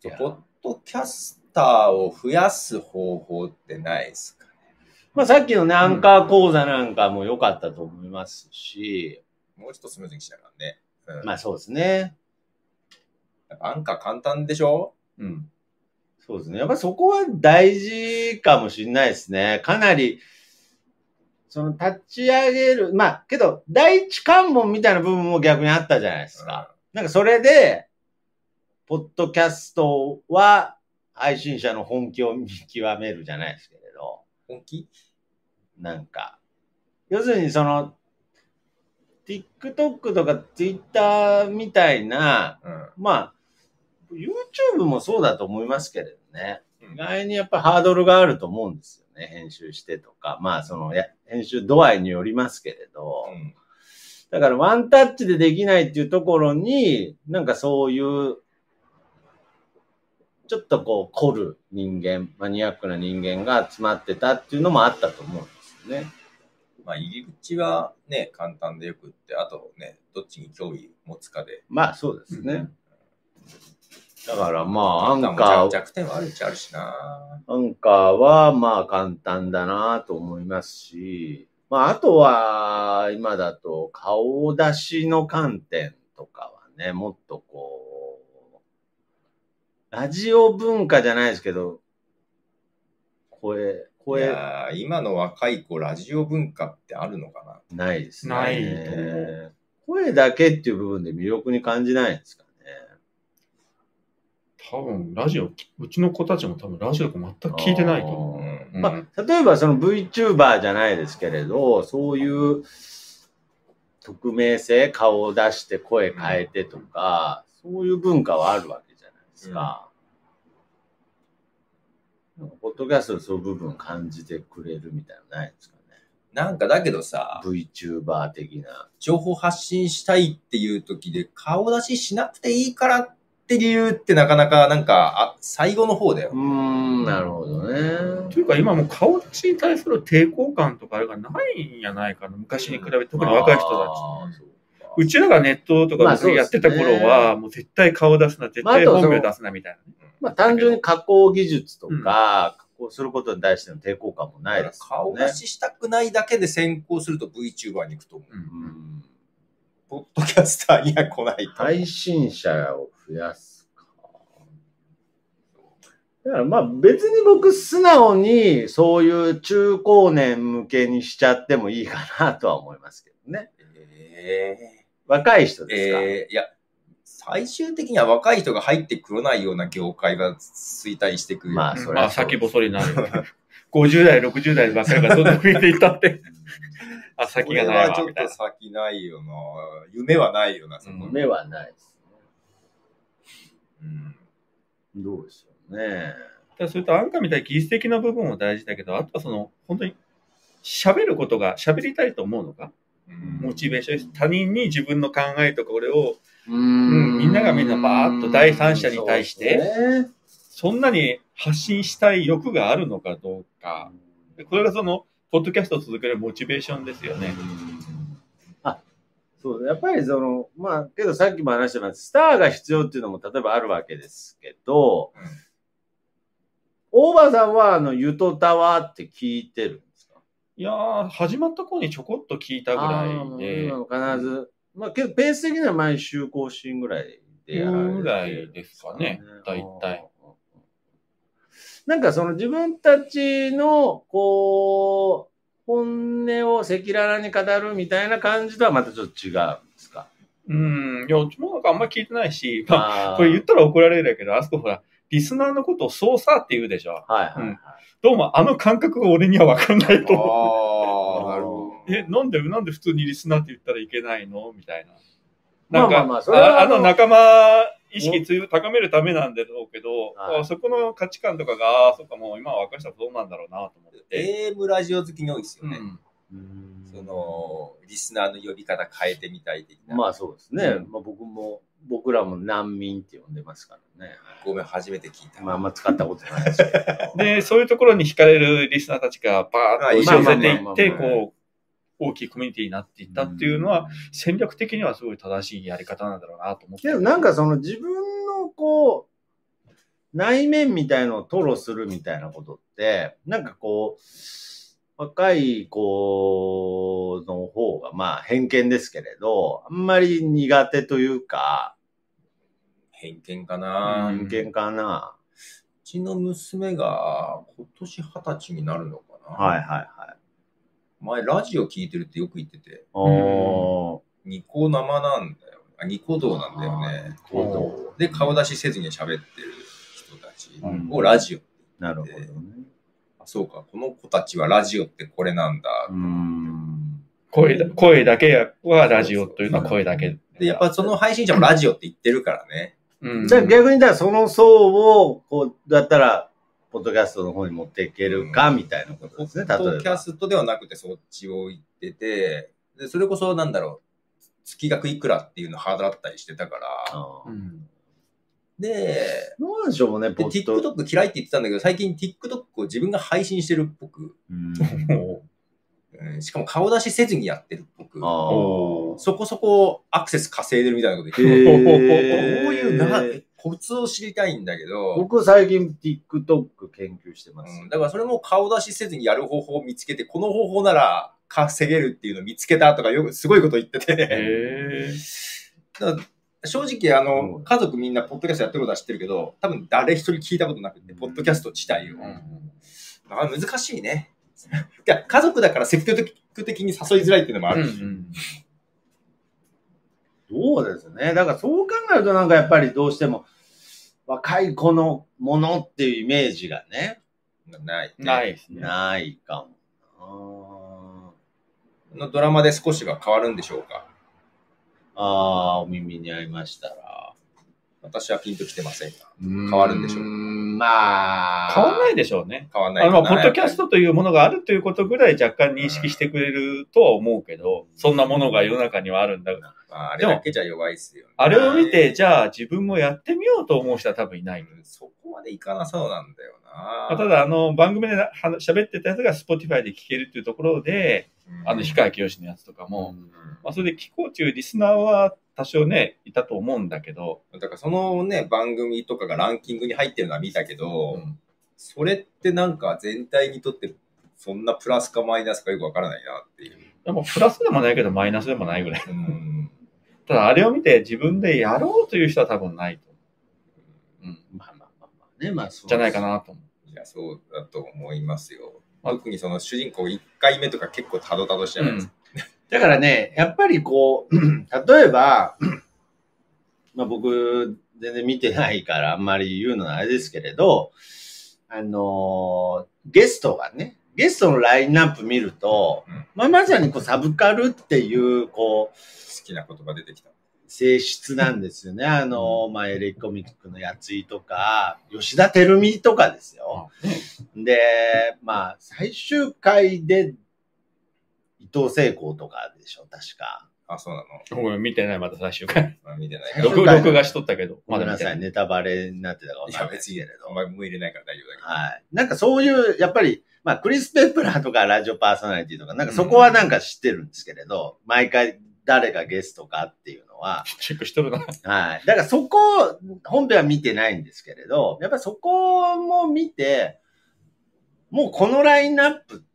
ポッドキャスターを増やす方法ってないですかね。 まあさっきのね、アンカー講座なんかも良かったと思いますし、 もうちょっとスムーズにしながらね。 まあそうですね。 アンカー簡単でしょ？ そうですね。やっぱそこは大事かもしれないですね。かなり、その立ち上げる、まあけど第一関門みたいな部分も逆にあったじゃないですか。なんかそれで、ポッドキャストは配信者の本気を見極めるじゃないですけれど。 本気？ なんか、要するにその、TikTok とか Twitter みたいな、まあ、YouTube もそうだと思いますけれどね。意外にやっぱハードルがあると思うんですよね。編集してとか。まあその、編集度合いによりますけれど。だからワンタッチでできないっていうところに、なんかそういう、ちょっとこう凝る人間、マニアックな人間が集まってたっていうのもあったと思うんですよね。 まあ入り口はね、簡単でよくって、あとね、どっちに興味持つかで。 まあそうですね。だからまあアンカー、 弱点はあるっちゃあるしな。 アンカーはまあ簡単だなと思いますし、まああとは今だと顔出しの観点とかはね、もっとこう、ラジオ文化じゃないですけど、 いや今の若い子、ラジオ文化ってあるのかな？ ないですね。 ないと思う。 声だけっていう部分で魅力に感じないんですかね。 多分、ラジオ、うちの子たちも多分ラジオとか全く聞いてないと思う。 まあ、例えばその VTuber じゃないですけれど、そういう匿名性、顔を出して声変えてとか、そういう文化はあるわけじゃないですか。ポッドキャストでそういう部分を感じてくれるみたいなのないですかね。 なんかだけどさ、 VTuber 的な。 情報発信したいっていう時で顔出ししなくていいからって理由ってなかなかなんか、最後の方だよ。 なるほどね。 というか今もう顔出しに対する抵抗感とかあれがないんやないかな。昔に比べて、特に若い人たち。うちらがネットとかやってた頃は、もう絶対顔出すな、絶対本名出すなみたいなね。 まあ単純に加工技術とか、加工することに対しての抵抗感もないですよね。 顔出ししたくないだけで先行すると VTuber に行くと思う。ポッドキャスターには来ないと。 配信者を増やすか。だからまあ別に僕素直にそういう中高年向けにしちゃってもいいかなとは思いますけどね。若い人ですか？ いや、最終的には若い人が入ってくれないような業界が衰退してくる。 まあ、それは先細りになる。50代、60代ばっかりがどんどん増えていったって。先がないわ。 それはちょっと先ないよな。夢はないよな、そこ。 夢はないですね。どうでしょうね。 それとアンカーみたいに技術的な部分も大事だけど、あとはその、本当に喋ることが、喋りたいと思うのか、モチベーションです。他人に自分の考えとかこれを、みんながみんなバーッと第三者に対して、そんなに発信したい欲があるのかどうか。これがその、ポッドキャストを続けるモチベーションですよね。 そう、やっぱりその、まあ、けどさっきも話したように、スターが必要っていうのも例えばあるわけですけど、大場さんはゆとたわって聞いてるんですか？ いやー、始まった頃にちょこっと聞いたぐらいで。 必ず。まあ、けどペース的には毎週更新ぐらいでやられてるぐらいですかね、大体。 なんかその自分たちの、こう、本音を赤裸々に語るみたいな感じとはまたちょっと違うんですか？ いや、うちもなんかあんまり聞いてないし、まあ、これ言ったら怒られるけど、あそこほら、リスナーのことを操作って言うでしょ。どうもあの感覚が俺には分かんないと思う。 なるほど。 なんで普通にリスナーって言ったらいけないのみたいな。なんか、 仲間意識高めるためなんだろうけど、そこの価値観とかが、そっかもう今は若い人はどうなんだろうなと思って。 AM ラジオ好きに多いですよね。その、リスナーの呼び方変えてみたい的な。 まあそうですね。まあ僕らも難民って呼んでますからね。 ごめん、初めて聞いた。 まああんま使ったことないですけど。 で、そういうところに惹かれるリスナーたちがバーッと押し寄せていって、こう、大きいコミュニティになっていったっていうのは、戦略的にはすごい正しいやり方なんだろうなと思って。 でもなんかその自分のこう、 内面みたいのを吐露するみたいなことって、なんかこう、若い子の方が、まあ偏見ですけれど、あんまり苦手というか、 偏見かな。 偏見かな。 うちの娘が今年20歳になるのかな。 はいはいはい。 前ラジオ聞いてるってよく言ってて、ニコ生なんだよ。ニコ動なんだよね。で、顔出しせずに喋ってる人たちをラジオって言って。 なるほどね。 そうか、この子たちはラジオってこれなんだ。 声だけはラジオというのは声だけ。 で、やっぱその配信者もラジオって言ってるからね。 じゃあ逆にその層を、こう、だったら、ポッドキャストの方に持っていけるか、みたいなことですね、 ポッドキャストではなくてそっちを言ってて、で、それこそなんだろう、月額いくらっていうのを払ったりしてたから、で、 どうでしょうね、 で TikTok 嫌いって言ってたんだけど、最近 TikTok を自分が配信してるっぽく、しかも顔出しせずにやってるっぽく、そこそこアクセス稼いでるみたいなこと言って、どういうコツを知りたいんだけど、 僕最近 TikTok 研究してます。 だからそれも顔出しせずにやる方法を見つけて、この方法なら稼げるっていうのを見つけたとか、よくすごいこと言ってて、だから正直家族みんなポッドキャストやってることは知ってるけど、多分誰一人聞いたことなくて、ポッドキャスト自体を。難しいね。いや、家族だから積極的に誘いづらいっていうのもあるし。 そうですね。だからそう考えるとなんかやっぱりどうしても若い子のものっていうイメージがね。 ないですね。 ないかも。 のドラマで少しは変わるんでしょうか？ お耳に合いましたら。 私はピンときてませんが。変わるんでしょうか？ まあ。 変わんないでしょうね。 変わんないポッドキャストというものがあるということぐらい若干認識してくれるとは思うけど、そんなものが世の中にはあるんだから。 あれだけじゃ弱いっすよね。 あれを見て、じゃあ自分もやってみようと思う人は多分いない。 そこまでいかなそうなんだよな。 ただ、番組で喋ってたやつが Spotify で聞けるっていうところで、氷川きよしのやつとかも、それで聞こうというリスナーは多少ね、いたと思うんだけど。 だからそのね、番組とかがランキングに入ってるのは見たけど、それってなんか全体にとってそんなプラスかマイナスかよくわからないなっていう。 でもプラスでもないけどマイナスでもないぐらい。ただあれを見て自分でやろうという人は多分ないと思う。 ね、 じゃないかなと思う。 いや、そうだと思いますよ。特にその主人公1回目とか結構たどたどしちゃいます。 だからね、やっぱりこう、例えば、僕、全然見てないからあんまり言うのはあれですけれど、ゲストのラインナップ見ると、まさにこうサブカルっていう、こう、 好きな言葉出てきた。 性質なんですよね。エレコミックのやついとか、吉田照美とかですよ。で、最終回で、伊藤聖子とかでしょ、確か。 あ、そうなの？ごめん、見てない、また最終回。 見てない。 録画しとったけど。 ごめんなさい、ネタバレになってたか分からないですけれど。 お前も入れないから大丈夫だけど。 はい。なんかそういう、やっぱり、クリス・ペプラーとかラジオパーソナリティとか、なんかそこはなんか知ってるんですけれど、毎回誰がゲストかっていうのは。 チェックしとるな。 はい。だからそこ、本編は見てないんですけれど、やっぱりそこも見て、もうこのラインナップって、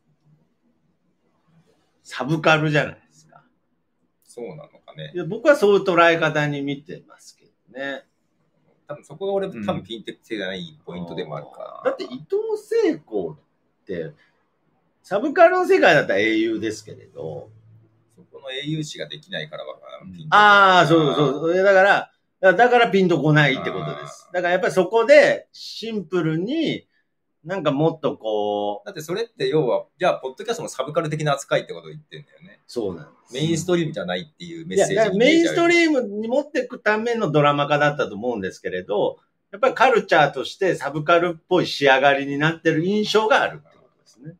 サブカルじゃないですか。 そうなのかね。 いや僕はそういう捉え方に見てますけどね。 多分そこが俺多分ピンときてないポイントでもあるかな。だって伊藤聖子って、サブカルの世界だったら英雄ですけれど、 そこの英雄視ができないからわからん。 そう。だからピンとこないってことです。だからやっぱりそこでシンプルに、なんかもっとこう。 だってそれって要は、じゃあ、ポッドキャストもサブカル的な扱いってことを言ってんだよね。 そうなんです。 メインストリームじゃないっていうメッセージ。 メインストリームに持っていくためのドラマ化だったと思うんですけれど、やっぱりカルチャーとしてサブカルっぽい仕上がりになってる印象があるってことですね。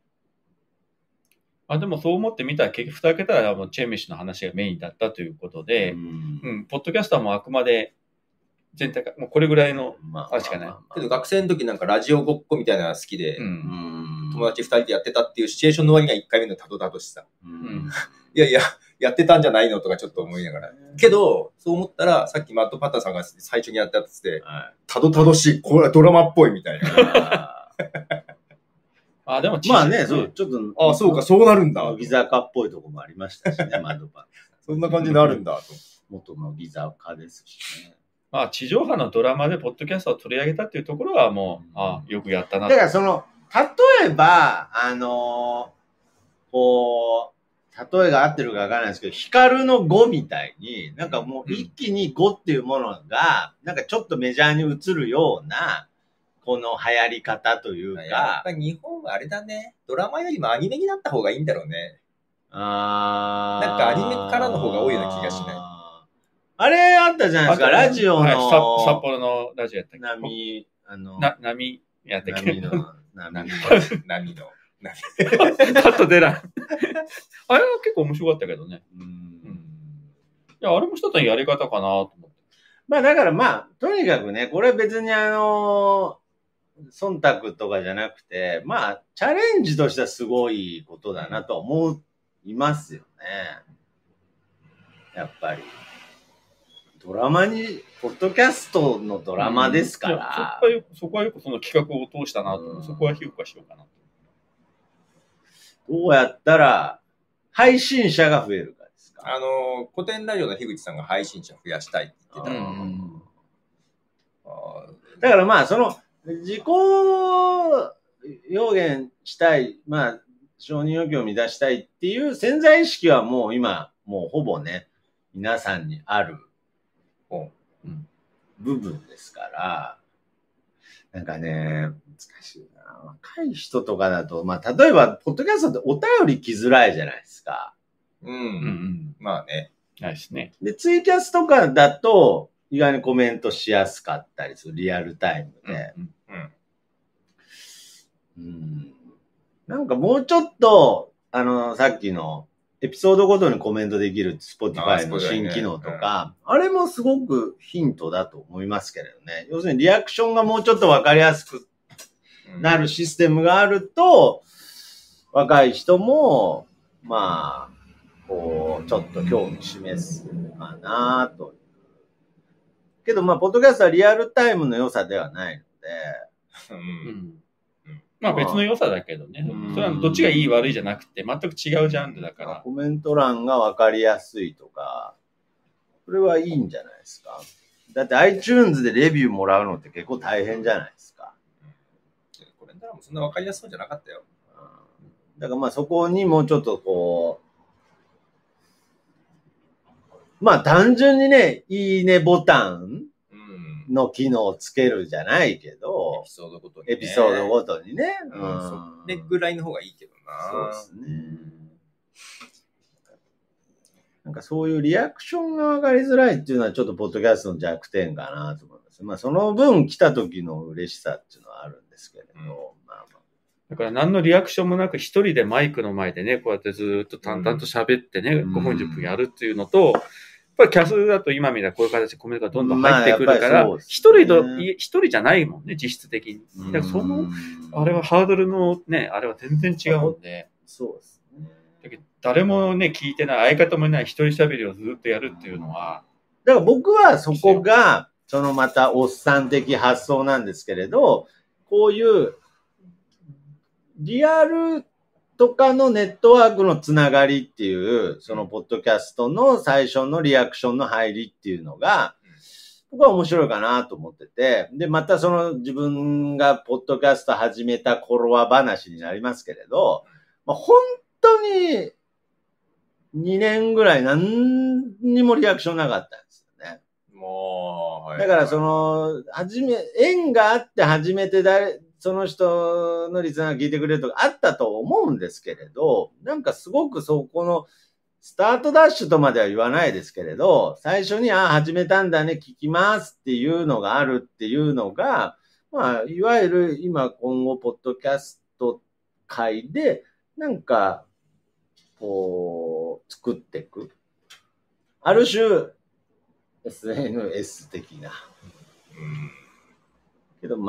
でもそう思ってみたら結局蓋開けたらもうチェミシの話がメインだったということで、ポッドキャストはもうあくまで全体が、もうこれぐらいの、しかない。 けど学生の時なんかラジオごっこみたいなのが好きで、友達2人でやってたっていうシチュエーションの割には1回目のたどたどしさ。いや、 やってたんじゃないのとかちょっと思いながら。けど、そう思ったら、さっきマット・パターさんが最初にやったやつで、たどたどしい、これはドラマっぽいみたいな。 でもまあね、そう、ちょっと。 そうか、そうなるんだ。 乃木坂っぽいとこもありましたしね、マット・パター。 そんな感じになるんだ、と。 元乃木坂ですしね。 地上波のドラマでポッドキャストを取り上げたっていうところはもう、よくやったな。 だから例えば、例えが合ってるかわからないですけど、光の5みたいに、なんかもう一気に5っていうものが、なんかちょっとメジャーに映るような、この流行り方というか。 やっぱり日本はあれだね。ドラマよりもアニメになった方がいいんだろうね。なんかアニメからの方が多いような気がしない。 あれあったじゃないですか、ラジオの。 札幌のラジオやったっけ？ 波やったっけ？ 波の。 パッと出ない。あれは結構面白かったけどね。いや、あれも一つのやり方かなと思って。 だからとにかくね、これ別に忖度とかじゃなくて、チャレンジとしてはすごいことだなと思いますよね。やっぱり。ドラマに、ポッドキャストのドラマですから。 そこはよくその企画を通したなと、そこは評価しようかな。 どうやったら配信者が増えるかですか？ 古典ラジオの樋口さんが配信者増やしたいって言ってた。 だから自己表現したい、承認欲求を満たしたいっていう潜在意識はもう今、もうほぼね、皆さんにある部分ですから、なんかね、難しいな。若い人とかだと、例えば、ポッドキャストってお便り来づらいじゃないですか。 まあね。 ないですね。 で、ツイキャスとかだと、意外にコメントしやすかったりする、リアルタイムで。なんかもうちょっと、さっきのエピソードごとにコメントできる Spotify の新機能とか、あれもすごくヒントだと思いますけれどね。要するにリアクションがもうちょっとわかりやすくなるシステムがあると、若い人も、こう、ちょっと興味示すかなと。けど、ポッドキャストはリアルタイムの良さではないので、 別の良さだけどね。それはどっちがいい悪いじゃなくて、全く違うジャンルだから。 コメント欄が分かりやすいとか、これはいいんじゃないですか。だって iTunes でレビューもらうのって結構大変じゃないですか。 コメント欄もそんな分かりやすそうじゃなかったよ。 だからそこにもうちょっとこう、単純にね、いいねボタンの機能をつけるじゃないけど、 エピソードごとにね。それぐらいの方がいいけどな。 そうですね。なんかそういうリアクションが上がりづらいっていうのはちょっとポッドキャストの弱点かなと思います。その分来た時の嬉しさっていうのはあるんですけれど。 だから何のリアクションもなく一人でマイクの前でね、こうやってずっと淡々と喋ってね、5分10分やるっていうのと、やっぱりキャスだと今みたいなこういう形でコメントがどんどん入ってくるから、一人じゃないもんね、実質的に。だからあれはハードルのね、あれは全然違うんで。 そうですね。 だけど誰もね、聞いてない、相方もいない一人喋りをずっとやるっていうのは。 だから僕はそこが、またおっさん的発想なんですけれど、こういうリアルとかのネットワークのつながりっていう、そのポッドキャストの最初のリアクションの入りっていうのが、僕は面白いかなと思ってて、で、また自分がポッドキャスト始めた頃は話になりますけれど、本当に2年ぐらい何にもリアクションなかったんですよね。だから縁があって初めてその人のリスナーが聞いてくれるとかあったと思うんですけれど、なんかすごくそこのスタートダッシュとまでは言わないですけれど、最初に始めたんだね、聞きますっていうのがあるっていうのが、いわゆる今後ポッドキャスト界でなんかこう作っていく。ある種 SNS 的な。けど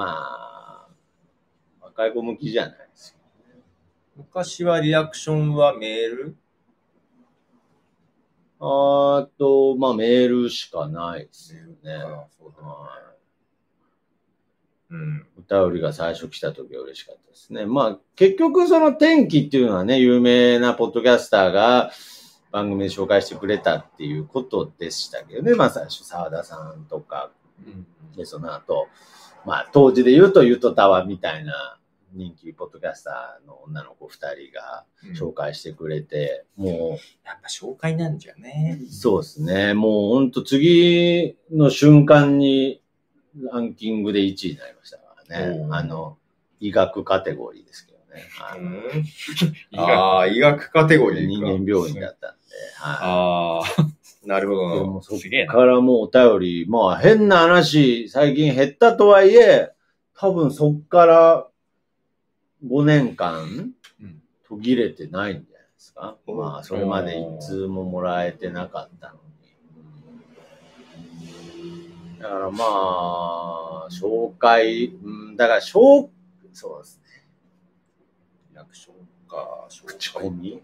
若い子向きじゃないですよね。 昔はリアクションはメールまあメールしかないですよね。 そうだね。うん。 お便りが最初来た時は嬉しかったですね。まあ結局その天気っていうのはね、有名なポッドキャスターが番組で紹介してくれたっていうことでしたけどね。まあ最初沢田さんとか、でその後、まあ当時で言うとゆとたわみたいな人気ポッドキャスターの女の子2人が紹介してくれて、もうやっぱ紹介なんじゃね。 そうですね。もうほんと次の瞬間にランキングで1位になりましたからね。医学カテゴリーですけどね。 医学カテゴリー。 人間病院だったんで。 なるほど。 でもそっからもうお便り、まあ変な話、最近減ったとはいえ、多分そっから5年間途切れてないんじゃないですか。まあそれまで一通ももらえてなかったのに。だからまあ、紹介、だからそうですね。 役所か、 口コミ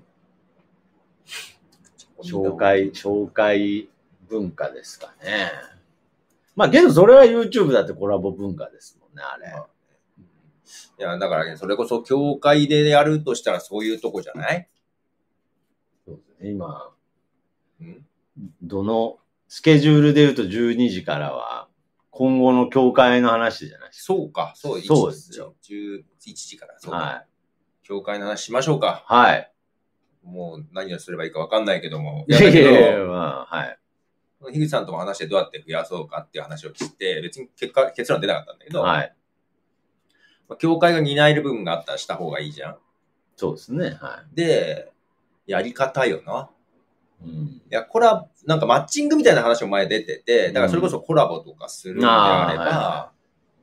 紹介文化ですかね。まあけどそれは YouTube だってコラボ文化ですもんね、あれ。 いや、だからね、それこそ教会でやるとしたらそういうとこじゃない？ そうですね、今、どのスケジュールで言うと12時からは今後の教会の話じゃないですか。 そうか、そうですよ。11時から、そうか。はい。教会の話しましょうか。 はい。 もう何をすればいいか分かんないけども。 いや、まあ、はい。 樋口さんとも話してどうやって増やそうかっていう話をして、別に結論出なかったんだけど、 はい。 教会が担える部分があったらした方がいいじゃん。 そうですね。はい。 で、やり方よな。いや、なんかマッチングみたいな話も前出てて、だからそれこそコラボとかするんであれば、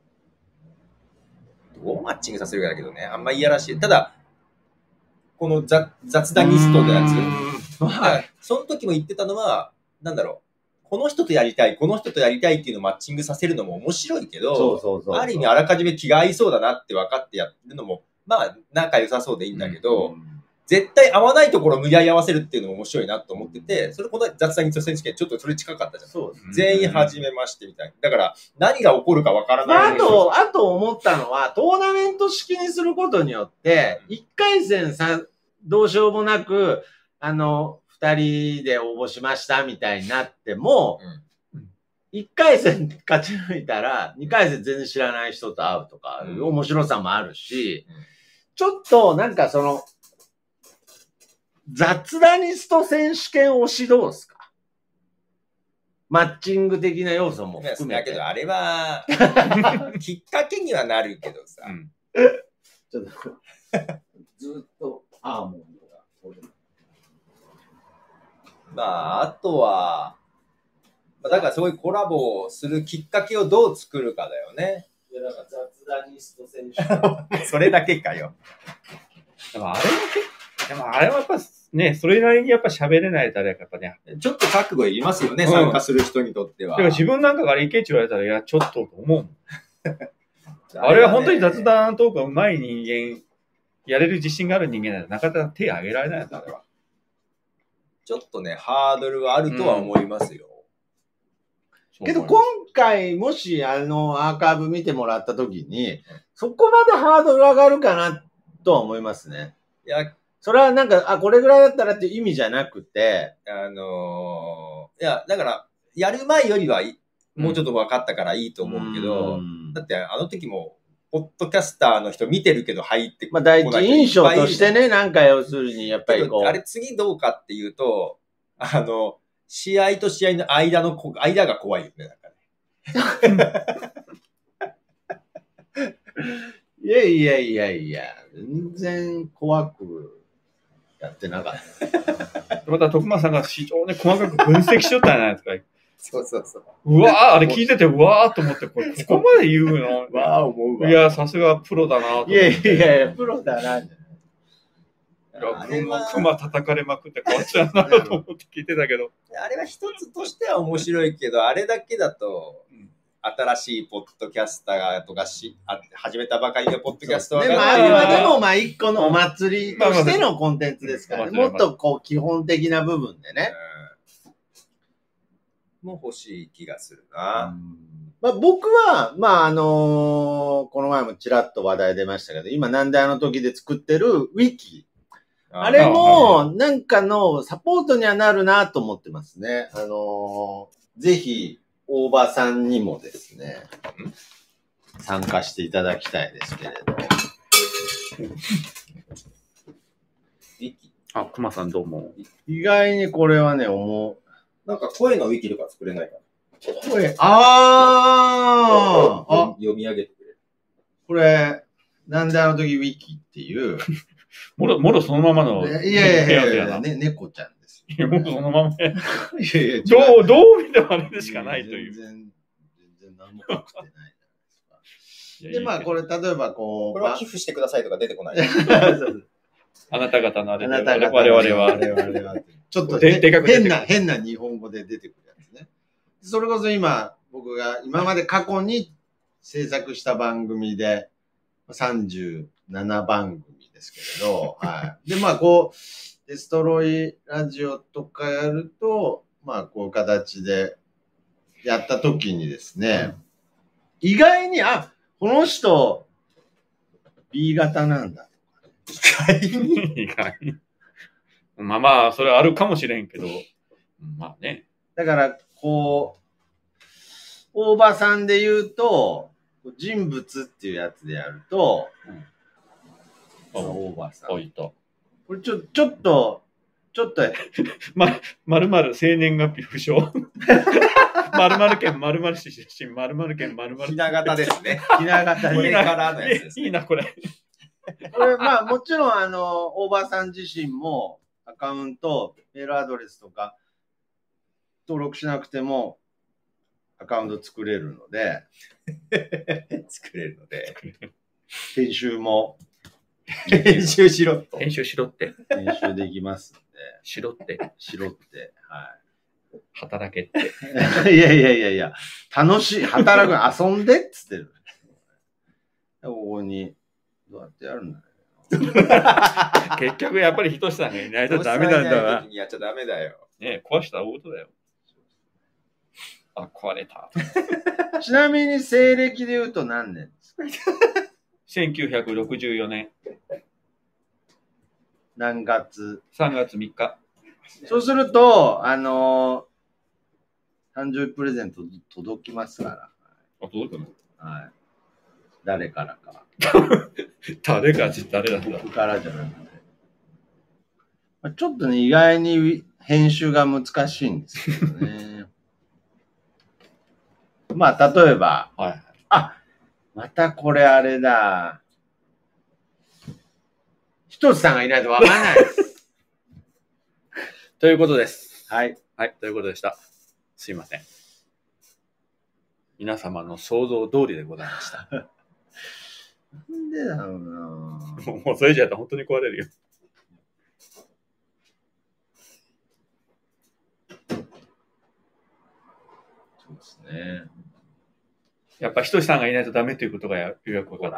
どうマッチングさせるかだけどね、あんまいやらしい。ただ、この雑談リストのやつ、はい、その時も言ってたのは、なんだろう、この人とやりたいっていうのをマッチングさせるのも面白いけど、ある意味あらかじめ気が合いそうだなって分かってやるのも、まあ仲良さそうでいいんだけど、絶対合わないところを無理やり合わせるっていうのも面白いなと思ってて、それこの雑談リスト選手権ちょっとそれ近かったじゃん。そうですね。全員始めましてみたいな。だから何が起こるか分からない。 あと思ったのは、トーナメント式にすることによって、1回戦どうしようもなく、2人で応募しましたみたいになっても、1回戦勝ち抜いたら、2回戦全然知らない人と会うとか、面白さもあるし、ちょっとなんか雑談リスト選手権推しどうですか？マッチング的な要素も含めて。 だけどあれは、きっかけにはなるけどさ。 ちょっとずっとアーモンドが。 まあ、あとは、だからそういうコラボをするきっかけをどう作るかだよね。 いや、だから雑談リスト選手権。 それだけかよ。 でもあれはやっぱね、それなりにやっぱ喋れないとあれやっぱね。 ちょっと覚悟いりますよね、参加する人にとっては。 だから自分なんかからいけって言われたら、いや、ちょっとと思う。あれは本当に雑談トークが上手い人間、やれる自信がある人間ならなかなか手を挙げられないんだ、あれは。 ちょっとね、ハードルはあるとは思いますよ。 けど今回もしアーカイブ見てもらった時に、そこまでハードル上がるかなとは思いますね。 いや、 それはなんか、これぐらいだったらっていう意味じゃなくて、 いや、だから、やる前よりは、もうちょっと分かったからいいと思うけど、だってあの時も、ポッドキャスターの人見てるけど入ってこない。まあ、第一印象としてね、なんか要するに、やっぱりあれ次どうかっていうと、試合と試合の間が怖いよね、なんかね。いや、全然怖くやってなかった。 また徳間さんが非常に細かく分析しよったじゃないですか。 そう。 うわぁ、あれ聞いてて、うわぁと思って、ここまで言うの。 わぁ、思うわ。 いや、さすがプロだなと思って。 いや、プロだな。 熊叩かれまくって変わっちゃうなと思って聞いてたけど。 あれは一つとしては面白いけど、あれだけだと、新しいポッドキャスターとか始めたばかりのポッドキャストはでもあれはでもまあ一個のお祭りとしてのコンテンツですからね。もっとこう基本的な部分でね。 も欲しい気がするな。 まあ、僕は、まあ、この前もちらっと話題出ましたけど、今なんであの時で作ってるウィキ。あれも、なんかのサポートにはなるなと思ってますね。ぜひ、大場さんにもですね、参加していただきたいですけれど。 ウィキ。 あ、熊さんどうも。 意外にこれはね、 なんか声のウィキとか作れないかな。 声、 読み上げてくれる。 これ、なんであの時ウィキっていう。 もろそのままの。 いや、猫ちゃんですよ。もろそのまま。いやいや、 どう見てもあれでしかないという。 全然何も書くってないじゃないですか。で、まあ、これ、例えばこれは寄付してくださいとか出てこない。 あなた方のあれで、 我々は。ちょっと変な日本語で出てくるやつね。それこそ僕が今まで過去に制作した番組で、37番組ですけれど、はい。で、まあ、デストロイラジオとかやると、まあ、こういう形でやったときにですね、意外に、この人、B 型なんだ。 意外。まあ、それはあるかもしれんけど、まあね。 だから、大場さんで言うと、人物っていうやつでやると、大場さん。 これちょっと、 〇〇生年月日不詳。〇〇県〇〇市出身、〇〇県〇〇。 ひな形ですね。 ひな形これからのやつです。 いいな、これ。 これ、まあ、もちろん、大場さん自身も、アカウント、メールアドレスとか、登録しなくても、アカウント作れるので、編集も、 編集しろって。 編集しろって。 編集できますんで。 しろって。 はい。 働けって。 いや、楽しい、働く、遊んでっつってる。ここに、どうやってやるんだろう。結局やっぱり人さんがいないとダメなんだわ。 やっちゃダメだよ。 ね壊したら大事だよ。壊れた。 ちなみに西暦で言うと何年ですか？ 1964年。 何月？ 3月3日。 そうすると、誕生日プレゼント届きますから。 届くの？ はい。誰からか。 誰かって誰なんだ？ 僕からじゃなくて。ちょっとね、意外に編集が難しいんですけどね。まあ、例えば、 はい、 またこれあれだ。ひとつさんがいないとわからないです。 ということです。 はい。 はい、ということでした。すいません。皆様の想像通りでございました。 なんでだろうなもうそれじゃやったら本当に壊れるよ。 そうですね。 やっぱひとしさんがいないとダメということがようやく分かった。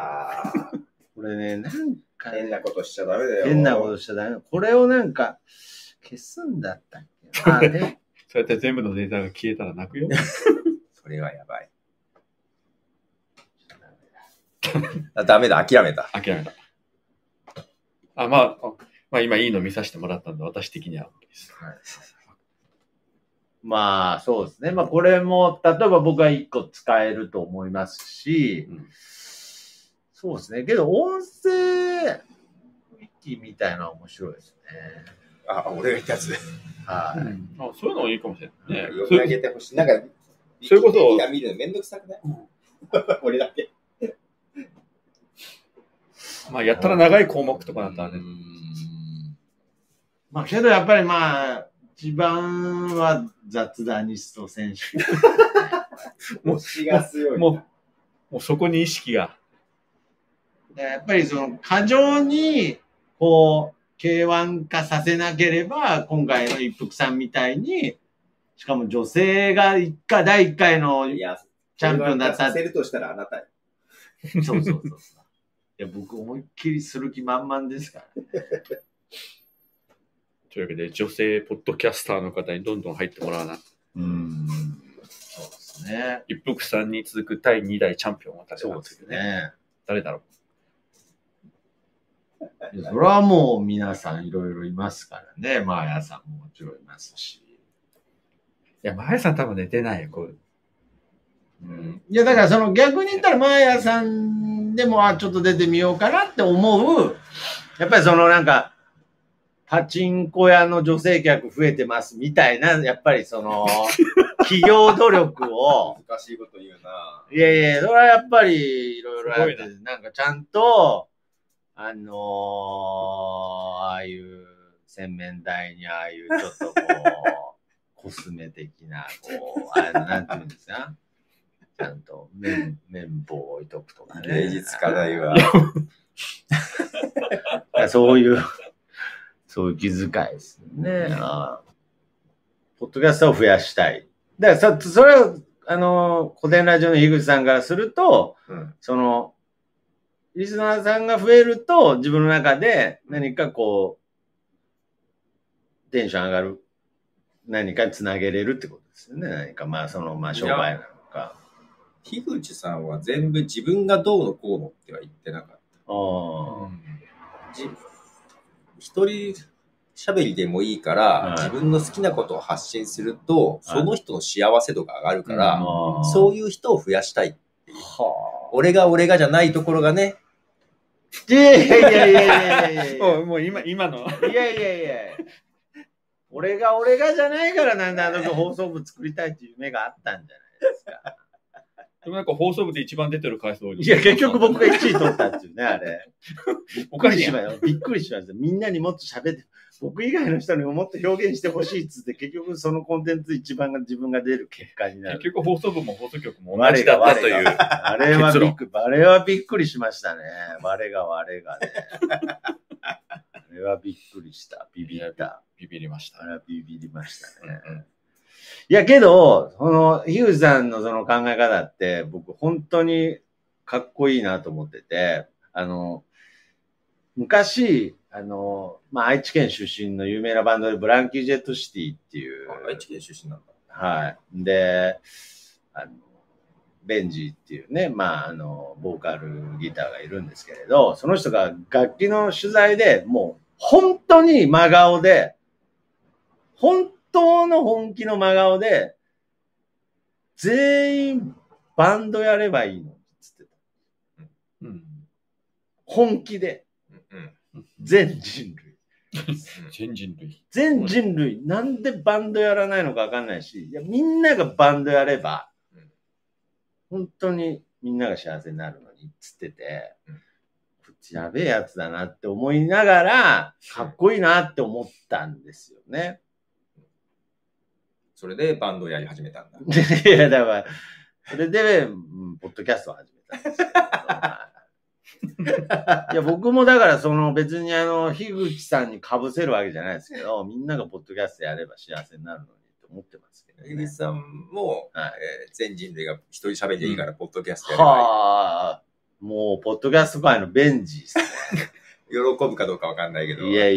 これね、なんか、 変なことしちゃダメだよ。 変なことしちゃダメ。これをなんか、消すんだったっけね。 そうやって全部のデータが消えたら泣くよ。 それはやばい。ダメだ、諦めた。 まあ今いいの見させてもらったんで、私的には OK です。はい、 まあ、そうですね。まあ、これも、例えば僕は1個使えると思いますし、そうですね。けど、音声ウィキみたいなのは面白いですね。 俺が言ったやつ。 はい。 そういうのもいいかもしれないね。 読み上げてほしい。なんか、 そういうことを。 見るのめんどくさくない？俺だけ。 まあ、やったら長い項目とかだったらね。 まあ、けどやっぱり一番は雑談ニスト選手。 もう気が強い。 もうそこに意識が。 やっぱり過剰に、K1 化させなければ、今回の一服さんみたいに、しかも女性が第1回のチャンピオンだった。 させるとしたらあなた。 そう。いや、僕思いっきりする気満々ですから。 というわけで、女性ポッドキャスターの方にどんどん入ってもらわな。 そうですね。 一服さんに続く第2代チャンピオンは誰そうですね。 誰だろう。それはもう皆さんいろいろいますからね。マーヤさんももちろんいますし。 いや、マーヤさん多分ね、出ないよ、こう。 いや、だからその逆に言ったらマーヤさんでも、ちょっと出てみようかなって思う。やっぱりそのなんか、パチンコ屋の女性客増えてますみたいな、やっぱりその、企業努力を。 難しいこと言うな。 いやいや、それはやっぱりいろいろやって、なんかちゃんと、ああいう洗面台にああいうちょっとこう、コスメ的な、こう、なんていうんですか、ちゃんと綿棒を置いとくとかね。 芸術家だよ。 そういう気遣いですね。ポッドキャストを増やしたい。だからそれを、古典ラジオの樋口さんからすると、その、リスナーさんが増えると、自分の中で何かこう、テンション上がる、何かにつなげれるってことですよね。何か、商売なのか。 樋口さんは全部自分がどうのこうのっては言ってなかった。一人喋りでもいいから、自分の好きなことを発信すると、その人の幸せ度が上がるから、そういう人を増やしたいっていう。俺がじゃないところがね。 いや。 もう今の。 いや。俺がじゃないからなんであの時放送部作りたいっていう夢があったんじゃないですか。 でもなんか放送部で一番出てる回数多い。 いや、結局僕が1位取ったっていうね、あれ。びっくりしました。みんなにもっと喋って、僕以外の人にももっと表現してほしいっつって、結局そのコンテンツ一番が自分が出る結果になる。 結局放送部も放送局も同じだったという。 あれはびっくりしましたね。我がで。あれはびっくりした。ビビりました。あれはビビりましたね。いや、けど、樋口さんのその考え方って、僕、本当にかっこいいなと思ってて、昔、愛知県出身の有名なバンドで、ブランキー・ジェット・シティっていう。 愛知県出身なんだ。 はい。で、ベンジーっていうね、ボーカルギターがいるんですけれど、その人が楽器の取材でもう、本当に真顔で、本当の本気の真顔で、全員バンドやればいいのつってた。本気で。全人類。全人類。なんでバンドやらないのかわかんないし、いや、みんながバンドやれば、本当にみんなが幸せになるのに、つってて、こっちやべえやつだなって思いながら、かっこいいなって思ったんですよね。 それでバンドをやり始めたんだ。 いや、だから、それで、ポッドキャストを始めたんですよ。いや、僕もだから別に樋口さんに被せるわけじゃないですけど、みんながポッドキャストやれば幸せになるのにって思ってますけどね。 樋口さんも、全人類が一人喋りでいいからポッドキャストやればいい。はあ、もうポッドキャスト界のベンジーですね。 喜ぶかどうかわかんないけど。 いや。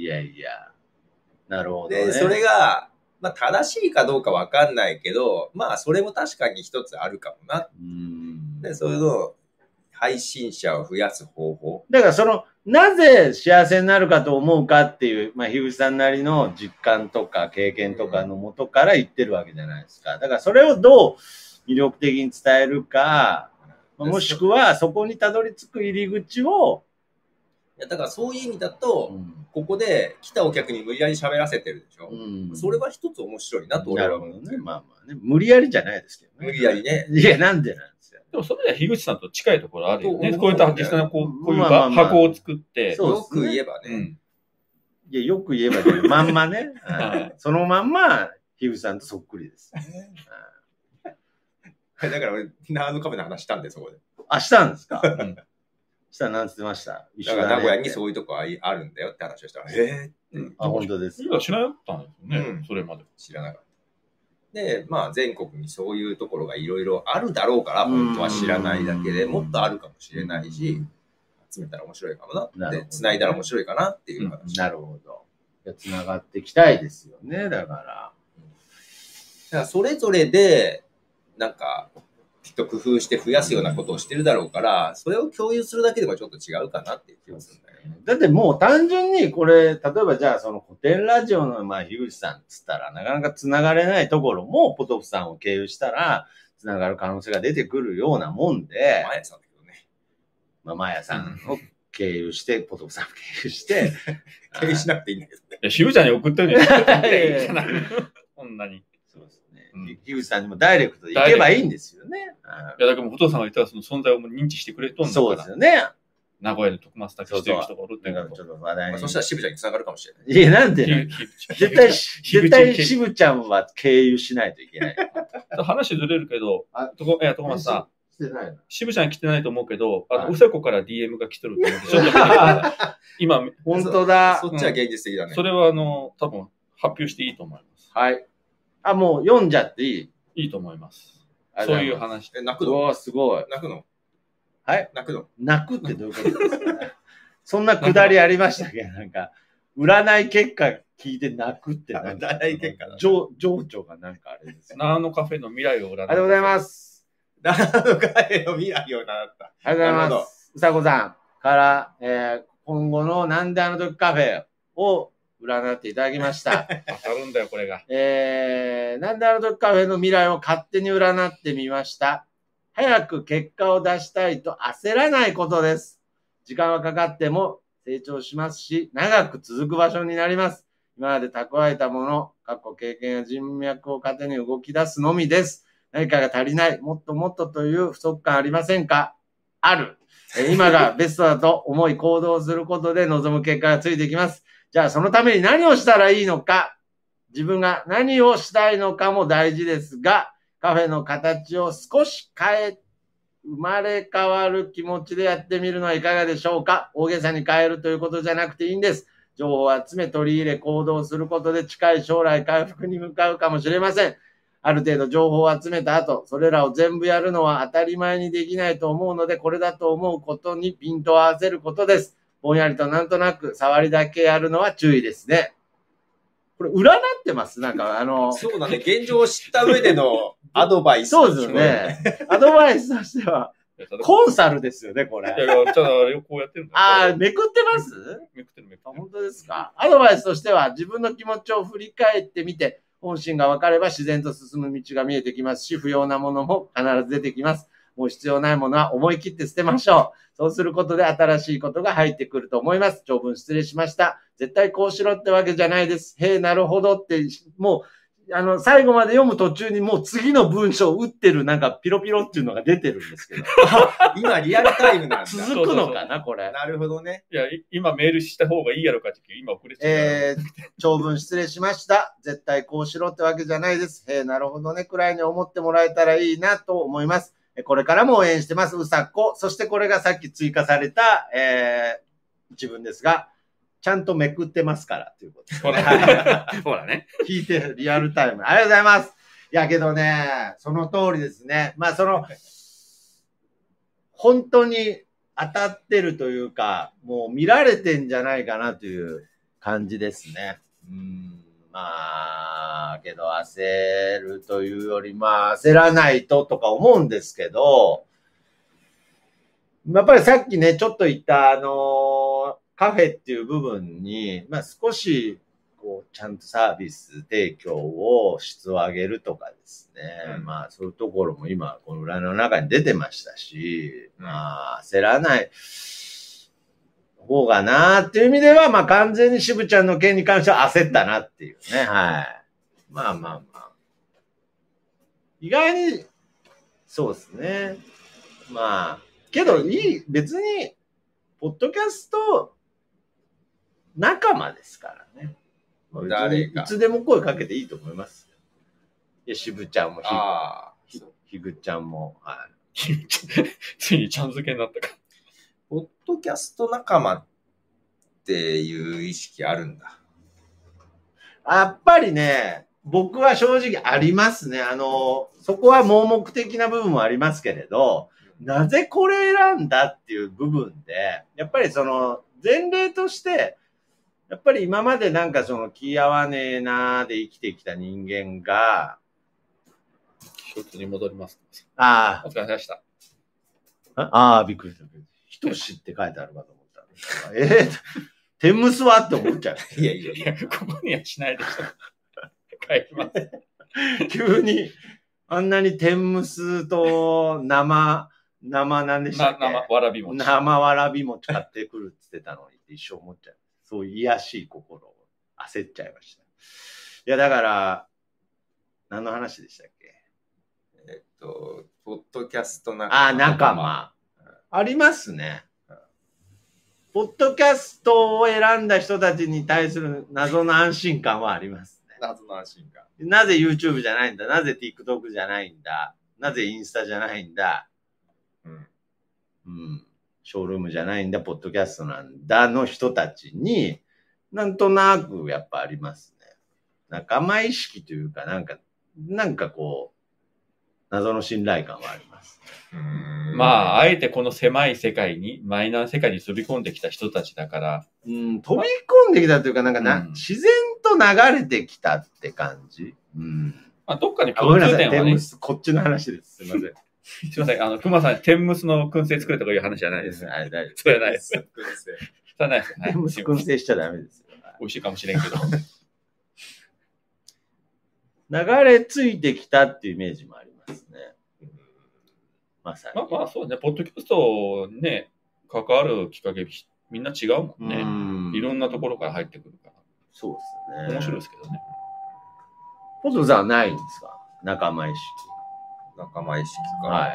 なるほどね。 で、それが、正しいかどうかわかんないけど、それも確かに一つあるかもな。で、そういうのを配信者を増やす方法。 だからなぜ幸せになるかと思うかっていう、樋口さんなりの実感とか経験とかのもとから言ってるわけじゃないですか。だからそれをどう魅力的に伝えるか、もしくはそこにたどり着く入り口を、 だからそういう意味だと、ここで来たお客に無理やり喋らせてるでしょ。それは一つ面白いなと俺は思う。 ね。無理やりじゃないですけどね。 無理やりね。 いや、なんでなんですよ。 でもそれでは樋口さんと近いところあるよね。こういったアーティストのこういう箱を作って。 よく言えばね。 いや、よく言えばね、まんまね。そのまんま、樋口さんとそっくりです。 だから俺、ナードカフェの話したんで、そこで。 したんですか？したら何つってました？ だから名古屋にそういうとこあるんだよって話をしたら、 本当です。 知らなかったんですよね、それまで。 知らなかった。で、全国にそういうところがいろいろあるだろうから、本当は知らないだけでもっとあるかもしれないし、集めたら面白いかもなって、繋いだら面白いかなっていう話。 なるほど。繋がっていきたいですよね、だから。 からそれぞれで、なんか、きっと工夫して増やすようなことをしてるだろうから、それを共有するだけではちょっと違うかなっていう気がするんだよね。 だってもう単純にこれ、例えばじゃあその古典ラジオの樋口さんっつったら、なかなか繋がれないところもポトフさんを経由したら、繋がる可能性が出てくるようなもんで、 マヤさんだけどね。 マヤさんを経由して、ポトフさんを経由して、 経由しなくていいんだけどね。 渋ちゃんに送ってるんですよ。こんなに。 そうですね。樋口さんにもダイレクトで行けばいいんですよね。 いや、だからお父さんが言ったらその存在を認知してくれとんだから。 そうですよね。 名古屋で徳松竹してる人がおるっていうちょっと話題に。 そしたら渋ちゃんに繋がるかもしれない。 いや、なんで絶対渋ちゃんは経由しないといけない。 話ずれるけど、徳松さん。 してないの渋ちゃん来てないと思うけど、うさこから DM が来てると思うんで、ちょっと見てください。今、 本当だ。 そっちは現実的だね。 それは多分発表していいと思います。 はい。もう読んじゃっていい？ いいと思います。そういう話。 泣くの？ うわ、すごい。 泣くの？ はい？ 泣くの？ 泣くってどういうことですかね。そんなくだりありましたっけ？なんか、占い結果聞いて泣くってなんか。 占い結果情緒がなんかあれですよ。 長野カフェの未来を占う。 ありがとうございます。 長野カフェの未来を習った。 ありがとうございます。うさこさんから、今後のなんであの時カフェを占っていただきました。 当たるんだよ、これが。 なんであの時カフェの未来を勝手に占ってみました。早く結果を出したいと焦らないことです。時間はかかっても成長しますし、長く続く場所になります。今まで蓄えたもの、過去経験や人脈を糧に動き出すのみです。何かが足りない、もっともっとという不足感ありませんか？ある。今がベストだと思い行動することで望む結果がついてきます。じゃあそのために何をしたらいいのか、自分が何をしたいのかも大事ですが、カフェの形を少し生まれ変わる気持ちでやってみるのはいかがでしょうか？大げさに変えるということじゃなくていいんです。情報を集め取り入れ行動することで近い将来回復に向かうかもしれません。ある程度情報を集めた後、それらを全部やるのは当たり前にできないと思うので、これだと思うことにピントを合わせることです。ぼんやりとなんとなく触りだけやるのは注意ですね。これ占ってますなんかそうだね。現状を知った上でのアドバイス。 そうですよね。アドバイスとしては、コンサルですよね、これ。 いや、ただ、こうやってるんだ。 めくってます？ めくってる。 本当ですか？アドバイスとしては、自分の気持ちを振り返ってみて、本心が分かれば自然と進む道が見えてきますし、不要なものも必ず出てきます。もう必要ないものは思い切って捨てましょう。そうすることで新しいことが入ってくると思います。長文失礼しました。絶対こうしろってわけじゃないです。へえ、なるほどって、もう、最後まで読む途中にもう次の文章を打ってるなんかピロピロっていうのが出てるんですけど。 今リアルタイムなんだ。 続くのかな、これ。 なるほどね。 いや、今メールした方がいいやろかって今送れて長文失礼しました。絶対こうしろってわけじゃないです。へえ、なるほどね。くらいに思ってもらえたらいいなと思います。これからも応援してます。うさこ。そしてこれがさっき追加された、一文ですが、ちゃんとめくってますからということで。 ほらね。 聞いてるリアルタイム。ありがとうございます。いやけどね、その通りですね。まあ本当に当たってるというか、もう見られてんじゃないかなという感じですね。まあ、けど焦るというより、まあ焦らないととか思うんですけど、やっぱりさっきね、ちょっと言ったカフェっていう部分に、まあ少し、こう、ちゃんとサービス提供を質を上げるとかですね。まあそういうところも今、この占いの中に出てましたし、まあ焦らない方がなーっていう意味では、まあ完全に渋ちゃんの件に関しては焦ったなっていうね。はい。まあ。意外に、そうですね。まあ、けど別に、ポッドキャスト仲間ですからね。いつでも声かけていいと思います。いや、渋ちゃんもひぐちゃんも。はい。 ついにちゃん付けになったか。 ポッドキャスト仲間っていう意識あるんだ。 やっぱりね、僕は正直ありますね。そこは盲目的な部分もありますけれど、なぜこれ選んだっていう部分で、やっぱり前例として、やっぱり今までなんか気合わねえなーで生きてきた人間が、 一つに戻ります。 あお疲れ様でした。 びっくりした。ひとしって書いてあるかと思った。天むすはって思っちゃう。 いや、ここにはしないでしょ。帰ります。 急に、あんなに天むすと生なんでしたっけ？ 生わらび餅。 生わらび餅買ってくるって言ってたのにって一生思っちゃう。そういう癒やしい心を焦っちゃいました。いや、だから、何の話でしたっけ？ ポッドキャスト仲間。仲間。ありますね。ポッドキャストを選んだ人たちに対する謎の安心感はありますね。 謎の安心感。 なぜ YouTube じゃないんだ？なぜ TikTok じゃないんだ？なぜインスタじゃないんだ？ショールームじゃないんだ、ポッドキャストなんだの人たちに、なんとなくやっぱありますね。仲間意識というか、なんかこう、謎の信頼感はあります。 まあ、あえてこの狭い世界に、マイナー世界に飛び込んできた人たちだから。 飛び込んできたというか、自然と流れてきたって感じ。 まあ、どっかに共通点はね。 こっちの話です。すいません。 すいません。熊さん、天むすの燻製作れとかいう話じゃないです。 大丈夫。 それはないです。それはないです。 天むす燻製しちゃダメですよ。 美味しいかもしれんけど。 流れ着いてきたっていうイメージもありますね。まさに。 まあそうね。ポッドキャストね、関わるきっかけ、みんな違うもんね。いろんなところから入ってくるから。 そうですね。 面白いですけどね。 ポトフさんはないんですか？仲間意識。 仲間意識か。 はい。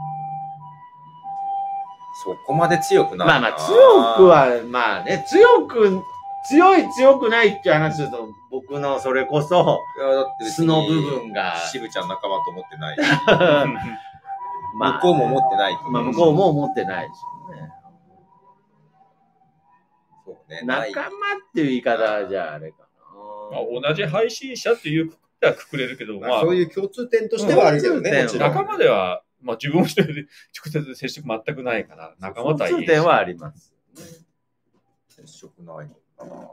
そこまで強くないな。 まあ強くは、まあね、強くないって話すると、僕のそれこそ、素の部分が。 渋ちゃん仲間と思ってない。向こうも思ってない。 まあ向こうも思ってないですよね。 そうね。 仲間っていう言い方はじゃああれかな。 まあ、同じ配信者っていうくくれるけど、 まあそういう共通点としてはあるけどね。 仲間では、まあ自分一人で直接接触全くないから、仲間とは共通点はあります。 接触ないのかな。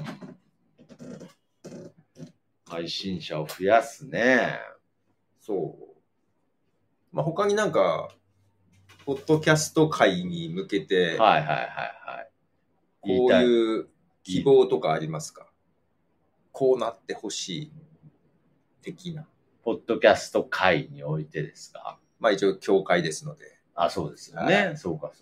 配信者を増やすね。 そう。まあ他になんか、ポッドキャスト界に向けて、こういう希望とかありますか？こうなってほしい的な。 ポッドキャスト界においてですか？ まあ一応協会ですので。 あ、そうですよね。そうか。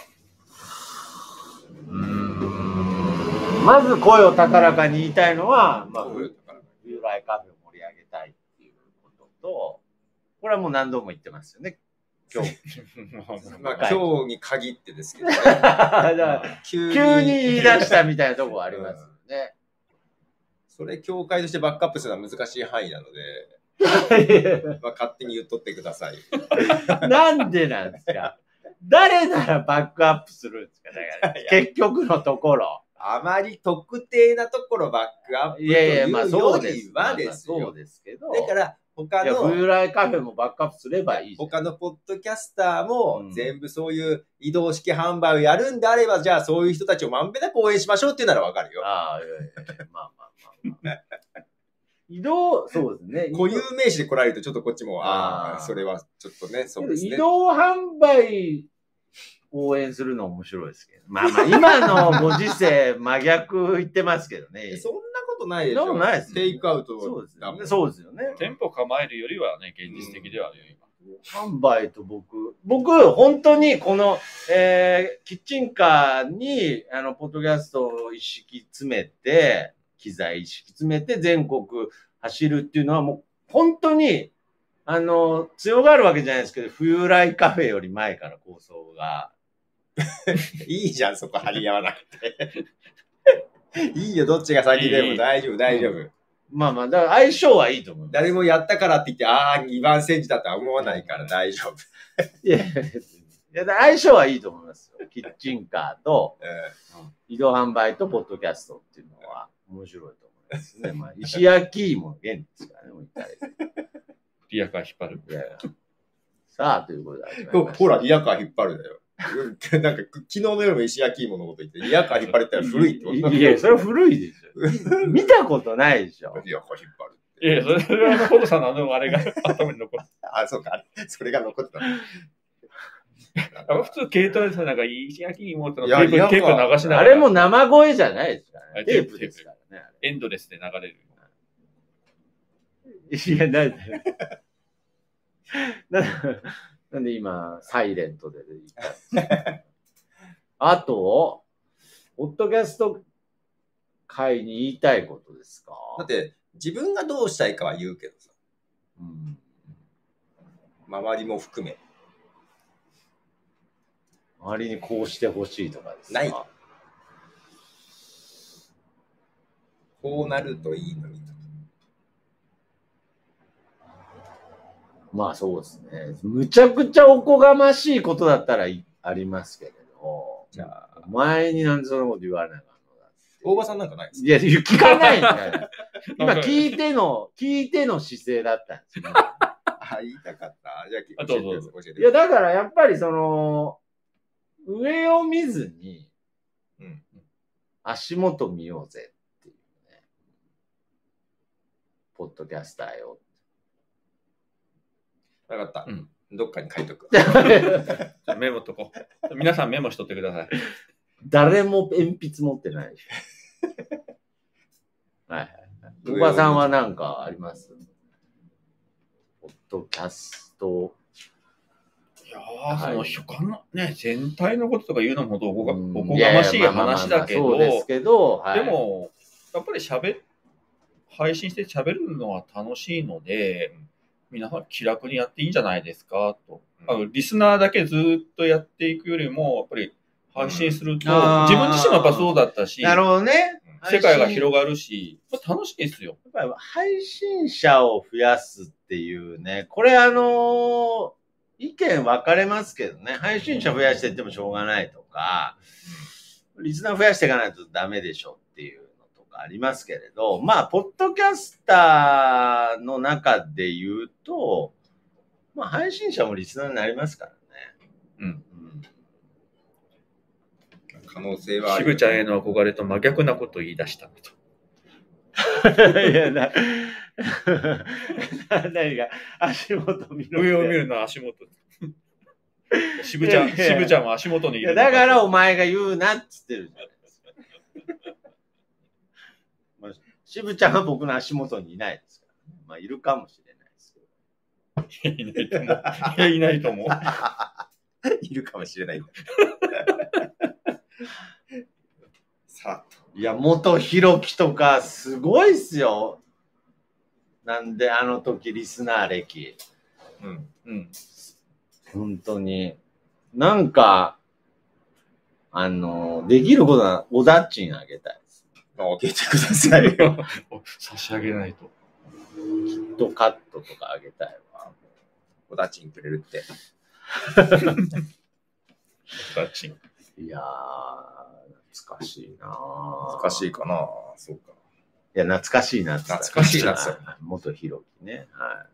まず声を高らかに言いたいのは、まあ、冬来カフェを盛り上げたいっていうことと、これはもう何度も言ってますよね。今日。 まあ今日に限ってですけどね。 急に言い出したみたいなところはありますよね。 それ協会としてバックアップするのは難しい範囲なので、まあ勝手に言っとってください。 なんでなんですか？誰ならバックアップするんですか？だから結局のところ。 あまり特定なところバックアップというよりはですよ。 そうですけど。 だから他の冬来カフェもバックアップすればいい。 他のポッドキャスターも全部そういう移動式販売をやるんであれば、じゃあそういう人たちをまんべんなく応援しましょうっていうならわかるよ。 ああ、まあ。移動、そうですね。 固有名詞で来られるとちょっとこっちも、それはちょっとね、そうですね。 移動販売応援するの面白いですけど。まあ今のご時世真逆言ってますけどね。 そんなことないでしょ。 そんなことないです。 テイクアウト。 そうですよね。 店舗構えるよりはね、現実的ではあるよ、 今。販売と僕、本当にこの、キッチンカーに、ポッドキャストを一式詰めて、機材一式詰めて全国走るっていうのはもう、本当に、強がるわけじゃないですけど、冬来カフェより前から構想が。 いいじゃん、そこ張り合わなくて。いいよ、どっちが先でも大丈夫。 まあ、だから相性はいいと思う。 誰もやったからって言って、2番煎じだとは思わないから大丈夫。 いや、相性はいいと思いますよ。キッチンカーと、移動販売とポッドキャストっていうのは面白いと思いますね。まあ、石焼き芋の原理ですからね、もう一回。 リアカー引っ張る。 さあ、ということで。 ほら、リアカー引っ張るだよ。なんか、昨日の夜も石焼き芋のこと言って、リアカー引っ張れたら古いってこと。 いや、それは古いでしょ。見たことないでしょ。 リアカー引っ張るっいや、それは、ポトさんのあれが頭に残る。 あ、そうか。それが残ってた。 普通、軽トラでさ、なんか、石焼き芋ってのいやテープ流しながら。 あれも生声じゃないですからね。テープですからね。 エンドレスで流れる。 いや、なんで今、サイレントで言ったあと、ポッドキャスト会に言いたいことですか？ だって、自分がどうしたいかは言うけどさ。 うん、 周りも含め。 周りにこうしてほしいとかですか？ ない。こうなるといいのに。 まあそうですね。むちゃくちゃおこがましいことだったらありますけれど。 じゃあ、 お前になんでそんなこと言われなかったのだって。 大場さんなんかないですか？ いや、聞かないんだよ。今聞いての姿勢だったんですよ、ね。 あ、言いたかった。じゃあ、 どうぞ教えて。 いや、だからやっぱり上を見ずに、足元見ようぜっていうね。ポッドキャスターよ。 わかった。どっかに書いとく。 メモとこう。皆さんメモしとってください。 誰も鉛筆持ってない。はい。おばさんは何かあります？ポッドキャスト。 いやー、ね、全体のこととか言うのもおこがましい話だけど、 そうですけど、はい、 でも、やっぱり配信して喋るのは楽しいので、皆さん気楽にやっていいんじゃないですかと。リスナーだけずっとやっていくよりも、やっぱり配信すると、自分自身もやっぱそうだったし、 なるほどね。 世界が広がるし、楽しいですよ。 やっぱり配信者を増やすっていうね、これ意見分かれますけどね、配信者増やしていってもしょうがないとか、リスナー増やしていかないとダメでしょっていうのとかありますけれど、まあ、ポッドキャスターの中で言うと、まあ、配信者もリスナーになりますからね。 可能性はある。 渋ちゃんへの憧れと真逆なことを言い出したと。 いや、何が足元見る。 上を見るのは足元。渋ちゃんは足元にいる。 だからお前が言うなっつってるじゃないですか。まあ、渋ちゃんは僕の足元にいないですから、ね。まあ、いるかもしれないですけど。いないと思う。 いるかもしれない。さあ。 いや、元弘樹とかすごいっすよ。なんであの時リスナー歴。本当に。なんか、できることはおだっちんあげたいです。 あげてくださいよ。 差し上げないと。 キットカットとかあげたいわ。 おだちんくれるって。 おだちん。 いやー、懐かしいなぁ。 懐かしいかな。そうか。 いや、懐かしいな。 懐かしいな。 元弘樹ね。はい。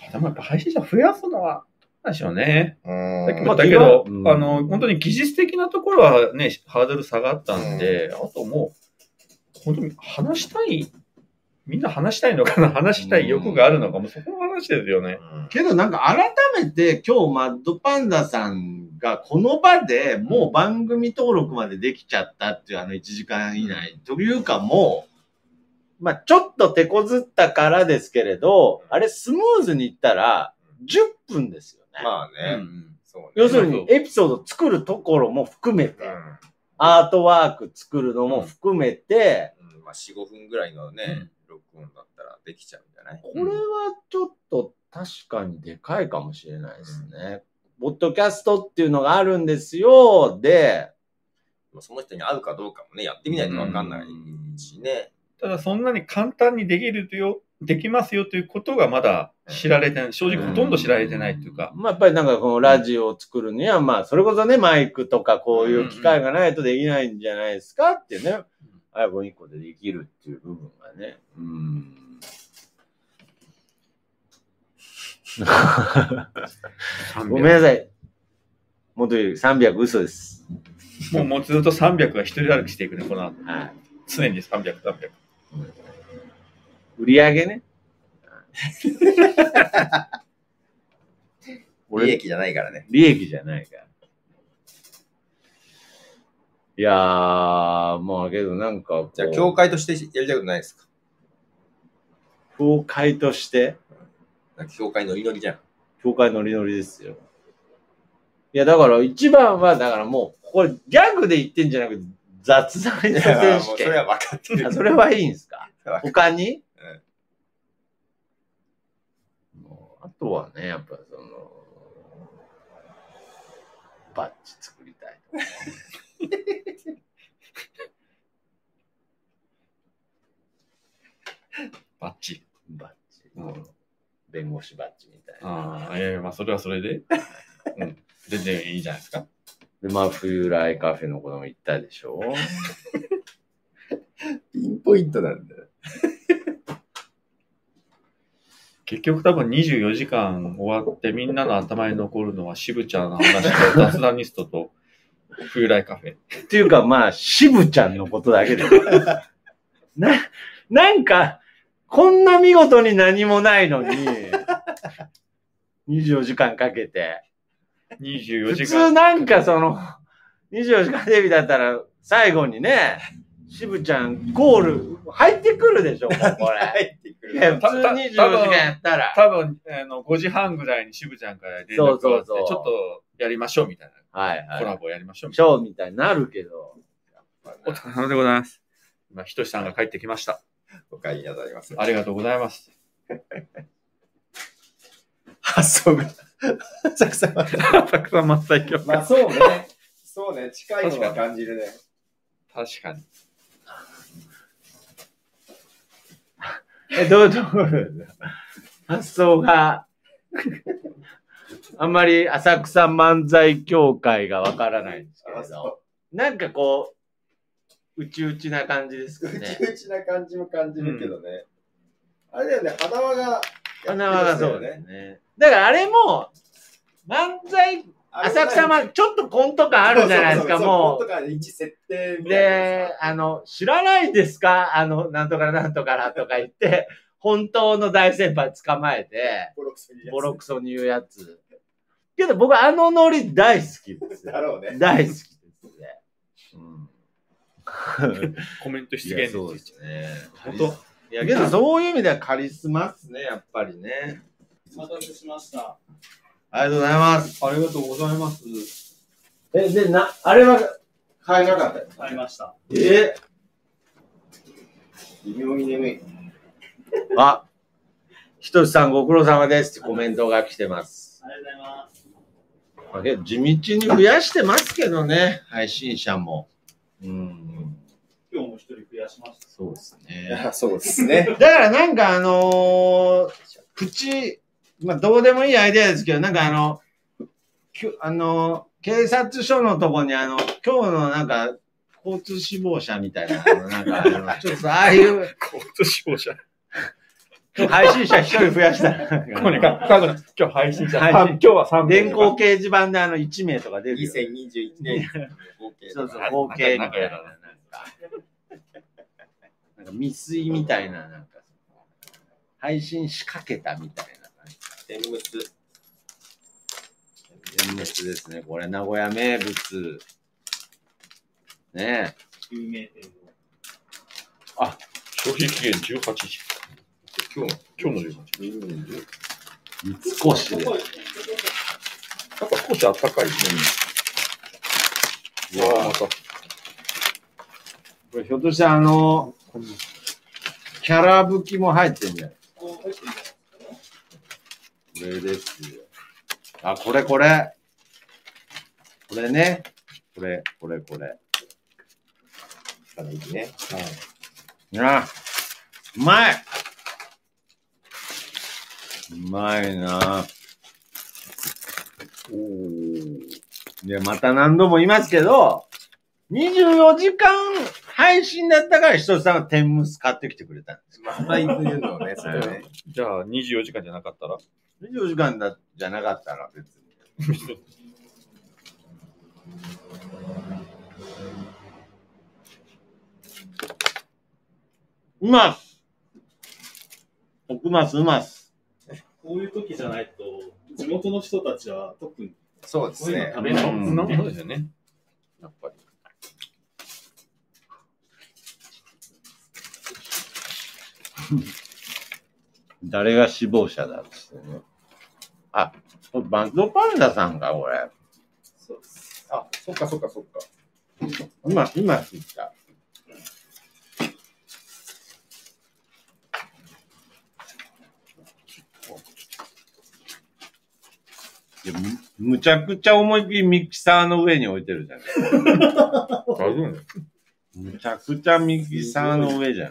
でもやっぱ配信者増やすのは、でしょうね。さっきも言ったけど、本当に技術的なところはね、ハードル下がったんで、あともう、本当にみんな話したいのかな、話したい欲があるのかも、そこの話ですよね。 けどなんか改めて今日マッドパンダさんがこの場でもう番組登録までできちゃったっていう1時間以内というかもう、まあちょっと手こずったからですけれど、あれスムーズにいったら10分ですよね。 まあね。 そうね。要するにエピソード作るところも含めて、アートワーク作るのも含めて、 まあ4、5分ぐらいのね、録音だったらできちゃうんじゃない？ これはちょっと確かにでかいかもしれないですね。ポッドキャストっていうのがあるんですよ。で、 その人に会うかどうかもね、やってみないとわかんないしね。 ただそんなに簡単にできますよということがまだ知られてない。正直ほとんど知られてないというか。 まあやっぱりなんかこのラジオを作るには、まあそれこそね、マイクとかこういう機械がないとできないんじゃないですかっていうね。iPhone1 個でできるっていう部分がね。ごめんなさい。元より300嘘です。 もうずっと300が一人歩きしていくね、この後。 はい。 常に300。 売り上げね。 利益じゃないからね。 利益じゃないから。いやー、まあけどなんか。 じゃあ、教会としてやりたいことないですか？ 教会としてなんか教会ノリノリじゃん。 教会ノリノリですよ。いや、だから一番は、だからもう、これギャグで言ってんじゃなくて、雑談選手権。 それは分かってる。 それはいいんですか？他に、あとはね、やっぱその、バッジ作りたいとか。 バッチ。 バッジ。弁護士バッジみたいな。 ああ、いやいや、まあそれはそれで。うん。全然いいじゃないですか。 で、まあ、冬来カフェの子も行ったでしょ。 ピンポイントなんだよ。 結局多分24時間終わってみんなの頭に残るのは渋ちゃんの話と雑談ニストと冬来カフェ。 っていうかまあ、渋ちゃんのことだけで。なんか、こんな見事に何もないのに、24時間かけて。 24時間。 普通なんかその、24時間テレビだったら、最後にね、渋ちゃんゴール入ってくるでしょ、もうこれ。 入ってくる。 いや、普通24時間やったら。 多分、5時半ぐらいに渋ちゃんから連絡があって、ちょっとやりましょうみたいな。 はいはい。 コラボやりましょうみたいな。ショーみたいになるけど。 お疲れ様でございます。今、ひとしさんが帰ってきました。 お帰りなさいます。 ありがとうございます。 発想が。たくさん真っ最強。 まあそうね。そうね。近いのは感じるね。 確かに。 どういうところですか？発想が、あんまり浅草漫才協会がわからないんですけれど、なんかこう、うちうちな感じですかね。 うちうちな感じも感じるけどね。あれだよね、花輪が。 花輪がそうですね。だからあれも、漫才、浅草漫才、ちょっとコント感あるじゃないですか、もう。 コント感一設定みたいな。 で、知らないですか？なんとかなんとかとか言って、本当の大先輩捕まえて、ボロクソに言うやつ。けど僕ノリ大好きです。 だろうね。 大好きですね。 コメント出現そうですね。 本当。 いやけどそういう意味ではカリスマっすね、やっぱりね。 お待たせしました。 ありがとうございます。 ありがとうございます。 で、あれは買えなかったですか？ 買いました。 微妙に眠い。 あ、ひとしさんご苦労様ですってコメントが来てます。 ありがとうございます。 地道に増やしてますけどね、配信者も。 今日も一人増やしました。 そうですね。 そうですね。 だからなんかまあどうでもいいアイデアですけど、なんか警察署のとこに今日のなんか、交通死亡者みたいな、なんかちょっとああいう。 交通死亡者。 配信者一人増やしたら。 今日配信者。今日は3名。 電光掲示板で1名とか出るよ。 2021年。 そうそう、合計みたいな。なんか未遂みたいな、なんか、配信仕掛けたみたいな。 天むす。 天むすですね。これ、名古屋名物。ねえ。 有名店の。 あ、消費期限18時。今日の18時。 三越で。 なんか少しあったかい。 また。これ、ひょっとしてキャラ吹きも入ってんじゃないですか。これですよ。あ、これ。これね。これ。 いいね。 あ、うまい。うまいな。で、また何度も言いますけど、24時間配信だったから、ひとしさんは天むす買ってきてくれたんです。 また言うのね、それね。 じゃあ、24時間じゃなかったら 24時間じゃなかったら別に。うます。奥ます。 こういう時じゃないと、地元の人たちは特にそうですね。 食べないですね。 そうですよね。やっぱり。 誰が死亡者だっつってね。あ、これバンドパンダさんか、これ。 そうです。 あ、そっかそっかそっか。 今知った。いやむちゃくちゃ思いっきりミキサーの上に置いてるじゃないですか。 大丈夫？ むちゃくちゃミキサーの上じゃない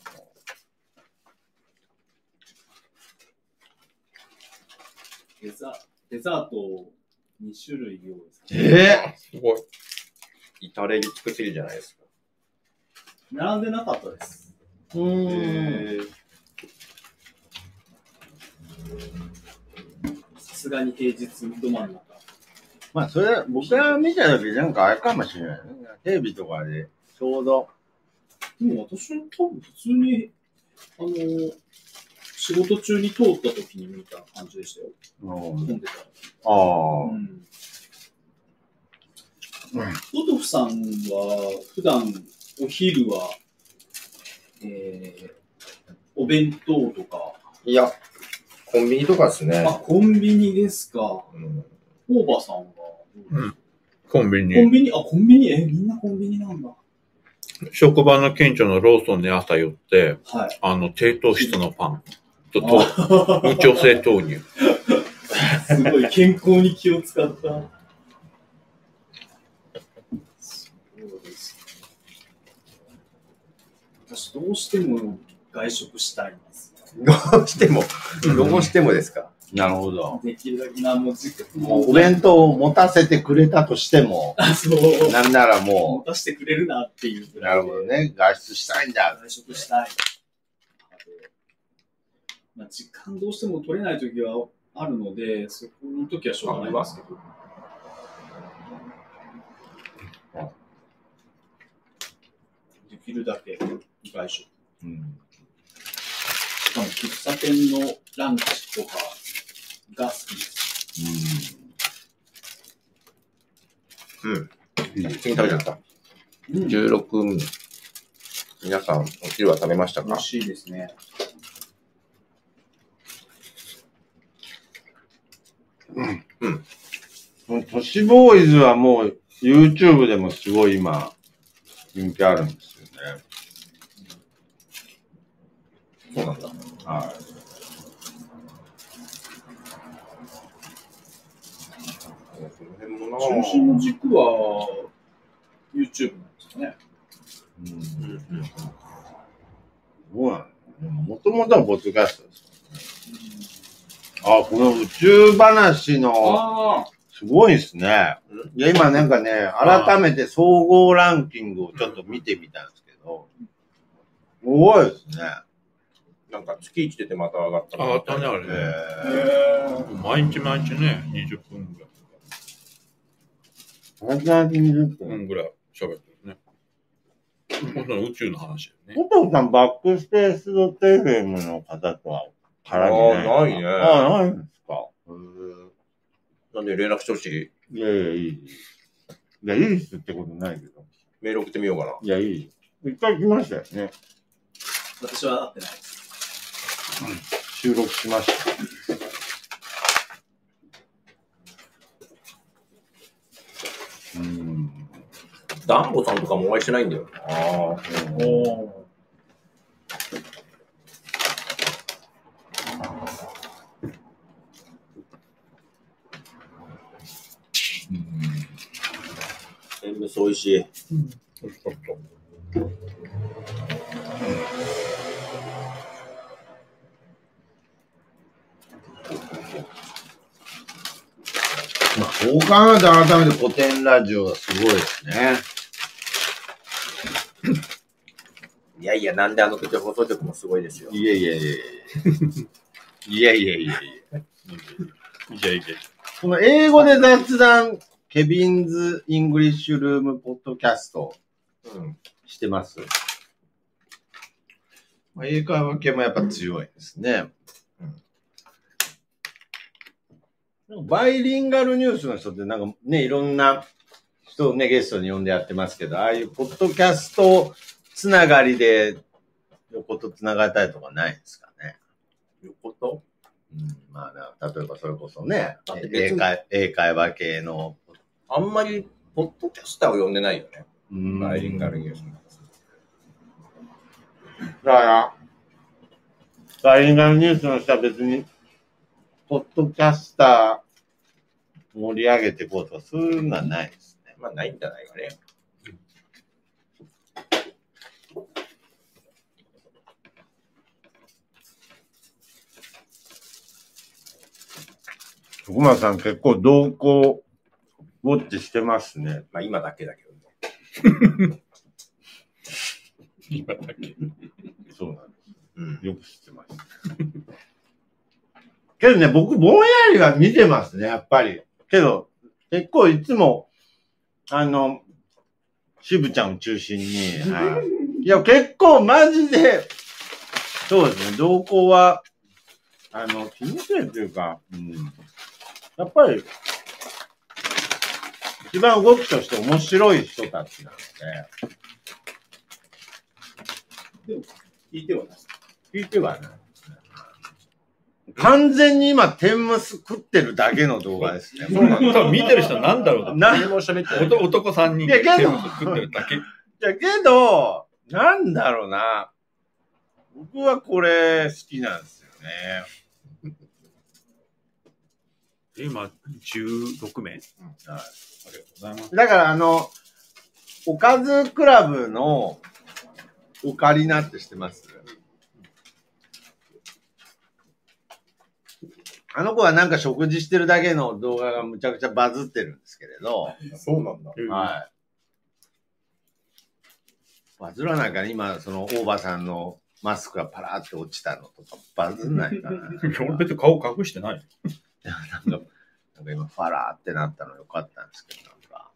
ですか。 デザート2種類用ですすごい。至れり尽くせりじゃないですか。 並んでなかったです。さすがに平日ど真ん中。 まあ、それ、僕が見た時なんかあれかもしれないね。テレビとかで、ちょうど。 でも私も多分普通に、仕事中に通った時に見た感じでしたよ。混んでた。ポトフさんは普段お昼は、お弁当とか。 いや、コンビニとかですね。 あ、コンビニですか。オーバーさんは、 コンビニ。 コンビニみんなコンビニなんだ。 職場の近所のローソンに朝寄って、 はい、 低糖質のパンと無調整豆乳。 すごい健康に気を使った。そうです。私どうしても外食したいんです。 どうしてもですか。 なるほど。 できるだけもうお弁当を持たせてくれたとしても、 そうなんならもう持たせてくれるなっていうぐう、 らい。 なるほどね。外出したいんだ。 外食したい。時間どうしても取れない時はあるので、そこの時はしょうがないですけど。できるだけ外食。しかも喫茶店のランチとかが好きです。 次食べちゃった。16、皆さんお昼は食べましたか？ 美味しいですね。 都市ボーイズはもう YouTube でもすごい今人気あるんですよね。 そうなんだ。 はい。 中心の軸は YouTube なんですかね。 そうなの？もともとはポッドキャストです。この宇宙話の、すごいですね。いや、今なんかね、改めて総合ランキングをちょっと見てみたんですけど、すごいですね。 なんか月1出てまた上がった。 上がったね、あれね。毎日ね、20分ぐらい。 20分ぐらい喋ってるね。本当に宇宙の話だよね。 お父さん、バックスペースドテフェムの方とは絡みない。 ないね。 ないんですか。 なんで連絡してほしい？ いやいや、いい。いや、いいっすってことないけど。 メール送ってみようかな。 いや、いい。一回来ましたよね。 私は会ってないです。 収録しました。 ダンボさんとかもお会いしてないんだよ。天むす美味しい。 美味しかった。 そう考えたら改めて古典ラジオがすごいですね。 いやいや、なんであの時放送局もすごいですよ。 いやいやいやいや。いやいやいやいや。この英語で雑談、ケビンズ・イングリッシュルーム・ポッドキャストしてます。英会話系もやっぱ強いですね。 バイリンガルニュースの人ってなんかね、いろんな人をね、ゲストに呼んでやってますけど、ああいうポッドキャストつながりで横とつながりたいとかないですかね。 横とまあ、例えばそれこそね、 別に英会話系の。 あんまり、ポッドキャスターを呼んでないよね。バイリンガルニュース。 だから、バイリンガルニュースの人は別に、ポッドキャスター盛り上げていこうとか、そういうのはないですね。 まあ、ないんじゃないかね。 徳間さん結構動向ウォッチしてますね。 まあ、今だけだけどね。 今だけ。 そうなんです。 うん。 よく知ってます。けどね、僕、ぼんやりは見てますね、やっぱり。けど、結構いつも、渋ちゃんを中心に、はい。いや、結構マジで、そうですね、動向は、気にしてるというか、やっぱり、一番動きとして面白い人たちなのでも、聞いてはない。 で、聞いてはない。完全に今、天むす食ってるだけの動画ですね。 そうなんだ。多分見てる人なんだろうな。 何も喋ってない。 男3人いやけど食ってるだけ。 いや、けど、なんだろうな。僕はこれ好きなんですよね。 今、16名。 はい。 ありがとうございます。 だからおかずクラブのオカリナって知ってます？あの子はなんか食事してるだけの動画がむちゃくちゃバズってるんですけれど。 そうなんだ。 はい。バズらないから今、その大場さんのマスクがパラーって落ちたのとかバズんないかな。 俺別に顔隠してない。 なんか今、ファラーってなったのよかったんですけど、なんか。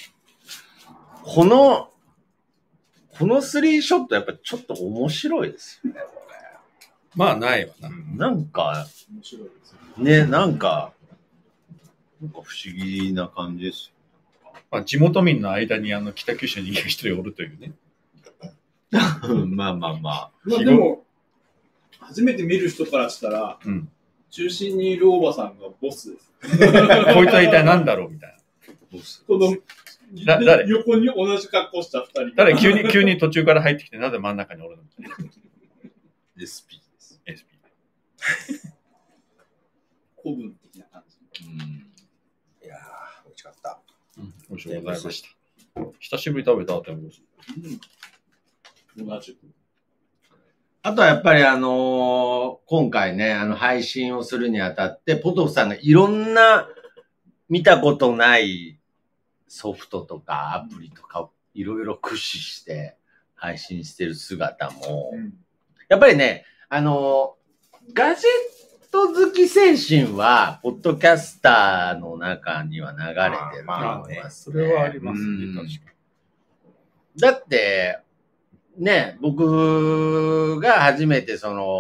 このスリーショットやっぱちょっと面白いですよね。 まあ、ないわな。 なんか、 面白いですね、なんか不思議な感じですよ。 まあ、地元民の間に北九州に一人おるというね。 まあまあまあ。 まあでも、初めて見る人からしたら、中心にいるおばさんがボスです。 こいつは一体何だろうみたいな。 この誰横に同じ格好した2人が。 誰急に途中から入ってきて、なぜ真ん中におるのみたいな。 SP です。 SP。 古文的な感じ。 いやー、美味しかった。 美味しゅうございました。久しぶりに食べた天むす。 同じく。 あとはやっぱり今回ね、配信をするにあたって、ポトフさんがいろんな見たことないソフトとかアプリとかをいろいろ駆使して配信してる姿も、やっぱりね、ガジェット好き精神は、ポッドキャスターの中には流れてると思いますね。 それはありますね、確かに。 だって、ね、僕が初めて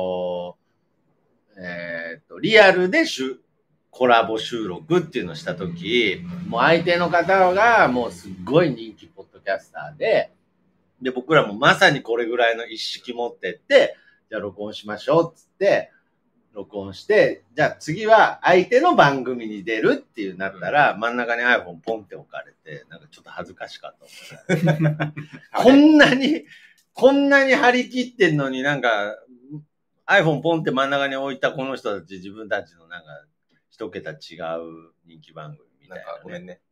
リアルでコラボ収録っていうのをしたとき、もう相手の方がもうすっごい人気ポッドキャスターで、僕らもまさにこれぐらいの一式持ってって、じゃあ録音しましょうっつって、録音して、じゃあ次は相手の番組に出るっていうなったら、真ん中に iPhone ポンって置かれて、なんかちょっと恥ずかしかった。こんなに張り切ってんのになんか iPhone ポンって真ん中に置いたこの人たち自分たちのなんか一桁違う人気番組みたいな、ね。 なんかごめんね。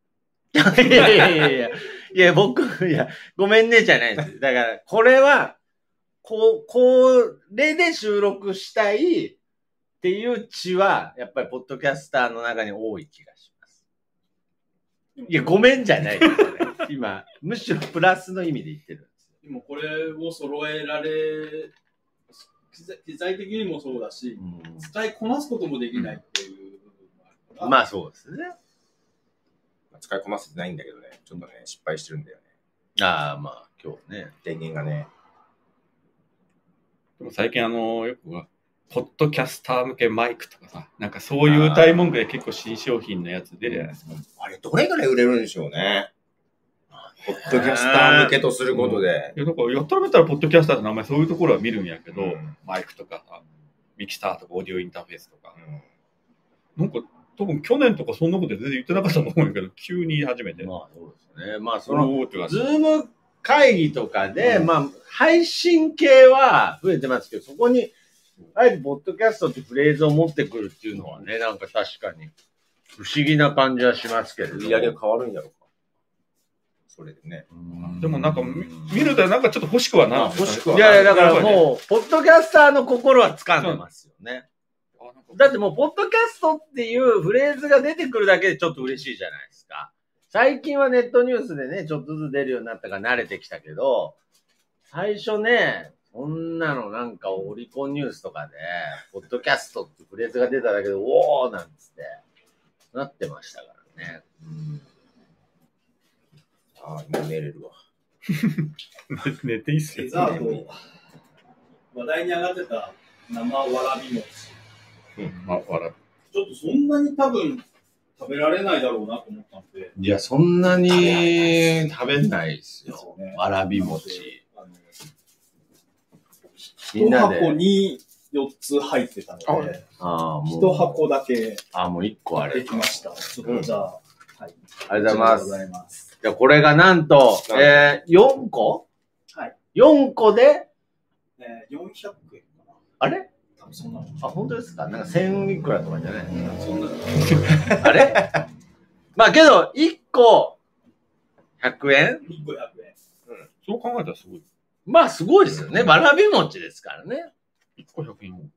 いや、ごめんねじゃないです。だから、これは、これで収録したいっていう血は、やっぱりポッドキャスターの中に多い気がします。いや、ごめんじゃないです、ね。今、むしろプラスの意味で言ってるんです。 でもこれを揃えられ、機材的にもそうだし、使いこなすこともできないっていう部分もあるから。 まあそうですね。 使いこなせてないんだけどね、ちょっとね、失敗してるんだよね。 ああ、まあ今日ね。 電源がね。 でも最近よくポッドキャスター向けマイクとかさ、なんかそういう歌い文句で結構新商品のやつ出るじゃないですか。 あれ、どれぐらい売れるんでしょうね。ポッドキャスター向けとすることで。 いや、だから、やったらめったら、ポッドキャスターって名前、そういうところは見るんやけど、マイクとかさ、ミキサーとか、オーディオインターフェースとか。なんか、多分去年とかそんなこと全然言ってなかったと思うんやけど、急に始めて。 まあ、そうですね。まあ、その、ズーム会議とかで、まあ、配信系は増えてますけど、そこに、あえて、ポッドキャストってフレーズを持ってくるっていうのはね、なんか確かに、不思議な感じはしますけれど。 売り上げが変わるんやろうか。それでね。 でもなんか、見るとなんかちょっと欲しくはなる。 欲しくは。 いやいや、だからもう、ポッドキャスターの心は掴んでますよね。だってもう、ポッドキャストっていうフレーズが出てくるだけでちょっと嬉しいじゃないですか。最近はネットニュースでね、ちょっとずつ出るようになったから慣れてきたけど、最初ね、そんなのなんかオリコンニュースとかで、ポッドキャストってフレーズが出ただけで、おーなんつって、なってましたからね。 ああ、もう寝れるわ。 寝ていいっすよ。 デザート、話題に上がってた生わらび餅。 わらび。 ちょっとそんなに多分食べられないだろうなと思ったんで。 いや、そんなに食べないですよ。わらび餅。 一箱に4つ入ってたので、一箱だけもう1個あれ。 できました。ちょっとじゃあ、はい。 ありがとうございます。じゃあこれがなんと、4個はい。 4個で、 400円かな。 あれ多分そんなの。 本当ですか？なんか1000いくらとかじゃないそんなの。あれまあけど、1個100円 ?1 個100円。 そう考えたらすごい。 まあすごいですよね。わらび餅ですからね。 1個100円。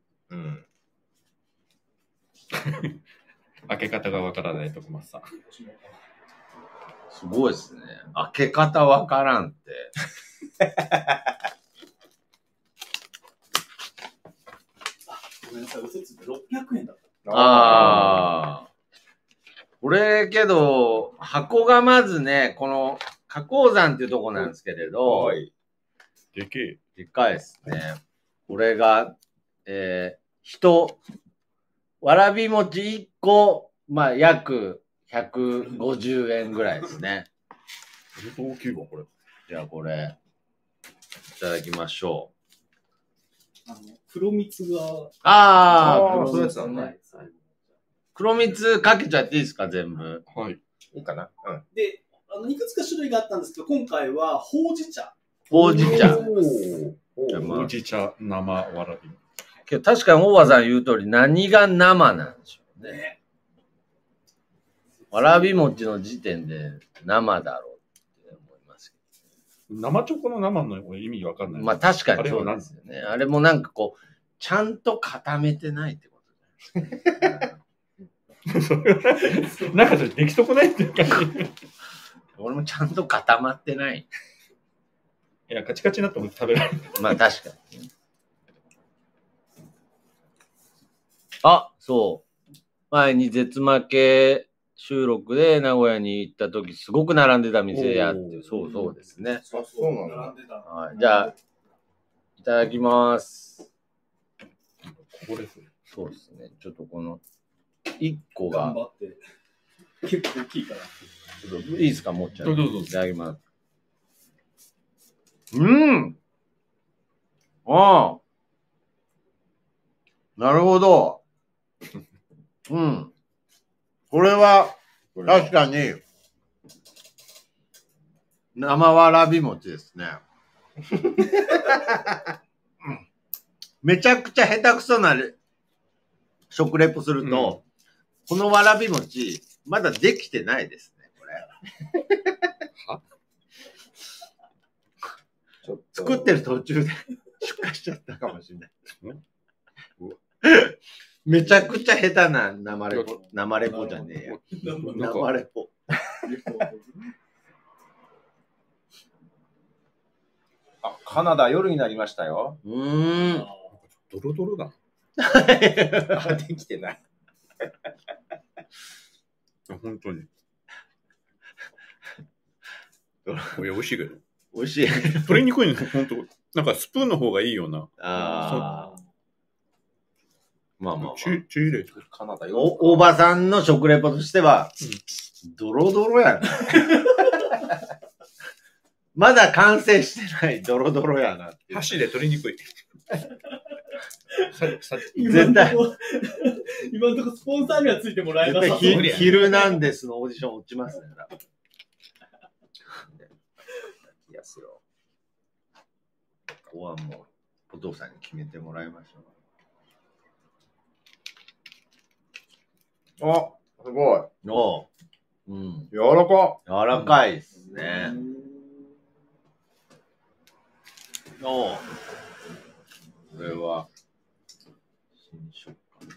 開け方がわからないとこまさん。 すごいですね。開け方わからんって。 ごめんなさい、嘘ついて600円だった。 これけど、箱がまずね、この花崗山っていうとこなんですけれど、 でけえ。でかいですね。これが、わらび餅1個、まあ約150円ぐらいですね。 大きいわ、これ。 じゃあこれ、いただきましょう。黒蜜が。 そういうやつなんだね。 黒蜜かけちゃっていいですか、全部。 はい。 いいかな。 で、いくつか種類があったんですけど、今回はほうじ茶。 ほうじ茶。 ほうじ茶生わらび。 けど確かに大場さん言う通り、何が生なんでしょうね。わらび餅の時点で生だろうって思いますけど。生チョコの生の意味わかんない。 まあ確かにそうなんですよね。あれもなんかこう、ちゃんと固めてないってことじゃないですか。 なんかそれでき損ないっていうか。 俺もちゃんと固まってない。 いや、カチカチになっても食べられる。 まあ確かに。あ、そう。前に絶負け収録で名古屋に行った時、すごく並んでた店やって、そうですね。 そうなんだ。 はい。じゃあ、いただきます。 ここです。 そうですね。ちょっとこの、1個が。 頑張って。結構大きいから。 ちょっといいですか、もっちゃん。 どうぞ。 いただきます。ああ。なるほど。これは、確かに、生わらび餅ですね。めちゃくちゃ下手くそな食レポすると、このわらび餅、まだできてないですね、これ。作ってる途中で出荷しちゃったかもしれない。めちゃくちゃ下手な生レポじゃねえよ。生レポ。 カナダ夜になりましたよ。 ドロドロだ。 できてない。 本当に。いや、美味しいけど。 美味しい。 取りにくいの、本当。なんかスプーンの方がいいような。 まあまあ、まあ。 中レとカナダおばさんの食レポとしては、ドロドロやな。まだ完成してないドロドロやなって。 箸で取りにくい。 絶対。 今のところスポンサーにはついてもらえなさそう。 ヒルナンデスのオーディション落ちますね。いやすよ。ここはもう、お父さんに決めてもらいましょう。あ、すごい。 うん。 柔らか。 柔らかいですね。これは、新食感。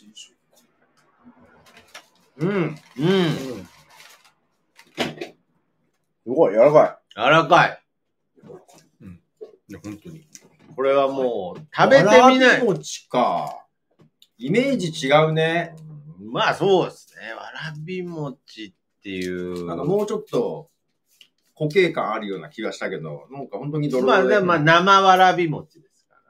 うん。うん。 すごい、柔らかい。柔らかい。 うん。いや、本当に。 これはもう、食べてみない。 わらび餅か。イメージ違うね。 まあそうですね。わらび餅っていう。 なんかもうちょっと固形感あるような気がしたけど、なんか本当にドロドロで。 まあ生わらび餅ですから。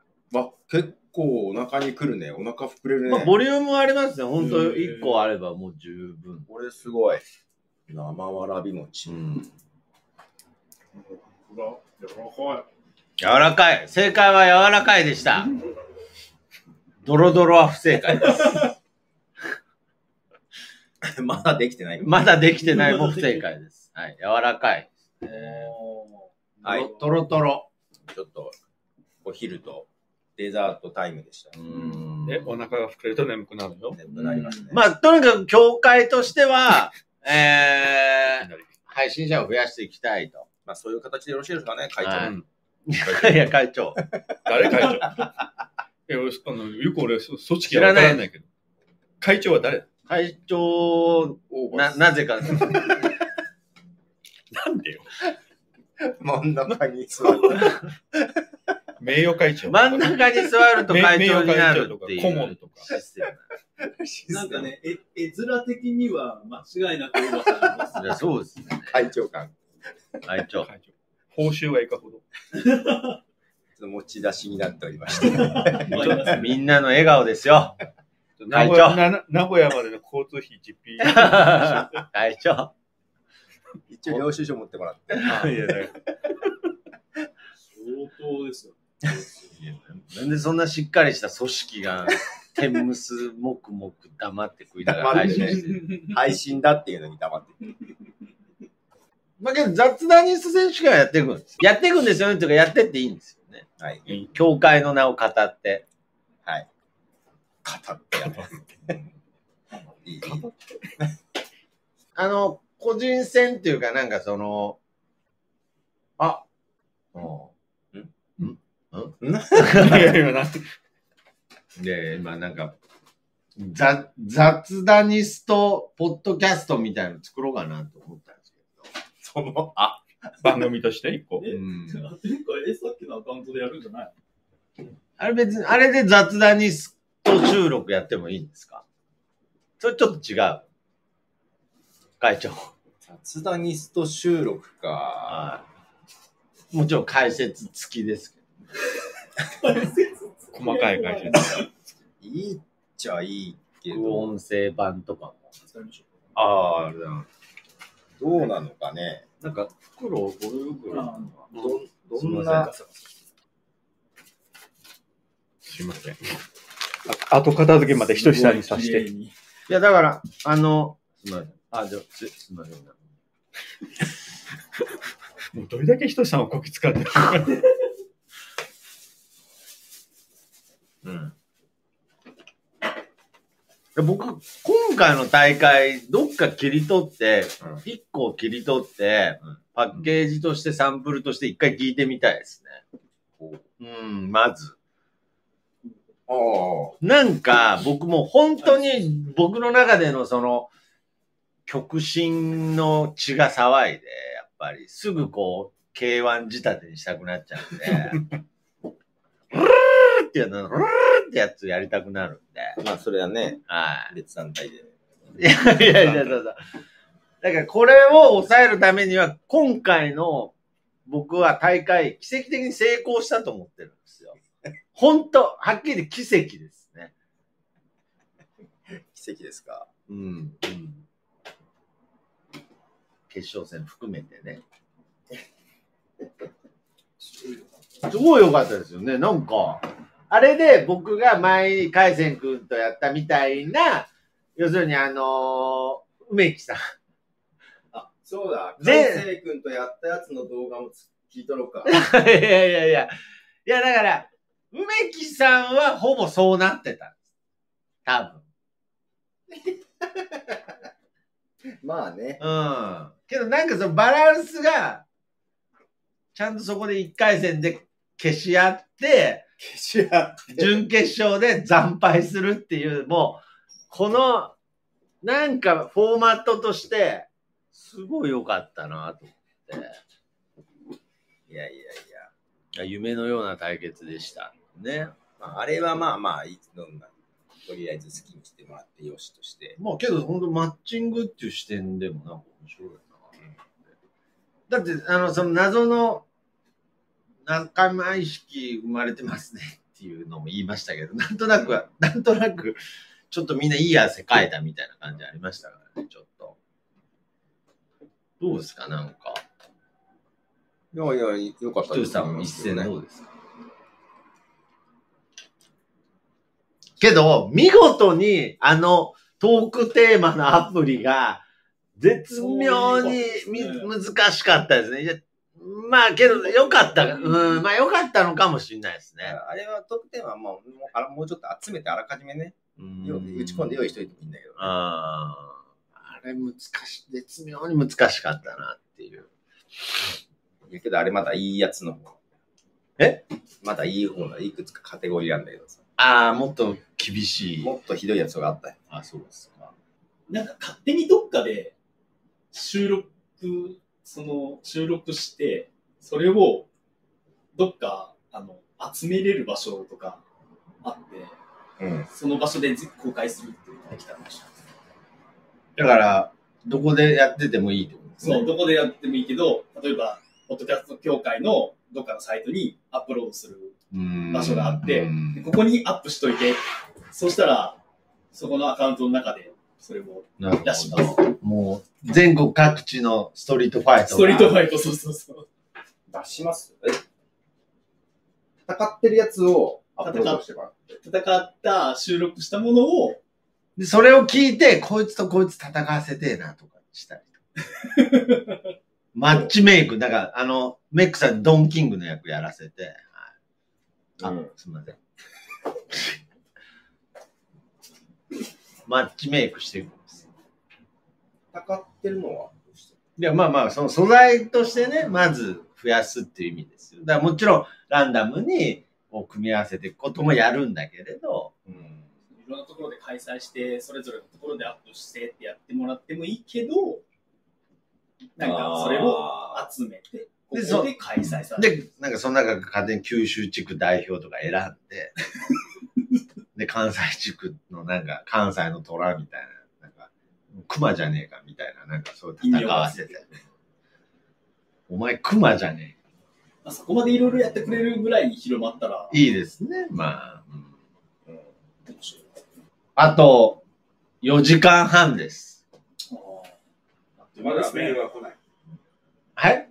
結構お腹にくるね。お腹膨れるね。 まあボリュームありますね。本当1個あればもう十分。 これすごい。生わらび餅。うん。 柔らかい。正解は柔らかいでした。ドロドロは不正解です。 まだできてない。 まだできてないも不正解です。はい。柔らかい。 はい。 トロトロ。 ちょっと、お昼とデザートタイムでした。 で、お腹が膨れると眠くなるよ。 眠くなりますね。 まあ、とにかく協会としては、配信者を増やしていきたいと。 まあ、そういう形でよろしいですかね、会長。 いや、会長。 誰会長よく俺、組織はわからないけど。会長は誰？ 会長、なぜか。 なんでよ。 真ん中に座る。 名誉会長。 真ん中に座ると会長になるっていう。 顧問とか。 なんかね、絵面的には間違いなくおばさんです。 いや、そうですね。 会長官。 会長。 報酬はいかほど。 持ち出しになっておりまして。 みんなの笑顔ですよ。 名古屋までの交通費実費。 会長。 一応領収書持ってもらって。 いや、相当ですよ。 なんでそんなしっかりした組織が、天むす黙々黙って食いながら配信してる。 配信だっていうのに黙ってる。 まあけど雑談ニスト選手がやっていくんです。やっていくんですよねっていうか、やってっていいんですよね。 はい。 教会の名を語って。 はい。語ってやって。いい。 個人戦っていうかなんかその、で、今なんか、雑談ニストポッドキャストみたいなの作ろうかなと思ったんですけど。 番組として一個。 さっきのアカウントでやるんじゃない？ あれ別に、あれで雑談ニスト収録やってもいいんですか？それちょっと違う。会長。 雑談ニスト収録か。 もちろん解説付きですけど。細かい解説。 いいっちゃいいけど。 音声版とかも。 あれだ。どうなのかね。 なんか、袋、ゴル袋。 どんな。 すいません。後片付けまで一下にさして。 いや、だから、すみません。すみません。 もうどれだけ人さんをこき使ってる僕、今回の大会、どっか切り取って、1個を切り取って、パッケージとしてサンプルとして一回聞いてみたいですね。まず。なんか、僕も本当に僕の中でのその、極真の血が騒いで、やっぱりすぐこう、K1 仕立てにしたくなっちゃうんで、ってやつやりたくなるんで。 まあ、それはね、 はい。 別団体で。 いや、だからこれを抑えるためには、今回の僕は大会、奇跡的に成功したと思ってるんですよ。本当はっきり奇跡ですね。 奇跡ですか。 うん。決勝戦含めてね。すごい良かったですよね。なんか、あれで僕が前に海鮮くんとやったみたいな、要するに梅木さん。 あ、そうだ。海鮮くんとやったやつの動画も聞いとろうか。 いや、だから、梅木さんはほぼそうなってたんです。多分。 まあね。 うん。けどなんかそのバランスが、ちゃんとそこで1回戦で消し合って、準決勝で惨敗するっていう、もう、この、なんかフォーマットとして、すごい良かったなと思って。 いや。 夢のような対決でした。ね。 まあ、あれはまあ、いつのんだ。とりあえず好きにしてもらってよしとして。 まあけど本当マッチングっていう視点でもなんか面白いな。だってその謎の仲間意識生まれてますねっていうのも言いましたけど、なんとなくちょっとみんないい汗かいたみたいな感じありましたからね、ちょっと。どうですかなんか。 いや、よかったです。さんも一戦どうですか？けど、見事にトークテーマのアプリが絶妙に難しかったですね。まあけど、よかった。まあよかったのかもしれないですね。 あれはトークテーマはもうちょっと集めてあらかじめね、打ち込んで用意しといてもいいんだけど、ね。あれ絶妙に難しかったなっていう。 いやけどあれまだいいやつの方。まだいい方のいくつかカテゴリーなんだけどさ。 もっと厳しい。 もっとひどいやつがあったよ。 そうですか。 なんか勝手にどっかで収録して、それをどっか集めれる場所とかあって、その場所で公開するっていうのができたら面白いですね。 だから、どこでやっててもいいってことですね。 そう、どこでやってもいいけど、例えば、ポッドキャスト協会のどっかのサイトにアップロードする場所があって、ここにアップしといて、そうしたら、そこのアカウントの中で、それを出します。 もう、全国各地のストリートファイト。 ストリートファイト、そう。 出します？戦ってるやつをアップロードしてもらって。 戦った収録したものを、 でそれを聞いて、こいつとこいつ戦わせてえなとかしたりとか。マッチメイク、だからメックさんドンキングの役やらせて、すみません。マッチメイクしていくんです。 戦ってるのはどうして？ いや、まあ、その素材としてね、まず増やすっていう意味ですよ。だからもちろんランダムに組み合わせていくこともやるんだけれど、 いろんなところで開催して、それぞれのところでアップしてってやってもらってもいいけど、なんかそれを集めて、ここで開催される。 で、なんかその中で勝手に九州地区代表とか選んで、で、関西地区のなんか関西の虎みたいな、なんか熊じゃねえかみたいな、なんかそう戦わせて。お前熊じゃねえ。そこまでいろいろやってくれるぐらいに広まったら。 いいですね、まあ。あと、4時間半です。 まだメールは来ない。 はい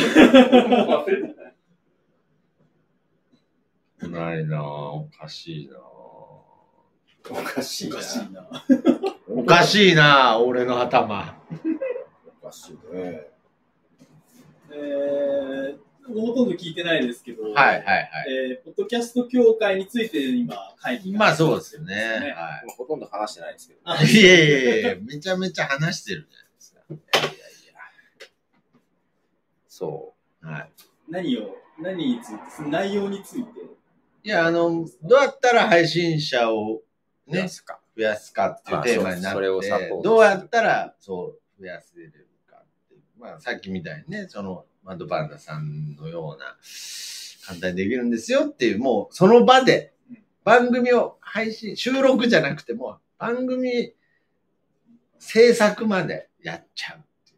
ないなぁ、おかしいなぁ。 おかしいな。 おかしいなぁ、俺の頭。 おかしいね。 ほとんど聞いてないですけど、 はい。 ポッドキャスト協会について今、会議まあそうですね。 はい。ほとんど話してないですけど。 いや、めちゃめちゃ話してるじゃないですか。いや。 そう。 はい。 何について、その内容について。 いや、どうやったら配信者をね、増やすかっていうテーマになって、どうやったら増やせれるかっていう。まあさっきみたいにね、マッドパンダさんのような簡単にできるんですよっていう、もうその場で番組を収録じゃなくても番組制作までやっちゃうって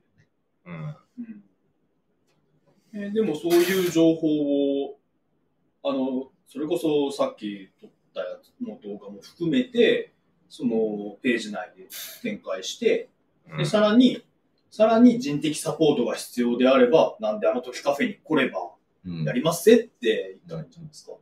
いうね。でもそういう情報を、それこそさっき撮ったやつの動画も含めて、 そのページ内で展開して、で、さらに人的サポートが必要であれば、なんであの時カフェに来れば、やりますぜって言ったらいいんじゃないですか。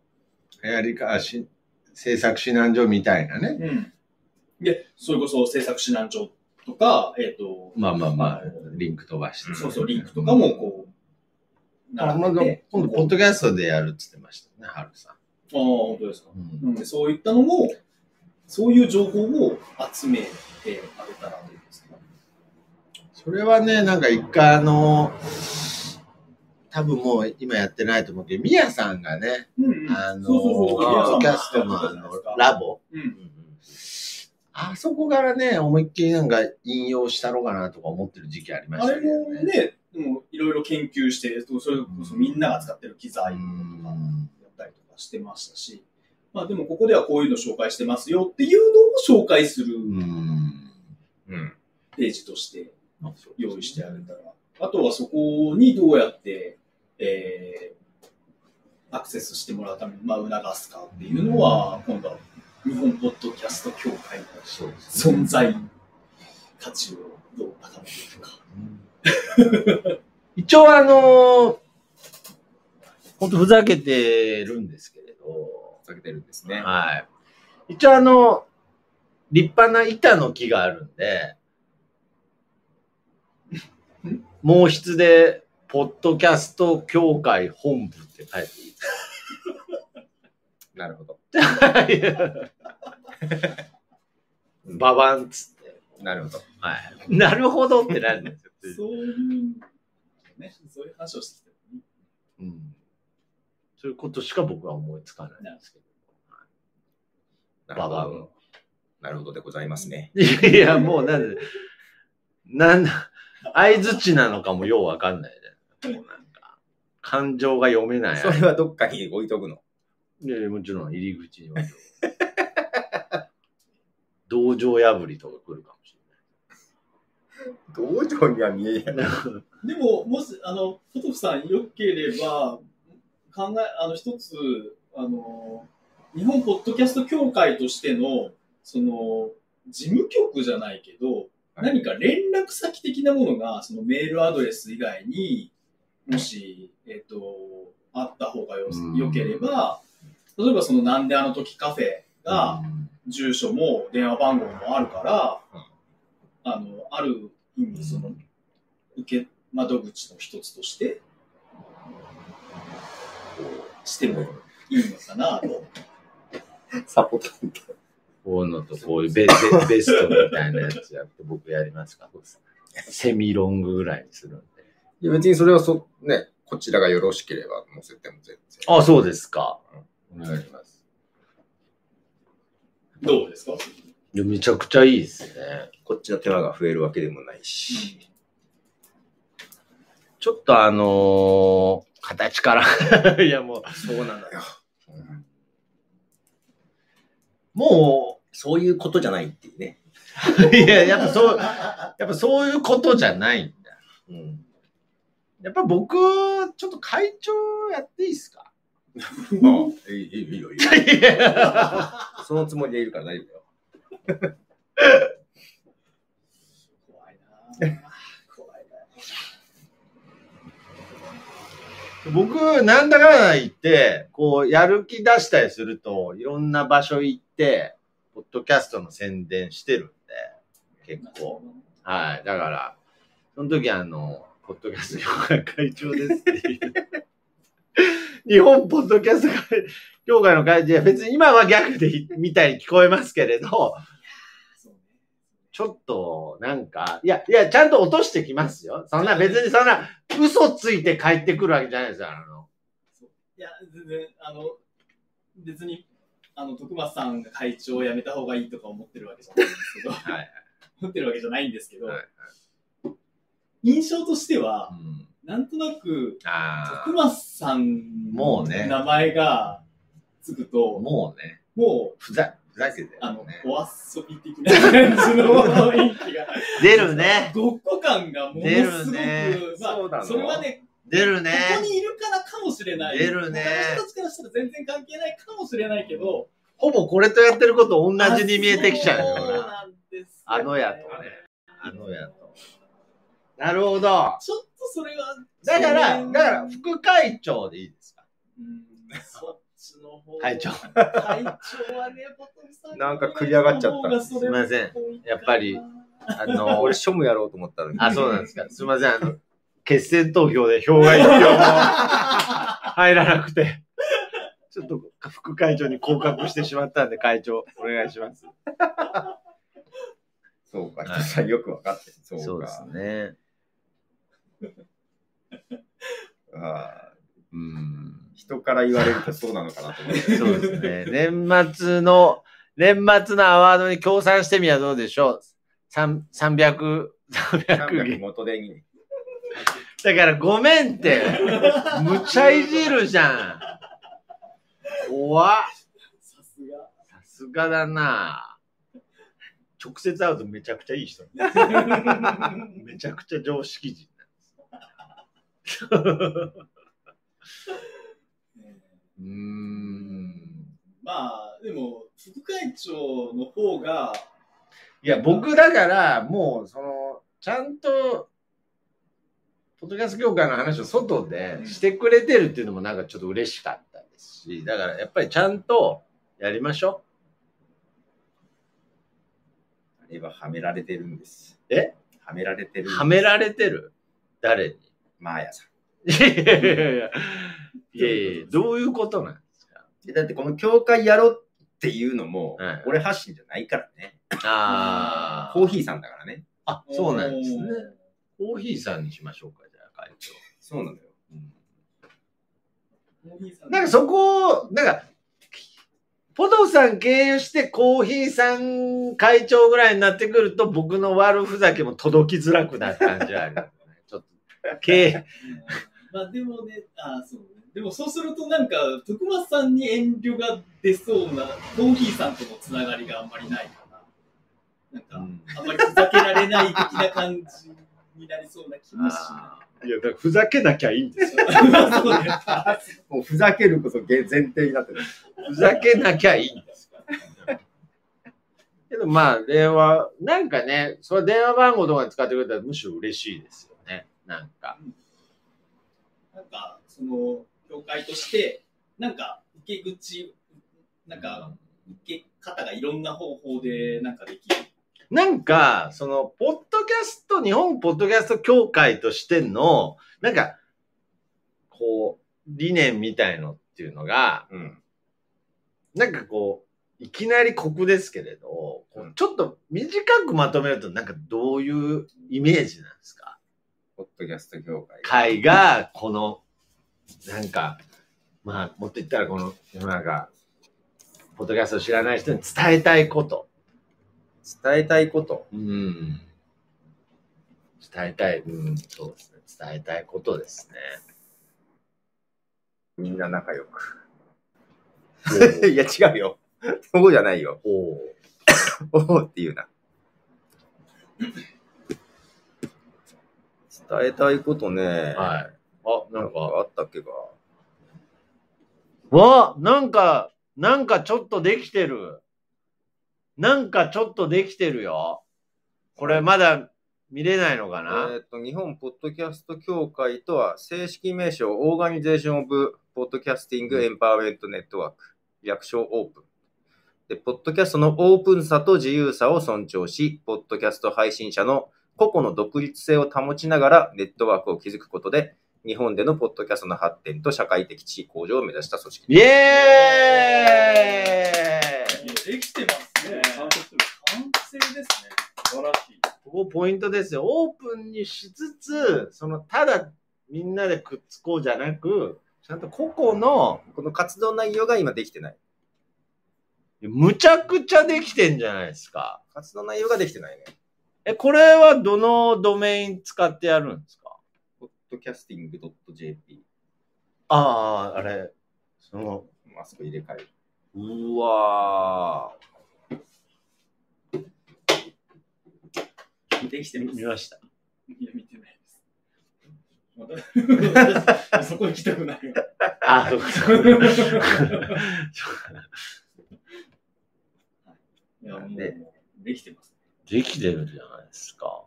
制作指南所みたいなね。 うん。で、それこそ制作指南所とか、 リンク飛ばして。 そうそう、リンクとかもこう、 今度、ポッドキャストでやるって言ってましたね、はるさん。 本当ですか。でそういったのも、そういう情報を集めてあげたらいいですか。 それはね、なんか一回多分もう今やってないと思うけど、ミヤさんがね、ポッドキャストのラボ、あそこからね、思いっきりなんか引用したろうかなとか思ってる時期ありましたね。 あれもね、いろいろ研究して、それこそみんなが使ってる機材とかやったりとかしてましたし、まあでもここではこういうの紹介してますよっていうのを紹介するページとして用意してあげたら、あとはそこにどうやって、アクセスしてもらうために、促すかっていうのは、今度は日本ポッドキャスト協会の存在価値をどう高めていくか。 一応本当ふざけてるんですけれど。 ふざけてるんですね。 はい。一応立派な板の木があるんで、毛筆で、ポッドキャスト協会本部って書いていいなるほど。 ババンっつって。 なるほど。 はい。なるほどってなるんですよ。 そういう話をしてきた。 そういうことしか僕は思いつかないんですけど。 ババン。なるほどでございますね。 いや、もうなんだ、相づちなのかもようわかんないね。もうなんか、感情が読めない。 それはどっかに置いとくの？ いや、もちろん入り口に置いとく。道場破りとか来るかもしれない。道場には見えない。 でも、もし、ポトフさんよければ、一つ、日本ポッドキャスト協会としての、事務局じゃないけど、何か連絡先的なものが、そのメールアドレス以外にもし、あった方がよければ、例えばなんであの時カフェが、住所も電話番号もあるから、ある意味、受け窓口の一つとして、してもいいのかなと。 サポート。 こういうのとこういうベストみたいなやつやって僕やりますか？セミロングぐらいにするんで。 いや別にそれはこちらがよろしければ載せても全然。 あ、そうですか。お願いします。 どうですか？ いや、めちゃくちゃいいですね。 こっちの手間が増えるわけでもないし。 ちょっと形からいやもう。 そうなのよ。 もう、そういうことじゃないっていうね。 いや、やっぱそういうことじゃないんだ。やっぱ僕、ちょっと会長やっていいですか？ いいよ。そのつもりでいるから大丈夫よ。 怖いな。 僕、なんだかんだ言って、やる気出したりすると、いろんな場所行って、ポッドキャストの宣伝してるんで、結構。はい。だから、その時ポッドキャスト協会会長ですっていう。日本ポッドキャスト協会の会長、別に今はギャグでみたいに聞こえますけれど、ちょっと、いや、ちゃんと落としてきますよ。別に嘘ついて帰ってくるわけじゃないですよ。 いや、全然、別に、徳松さんが会長を辞めた方がいいとか思ってるわけじゃないんですけど、思ってるわけじゃないんですけど、印象としては、なんとなく、徳松さんの名前がつくと、 もう、ふざけて、 お遊び的な感じの雰囲気が出るね。 ごっこ感がものすごく、それはね、 出るね。 ここにいるからかもしれない。 出るね。 他の人たちからしたら全然関係ないかもしれないけど、 ほぼこれとやってること同じに見えてきちゃうよそうな。 なんですよあのやとね。あのやと。なるほど。 ちょっとそれが。 だから、副会長でいいですか？ そっちの方。 会長。 会長はね、ボトムさん。 なんか繰り上がっちゃった。 すみません。やっぱり、 俺、庶務やろうと思ったのに。 あ、そうなんですか。すみません。決選投票で票が一票も入らなくて、ちょっと副会長に降格してしまったんで、会長、お願いします。 そうか、人さんよく分かってる。 そうですね。 人から言われるとそうなのかなと思って。 そうですね。年末のアワードに協賛してみはどうでしょう。300 元手に。 だからごめんって。むちゃいじるじゃん。怖っ。 さすが。 さすがだな。直接会うとめちゃくちゃいい人。めちゃくちゃ常識人なんです。 まあ、でも、副会長の方が。 いや、僕だから、もう、ちゃんと、ポッドキャスト業界の話を外でしてくれてるっていうのもなんかちょっと嬉しかったですし、だからやっぱりちゃんとやりましょう。あれははめられてるんです。はめられてる。 はめられてる？誰に？ マーヤさん。 いや、どういうことなんですか？ だってこの協会やろうっていうのも、俺発信じゃないからね。コーヒーさんだからね。 あ、そうなんですね。コーヒーさんにしましょうか、じゃあ、会長。 そうなのよ。 なんかそこを、なんか、ポドさん経由してコーヒーさん会長ぐらいになってくると、僕の悪ふざけも届きづらくなる感じはある、ね。ちょっと、 まあでもね、そうね。でもそうするとなんか、徳松さんに遠慮が出そうな、コーヒーさんとのつながりがあんまりないかな。なんか、あんまりふざけられない的な感じになりそうな気もしない。 いや、だからふざけなきゃいいんですよ。 もうふざけること前提になってる。 ふざけなきゃいいんですよ。けどまあ、電話、なんかね、それ電話番号とか使ってくれたらむしろ嬉しいですよね。なんか、 その、協会として、なんか、受け口、なんか、受け方がいろんな方法でなんかできる。 なんか、ポッドキャスト、日本ポッドキャスト協会としての、なんか、こう、理念みたいのっていうのが、なんかこう、いきなり酷ですけれど、ちょっと短くまとめると、なんかどういうイメージなんですか？ ポッドキャスト協会が、この、なんか、まあ、もっと言ったらこの世の中、ポッドキャストを知らない人に伝えたいこと。 伝えたいこと。 伝えたい。そうですね。伝えたいことですね。 みんな仲良く。いや、違うよ。そうじゃないよ。おーって言うな。伝えたいことね。はい。なんかあったっけか。 なんかちょっとできてる。なんかちょっとできてるよ。これまだ見れないのかな？ 日本ポッドキャスト協会とは、正式名称、オーガニゼーション・オブ・ポッドキャスティング・エンパワーメント・ネットワーク。略称オープン。で、ポッドキャストのオープンさと自由さを尊重し、ポッドキャスト配信者の個々の独立性を保ちながらネットワークを築くことで、日本でのポッドキャストの発展と社会的地位向上を目指した組織。 イエーイ！できてますね。完成ですね。素晴らしい。 ここポイントですよ。オープンにしつつ、ただみんなでくっつこうじゃなく、ちゃんと個々の、 この活動内容が今できてない。 むちゃくちゃできてんじゃないですか。 活動内容ができてないね。 これはどのドメイン使ってやるんですか？ podcasting.jp。 あれ。 あそこ入れ替える。 うわー。できてます。 見ました。 いや、見てないです。そこ行きたくないよ。 そうか。 いや、もう、できてます。 できてるじゃないですか。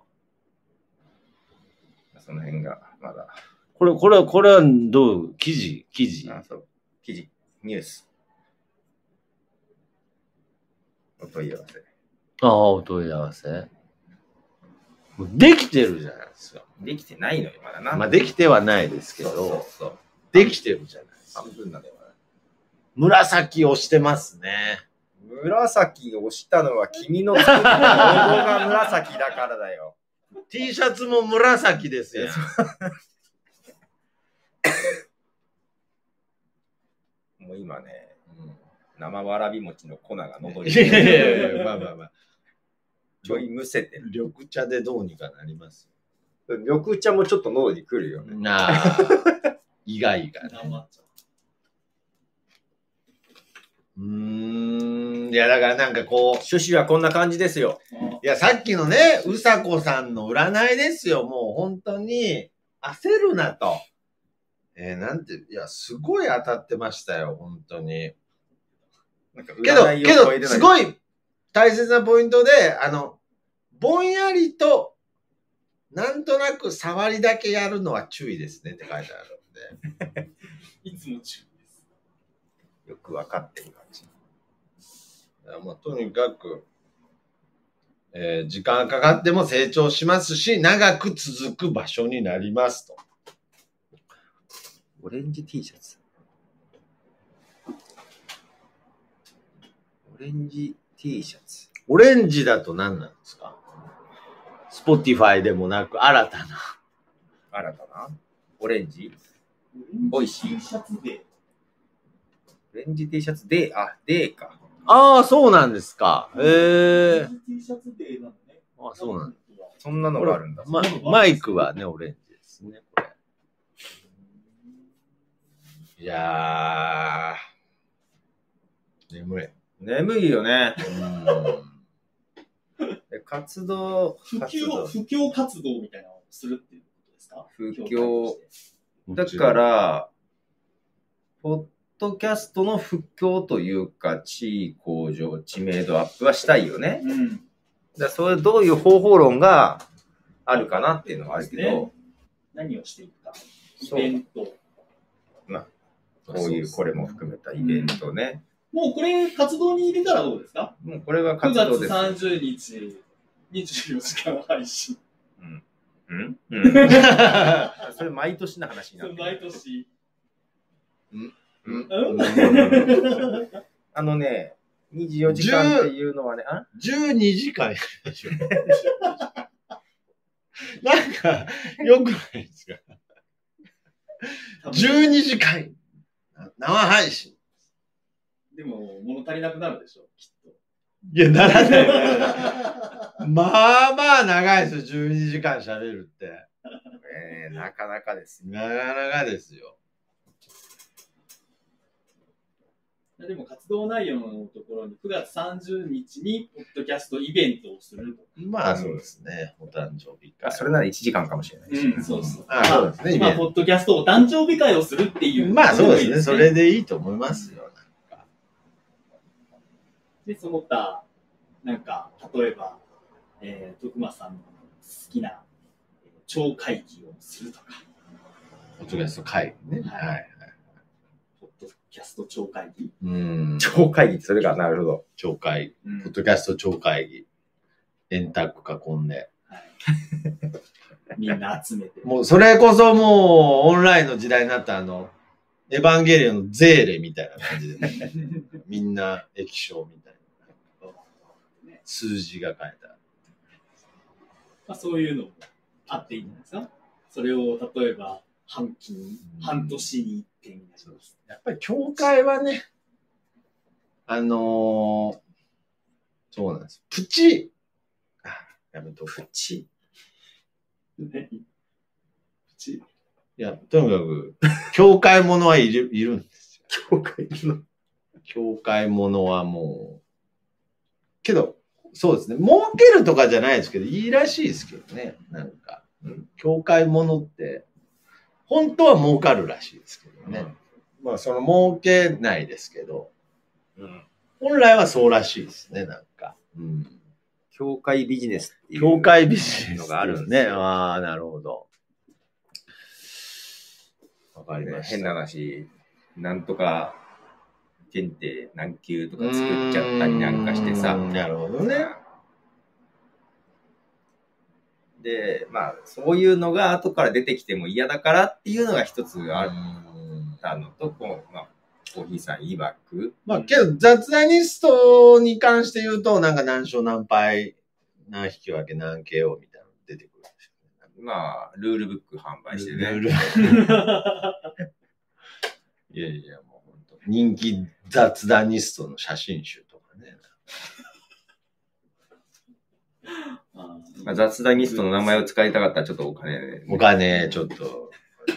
その辺が、まだ。 これはどう記事あ、そう。記事、ニュース。お問い合わせ。 ああ、お問い合わせ。できてるじゃないですか。 できてないのよ、まだな。 まあ、できてはないですけど、 そうできてるじゃないですか。 半分なんだよ、まだ。 紫押してますね。 紫を押したのは君の作ったロゴが紫だからだよ。 T シャツも紫ですよ。 もう今ね、生わらび餅の粉が喉に。 いやまあ。 ちょいむせてる。 緑茶でどうにかなります。 緑茶もちょっと喉に来るよね。 なあ。意外がね。いや、だからなんかこう。 趣旨はこんな感じですよ。 いや、さっきのね、うさこさんの占いですよ。もう本当に、焦るなと。なんて、いや、すごい当たってましたよ、本当に。けど、すごい大切なポイントで、ぼんやりと、なんとなく触りだけやるのは注意ですねって書いてあるんで。 いつも注意です。 よくわかってる感じ。 まあ、とにかく、時間かかっても成長しますし、長く続く場所になりますと。 オレンジ T シャツ。オレンジ T シャツ。 オレンジだと何なんですか？ Spotify でもなく新たな。 新たなオレンジボイシー T シャツで。 オレンジ T シャツで、あ、でか。 ああ、そうなんですか。 オレンジ T シャツでなのね。 あ、そうなんだ。 そんなのがあるんだ。 マイクはね、オレンジですね、これ。いやー、 眠いよね。活動、 布教活動みたいなのをするっていうことですか？ 布教。だから、ポッドキャストの布教というか、地位向上、知名度アップはしたいよね。だそれどういう方法論があるかなっていうのはあるけど。 何をしていくか。イベント。 まあ、こういう、これも含めたイベントね。 もうこれ活動に入れたらどうですか？ もうこれは活動です。 9月30日、24時間配信。 それ毎年の話になってる。 毎年。 24時間っていうのはね、 12時間やりましょう。なんか、よくないですか？12時間生配信。 でも、物足りなくなるでしょ、きっと。 いや、ならない。まあまあ長いですよ、12時間喋るって。 なかなかです。 なかなかですよ。 でも活動内容のところに9月30日にポッドキャストイベントをすると。 まあそうですね。お誕生日会。 それなら1時間かもしれないし。 そうそう。 そうですね。 まあ、ポッドキャストお誕生日会をするっていう。 まあそうですね。それでいいと思いますよ。なんかで、その他、なんか、例えば、徳間さんの好きな超会議をするとか。 ポッドキャスト会議ね。はい。 ポッドキャスト超会議。 超会議ってそれが、なるほど。 超会議。ポッドキャスト超会議。円卓囲んで。 みんな集めて。 もうそれこそもうオンラインの時代になったエヴァンゲリオンのゼーレみたいな感じで、みんな液晶みたいな。数字が書いてある。 まあそういうのもあっていいんじゃないですか。それを例えば半年に一遍になります。 やっぱり教会はね、そうなんです。プチやめとこう。 プチいや、とにかく、教会ものはいるんですよ。教会ものはもう、けど、そうですね。儲けるとかじゃないですけど、いいらしいですけどね。なんか、教会ものって、本当は儲かるらしいですけどね。まあ、儲けないですけど、本来はそうらしいですね、なんか。 教会ビジネスっていう教会ビジネスのがあるんね。 ですよ。 ああ、なるほど。わかりました。 変な話、なんとか検定何級とか作っちゃったりなんかしてさ。 なるほどね。 で、まあ、そういうのが後から出てきても嫌だからっていうのが一つあったのと、まあ、コーヒーさん曰く。 まあ、けど、雑談ニストに関して言うと、なんか何勝何敗、何引き分け何 KO みたいなの出てくるんですよね。 まあ、ルールブック販売してね。 いやいや、もう本当人気雑談ニストの写真集とかね。 まあ、雑談ニストの名前を使いたかったらちょっとお金、ちょっと。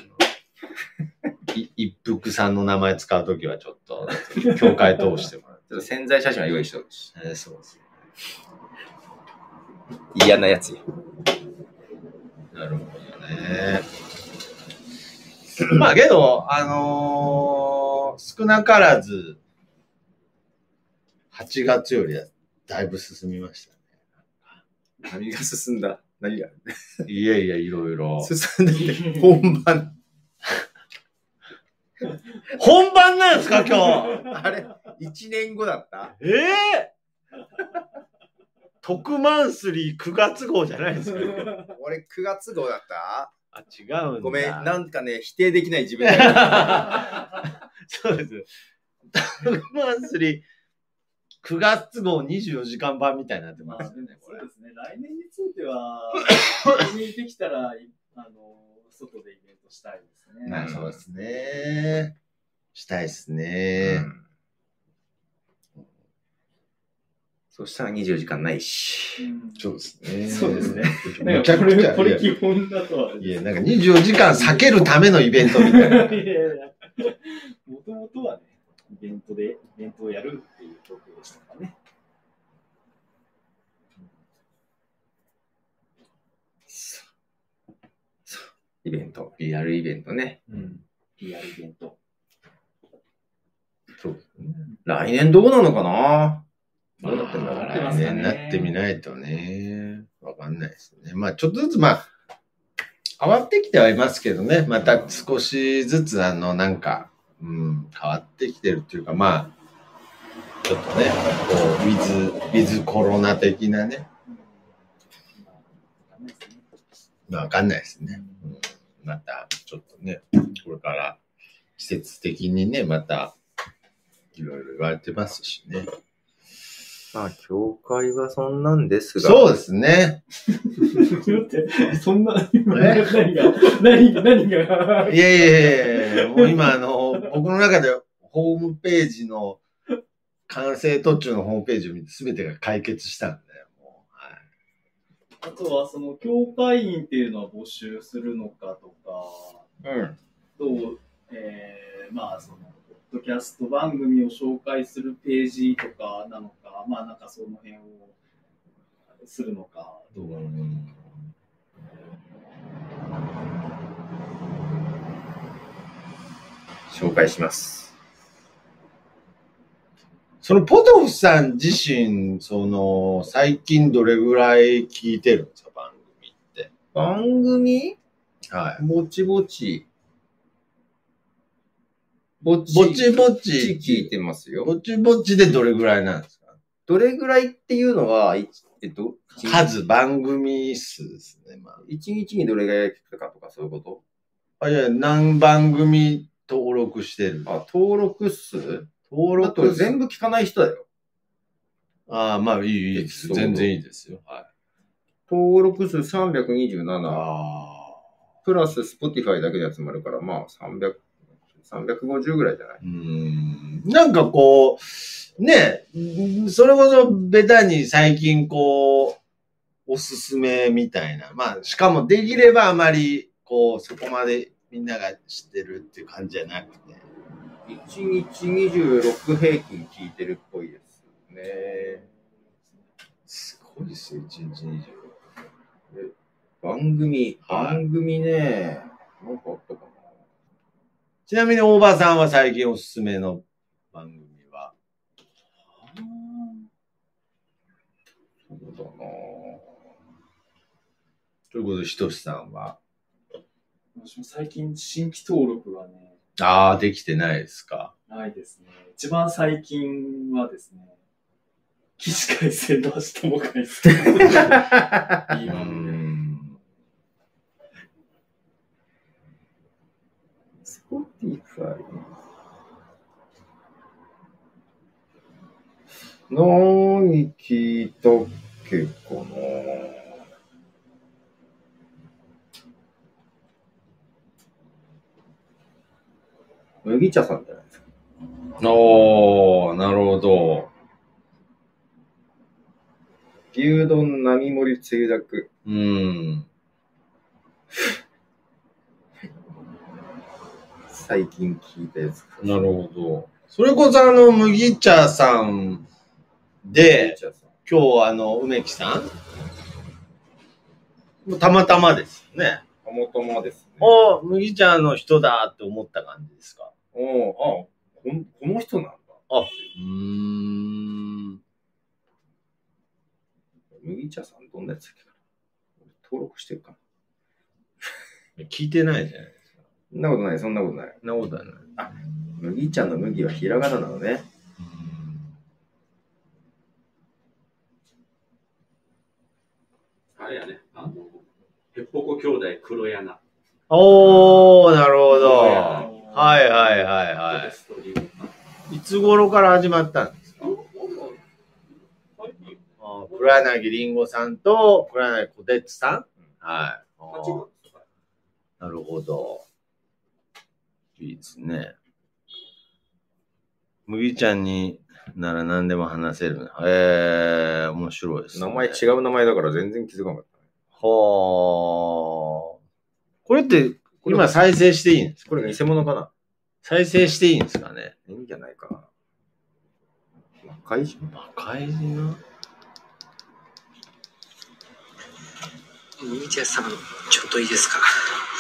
一服さんの名前使うときはちょっと、協会通してもらって。 ちょっと潜在写真は用意してほしい。 そうです。 嫌なやつよ。 なるほどね。まあけど、少なからず、8月よりはだいぶ進みましたね。 何が進んだ？何が？ いやいや、いろいろ。 進んでて、本番。 本番なんですか、今日。 あれ ?1 年後だった？ 特マンスリー9月号じゃないですか。 俺9月号だった？ あ、違うんだ。 ごめん、なんかね、否定できない自分が。そうです。特マンスリー9月号24時間版みたいになってますよね、 これ。そうですね。来年については、見できたら、外でイベントしたいですね。 まあ、そうですね。したいですね。 そしたら24時間ないし。 そうですね。 そうですね。 めちゃくちゃ。 これ基本だとは。 いや、なんか24時間避けるためのイベントみたいな。 いやいや。もともとはね、イベントをやるっていう東京でしたからね。 イベント、リアルイベントね。 リアルイベント。 そう。 来年どうなのかな？ どうなってんだろう。来年になってみないとね。わかんないですね。まあ、ちょっとずつ、まあ、変わってきてはいますけどね。また少しずつ、なんか、変わってきてるっていうか、まあ、ちょっとね、こう、ウィズコロナ的なね。まあ、わかんないですね。また、ちょっとね、これから季節的にね、また、いろいろ言われてますしね。 まあ、教会はそんなんですが。 そうですね。 そんな、何がいや、もう今、僕の中でホームページの、完成途中のホームページを見て全てが解決したんで、もう。 あとは、その、教会員っていうのは募集するのかとか、まあ、その、ポッドキャスト番組を紹介するページとかなのか、まあなんかその辺をするのか、どうなのか。 紹介します。 そのポトフさん自身、最近どれぐらい聞いてるんですか、番組って。 番組？ はい。 ぼちぼち聞いてますよ。 ぼちぼちでどれぐらいなんですか？ どれぐらいっていうのは、 番組数ですね。まあ、 1日にどれぐらい聞くかとかそういうこと？ いや、何番組登録してる？ 登録数だと全部聞かない人だよ。 まあ、いいです。全然いいですよ。はい。 登録数327。プラス Spotify だけで集まるから、まあ350ぐらいじゃない？ なんかこう、ね、それこそベタに最近こう、おすすめみたいな。まあ、しかもできればあまり、こう、そこまでみんなが知ってるっていう感じじゃなくて。 1日26平均聞いてるっぽいですね。 すごいですよ、1日26。 番組ね、なんかあったかな。 ちなみに大場さんは最近おすすめの番組は？ どな。ということで、ひとしさんは私も最近新規登録がね。 できてないですか。 ないですね。一番最近はですね、起死回生の明日も回生。 スポティファイ。何聞いたっけかな。麦茶さんじゃないですか。 なるほど。 牛丼並盛りつゆだく。最近聞いたやつ。 なるほど。それこそ麦茶さんで、今日梅木さんたまたまですよね。 たまたまですね。 麦茶の人だって思った感じですか。 この人なんだ。麦茶さんどんなやつだっけかな。登録してるかな。聞いてないじゃないですか。 そんなことない、そんなことない。 そんなことはない。 麦茶の麦はひらがななのね。 あれやね、へっぽこ兄弟黒柳。 なるほど。はい。いつ頃から始まったんですか。黒柳りんごさんと黒柳小鉄さん。はい。なるほど。いいですね。麦ちゃんになら何でも話せる。面白いですね。 名前違う名前だから全然気づかなかった。 これって今再生していいんですか。 これ偽物かな。 再生していいんですかね。 いいんじゃないかな。魔界人な。 麦茶さん、ちょっといいですか。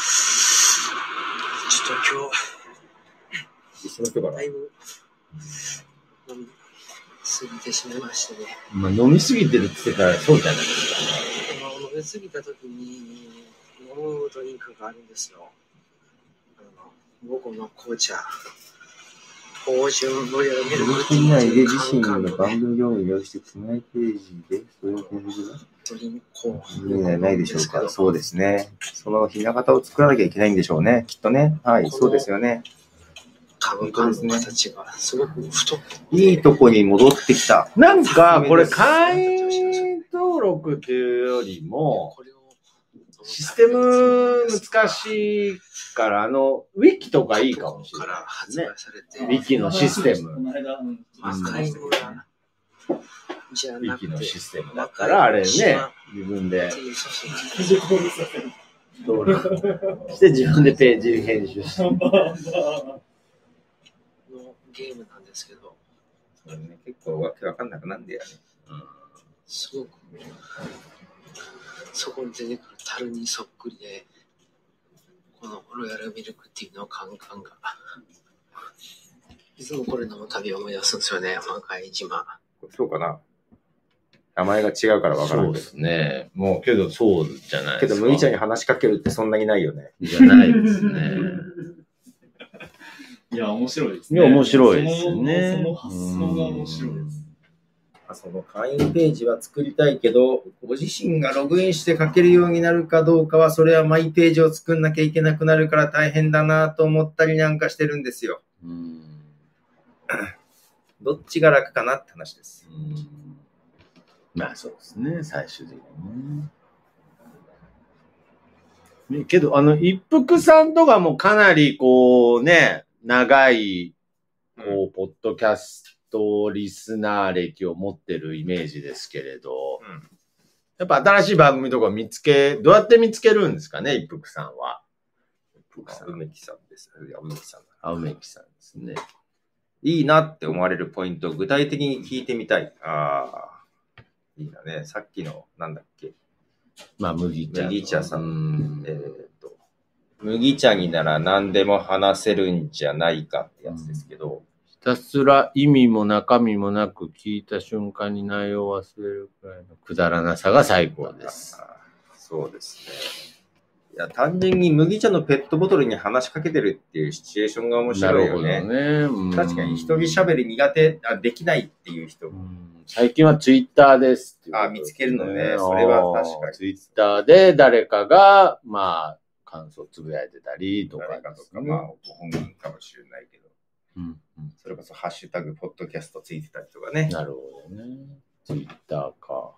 ちょっと一緒の人かな。 だいぶ飲みすぎてしまいましてね。 飲みすぎてるって言ってからそうじゃないですか。 飲みすぎた時に飲むドリンクがあるんですよ。午後の紅茶。芳醇ロイヤルミルクティー。 井出自身の番組業務を利用してつないページでそれを検索ドリンクないでしょうか。そうですね。そのひな形を作らなきゃいけないんでしょうね。きっとね。はい、そうですよね。 株価の形がすごく太くいいとこに戻ってきた。 なんかこれ会員登録っていうよりもシステム難しいからウィキとかいいかもしれないですね。ウィキのシステム。ウィキのシステムだったらあれね、自分で登録して自分でページ編集して。 ゲームなんですけど、 それね、結構わけわかんなくなんだよね。 すごくそこに出てくる樽にそっくりで、このロイヤルミルクティーのカンカンがいつもこれ飲むたび思い出すんですよね。魔界島。 そうかな。名前が違うからわからない。 そうですね。もうけどそうじゃないですか。 けど麦茶に話しかけるってそんなにないよね。 じゃないですね。 いや、面白いですね。 いや、面白いですね。 その発想が面白いです。 その会員ページは作りたいけど、ご自身がログインして書けるようになるかどうかは、それはマイページを作んなきゃいけなくなるから大変だなと思ったりなんかしてるんですよ。どっちが楽かなって話です。 まあそうですね、最終的にね。けど、一服さんとかもかなりこうね、長い、こう、ポッドキャストリスナー歴を持ってるイメージですけれど、やっぱ新しい番組とかどうやって見つけるんですかね、一服さんは。 梅木さんです。梅木さん。 梅木さんですね。 いいなって思われるポイントを具体的に聞いてみたい。いいだね。さっきの、なんだっけ。 まあ、麦茶さん。麦茶になら何でも話せるんじゃないかってやつですけど。 たすら意味も中身もなく聞いた瞬間に内容を忘れるくらいのくだらなさが最高です。 そうですね。いや、単純に麦茶のペットボトルに話しかけてるっていうシチュエーションが面白いよね。 なるほどね。 確かに一人喋り苦手、できないっていう人。 最近はツイッターですっていう、 見つけるのね。それは確かに。 ツイッターで誰かが、まあ、感想つぶやいてたりとか、 誰かとか、まあ、本人かもしれないけど。それこそハッシュタグ、ポッドキャストついてたりとかね。 なるほどね。ツイッターか。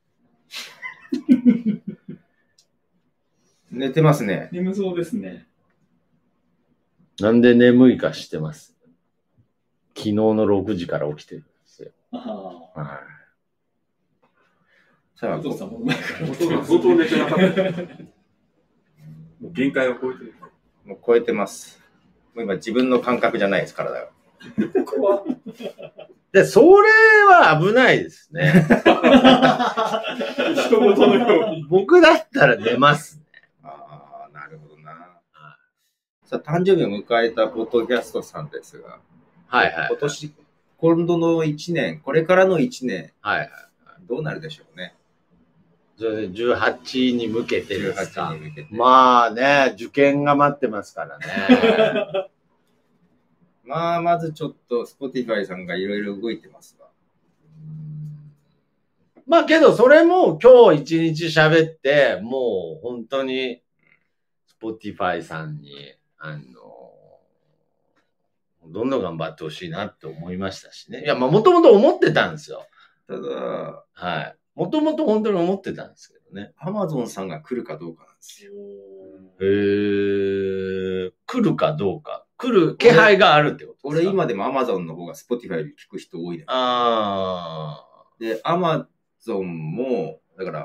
寝てますね。 眠そうですね。 なんで眠いか知ってます。昨日の6時から起きてるんですよ。 はい。 さあ、 お父さんも前から相当寝てなかった。もう限界を超えてる。 もう超えてます。もう今自分の感覚じゃないです、体が。 で、それは危ないですね。 人事のように。 僕だったら寝ますね。 なるほどな。さあ、誕生日を迎えたポッドキャストさんですが、 はいはい。 今度の1年、これからの1年、 はいはい。 どうなるでしょうね。 18に向けてですか。 18に向けて。 まあね、受験が待ってますからね。 まあ、まずちょっと、Spotify さんがいろいろ動いてますわ。 まあけど、それも今日一日喋って、もう本当に、Spotify さんに、どんどん頑張ってほしいなって思いましたしね。いや、まあもともと思ってたんですよ。 ただ、 はい。もともと本当に思ってたんですけどね。 Amazon さんが来るかどうかなんですよ。 来るかどうか。来る気配があるってことですか？ 俺今でも Amazon の方が Spotify より聞く人多いね。で、Amazon も、だから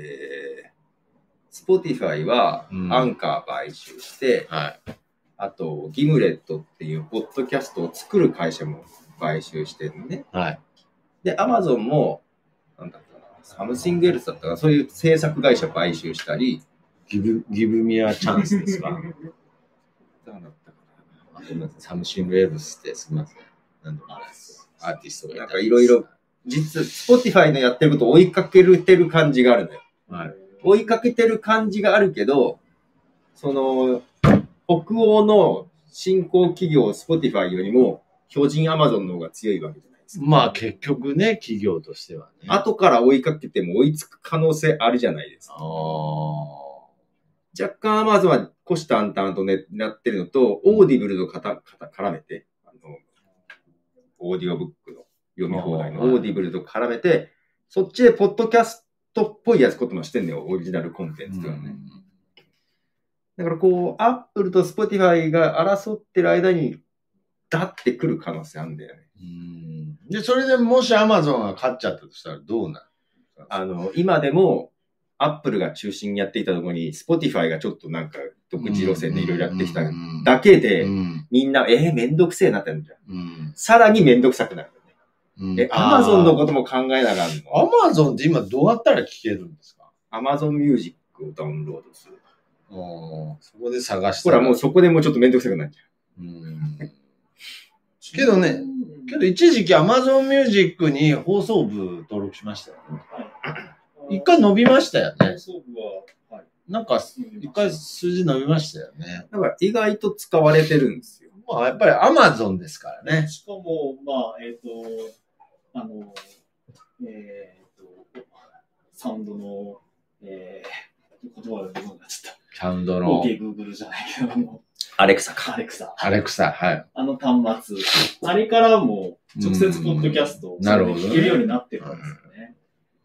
、Spotify はアンカー買収して、 はい。 あと、ギムレットっていうポッドキャストを作る会社も買収してるね。 はい。 で、Amazon も、なんだったかな、サムシングエルスだったかな、そういう制作会社買収したり、 ギブミアチャンスですか？ なんだったかな。 サムシングエルスってすみません。なんでもアーティストがなんかいろいろ、Spotify のやってることを追いかけてる感じがあるのよ。 はい。 追いかけてる感じがあるけど、その、北欧の新興企業 Spotify よりも、巨人 Amazon の方が強いわけじゃないですか。 まあ結局ね、企業としてはね。 後から追いかけても追いつく可能性あるじゃないですか。若干 Amazon は虎視眈々とね、なってるのと、オーディブルと絡めて、オーディオブックの読み放題のオーディブルと絡めて、そっちでポッドキャストっぽいやつこともしてんのよ、オリジナルコンテンツとかね。だからこう、Apple と Spotify が争ってる間に、だってくる可能性あるんだよね。 で、それでもし Amazon が勝っちゃったとしたらどうなる？ 今でも、Apple が中心にやっていたところに、Spotify がちょっとなんか独自路線でいろいろやってきただけで、みんな、めんどくせえなってなるじゃん。さらにめんどくさくなるよね。Amazon のことも考えながらの。 Amazon って今どうやったら聞けるんですか？ Amazon Music をダウンロードする。 そこで探して。 ほら、もうそこでもうちょっとめんどくさくなっちゃう。 けどね、一時期 Amazon Music に放送部登録しましたよね。一回伸びましたよね。 放送部は、はい。 なんか、一回数字伸びましたよね。 だから意外と使われてるんですよ。 まあ、やっぱり Amazon ですからね。 しかも、まあ、サウンドの、言葉が出なくなっちゃった。 サウンドの。 OK、Google じゃないけど、 アレクサか。 アレクサ、はい。 端末。あれからも、直接ポッドキャストを聞けるようになってるんですよね。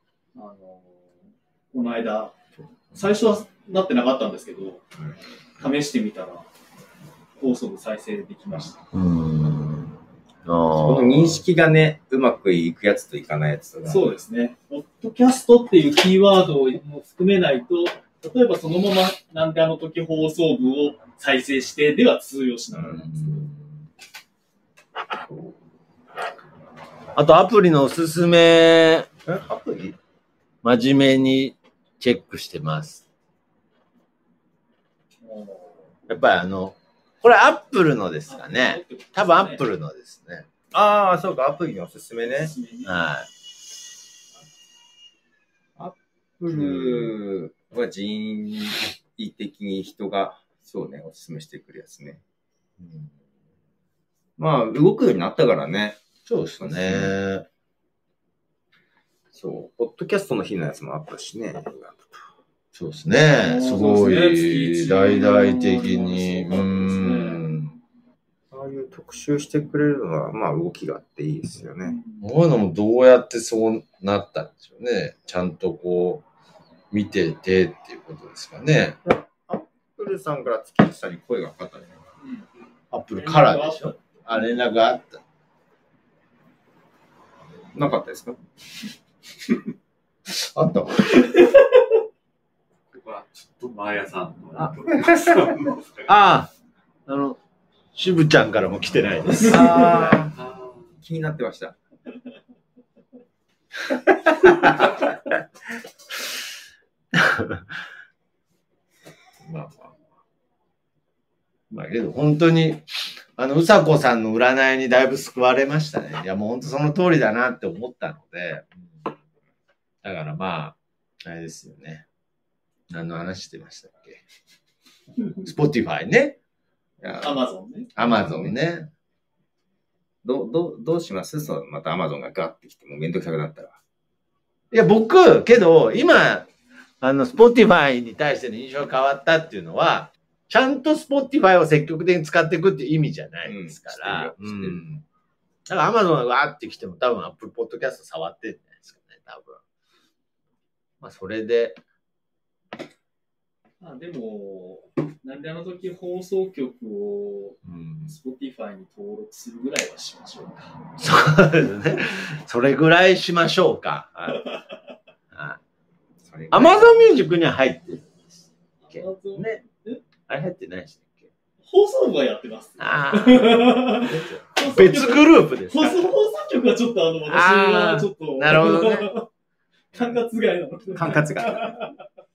この間、最初はなってなかったんですけど、試してみたら、放送部再生できました。この認識がね、うまくいくやつといかないやつとか。 そうですね。ポッドキャストっていうキーワードを含めないと、例えばそのままなんであの時放送部を再生してでは通用しなかったんですけど。 あとアプリのおすすめ、 アプリ？ 真面目にチェックしてます。やっぱりこれアップルのですかね。多分アップルのですね。 ああ、そうか、アプリのおすすめね。 はい。 アップルは人為的に人が、そうね、おすすめしてくるやつね。まあ、動くようになったからね。 そうですね。 そう。ポッドキャストの日のやつもあったしね。 そうですね。すごい、大々的に。 ああいう特集してくれるのは、まあ動きがあっていいですよね。 こういうのもどうやってそうなったんでしょうね。ちゃんとこう、見ててっていうことですかね。 アップルさんから月内さんに声がかかったね。 アップルからでしょ。あ、連絡があった。 なかったですかあったわ。 ここはちょっとマーヤさんの。 渋ちゃんからも来てないです。 気になってました。 まあけど本当に、うさこさんの占いにだいぶ救われましたね。いやもう本当その通りだなって思ったので、だからまあ、あれですよね。何の話してましたっけ？Spotify ね。Amazon ね。 どうしますまた Amazon がガッてきてもうめんどくさくなったら。 いや、僕、けど、今、Spotify に対しての印象が変わったっていうのは、ちゃんと Spotify を積極的に使っていくっていう意味じゃないですから。だから Amazon がわーってきても多分 Apple Podcast 触ってるんじゃないですかね、多分。まあ、それで。 でも、なんであの時放送局を Spotify に登録するぐらいはしましょうか。 そうですね。それぐらいしましょうか。Amazon Music には入ってるんですっけね。あれ入ってないでしたっけ？ 放送部はやってます。 別グループですか？ 放送局はちょっと私はちょっと。 なるほどね。 管轄外なの。 管轄外。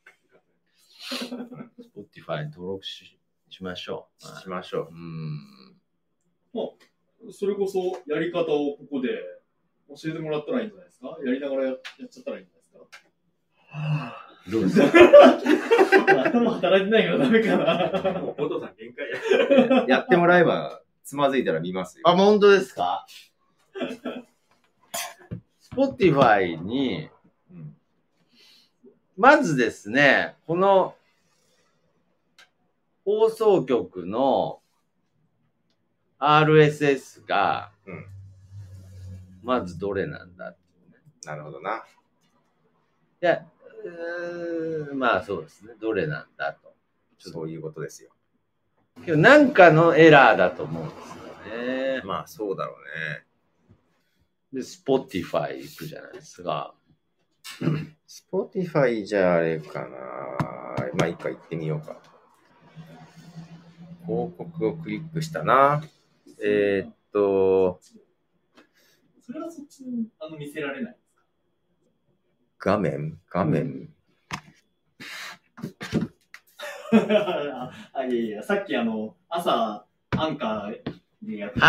Spotify に登録しましょう。 しましょう。 まあ、それこそやり方をここで教えてもらったらいいんじゃないですか？やりながらやっちゃったらいいんじゃないですか？ どうですか？ 頭働いてないからダメかな。 もうお父さん限界やってもらえばつまずいたら見ますよ。 あ、本当ですか？Spotify に、まずですね、この放送局の RSS が、まずどれなんだっていうね。 なるほどな。 いや、まあそうですね。どれなんだと。 そういうことですよ。 けどなんかのエラーだと思うんですよね。 まあそうだろうね。で、Spotify 行くじゃないですか。 Spotify じゃあれかな。まあ一回行ってみようか。広告をクリックしたな。 それはそっちに見せられないですか？画面いや、さっき朝、アンカーでやって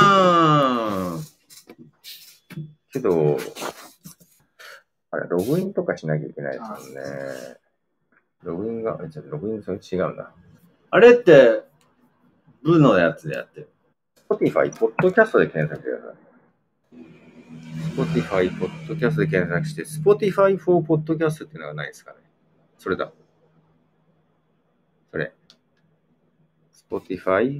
けど、あれ、ログインとかしなきゃいけないですもんね。ログインそれ違うんだ。 あれって、部のやつでやってる。 Spotify、ポッドキャストで検索してください。Spotify、ポッドキャストで検索して、Spotify for Podcast っていうのがないですかね。それだ。それ。Spotify。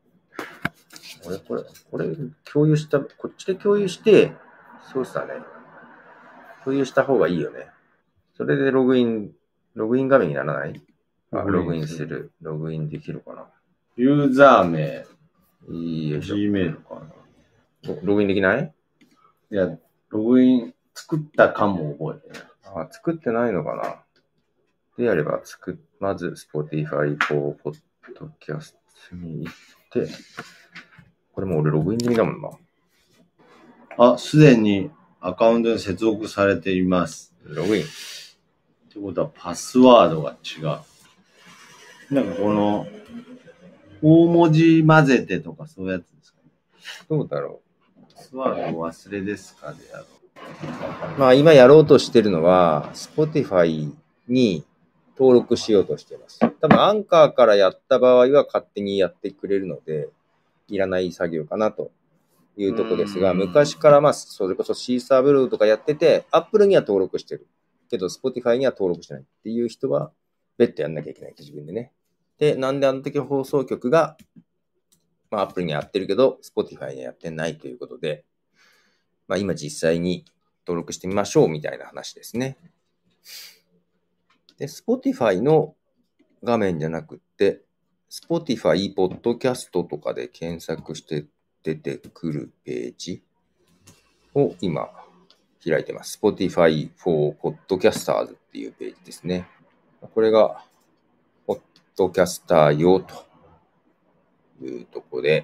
これ、共有した、こっちで共有して、そうっすね。共有した方がいいよね。それでログイン画面にならない？ログインする。ログインできるかな。 ユーザー名。 いいよ。 Gmail かな。 ログインできない？ いや、ログイン作ったかも覚えてない。 作ってないのかな。であれば、まず Spotify for Podcast に行って、これも俺ログイン済みだもんな。 すでにアカウントに接続されています。 ログイン。 ってことはパスワードが違う。なんかこの、大文字混ぜてとかそういうやつですかね。 どうだろう。 パスワードを忘れですかでやろう。 まあ今やろうとしてるのは、Spotify に登録しようとしています。多分アンカーからやった場合は勝手にやってくれるので、いらない作業かなというところですが、昔からまあそれこそシーサーブログとかやってて、Apple には登録してる。けど Spotify には登録してないっていう人は別途やんなきゃいけないって自分でね。で、なんであの時放送局が、まあ Apple にはやってるけど、Spotify にはやってないということで、まあ今実際に登録してみましょうみたいな話ですね。で、Spotify の画面じゃなくって、Spotify ポッドキャストとかで検索して出てくるページを今開いてます。Spotify for Podcasters っていうページですね。これが、ポッドキャスター用というところで、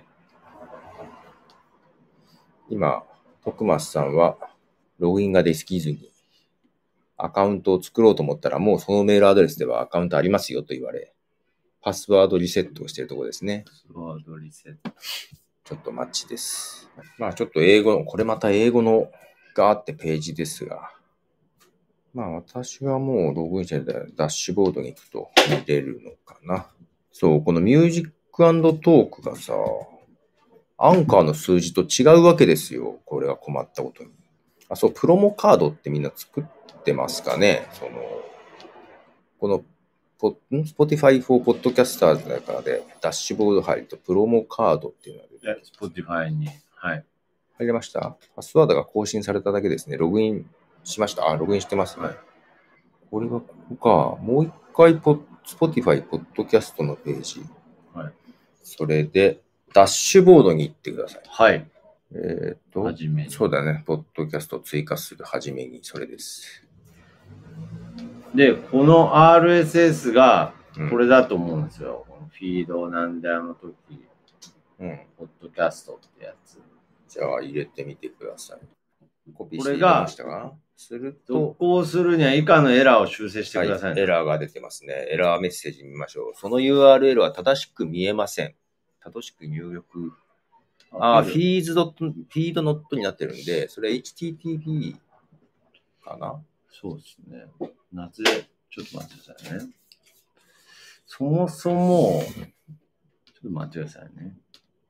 今、徳松さんはログインができずに、アカウントを作ろうと思ったら、もうそのメールアドレスではアカウントありますよと言われ、パスワードリセットをしているところですね。 パスワードリセット。 ちょっとマッチです。まあちょっと英語の、これまた英語のがあってページですが、まあ私はもうログインしてダッシュボードに行くと見れるのかな。そう、このミュージック&トークがさ、アンカーの数字と違うわけですよ。これは困ったことに。あ、そう、プロモカードってみんな作ってますかね。このSpotify for Podcasters だからで、ダッシュボード入るとプロモカードっていうのが出て Spotify に。はい。 入れました？パスワードが更新されただけですね。ログインしました。あ、ログインしてますね。はい、これがここか。もう一回Spotify ポッドキャストのページ。 はい。 それで、ダッシュボードに行ってください。 はい。 はじめに。 そうだね。ポッドキャストを追加するはじめに、それです。 で、この RSS がこれだと思うんですよ。このフィードなんであの時、ポッドキャストってやつ。 じゃあ入れてみてください。コピーしこれて入れまがしたが、する続と、 行するには以下のエラーを修正してくださいね。 エラーが出てますね。エラーメッセージ見ましょう。その URL は正しく見えません。正しく入力。フィードノットになってるんで、それ HTTP かな？ そうですね。なぜ、ちょっと待ってくださいね。そもそも、ちょっと待ってくださいね。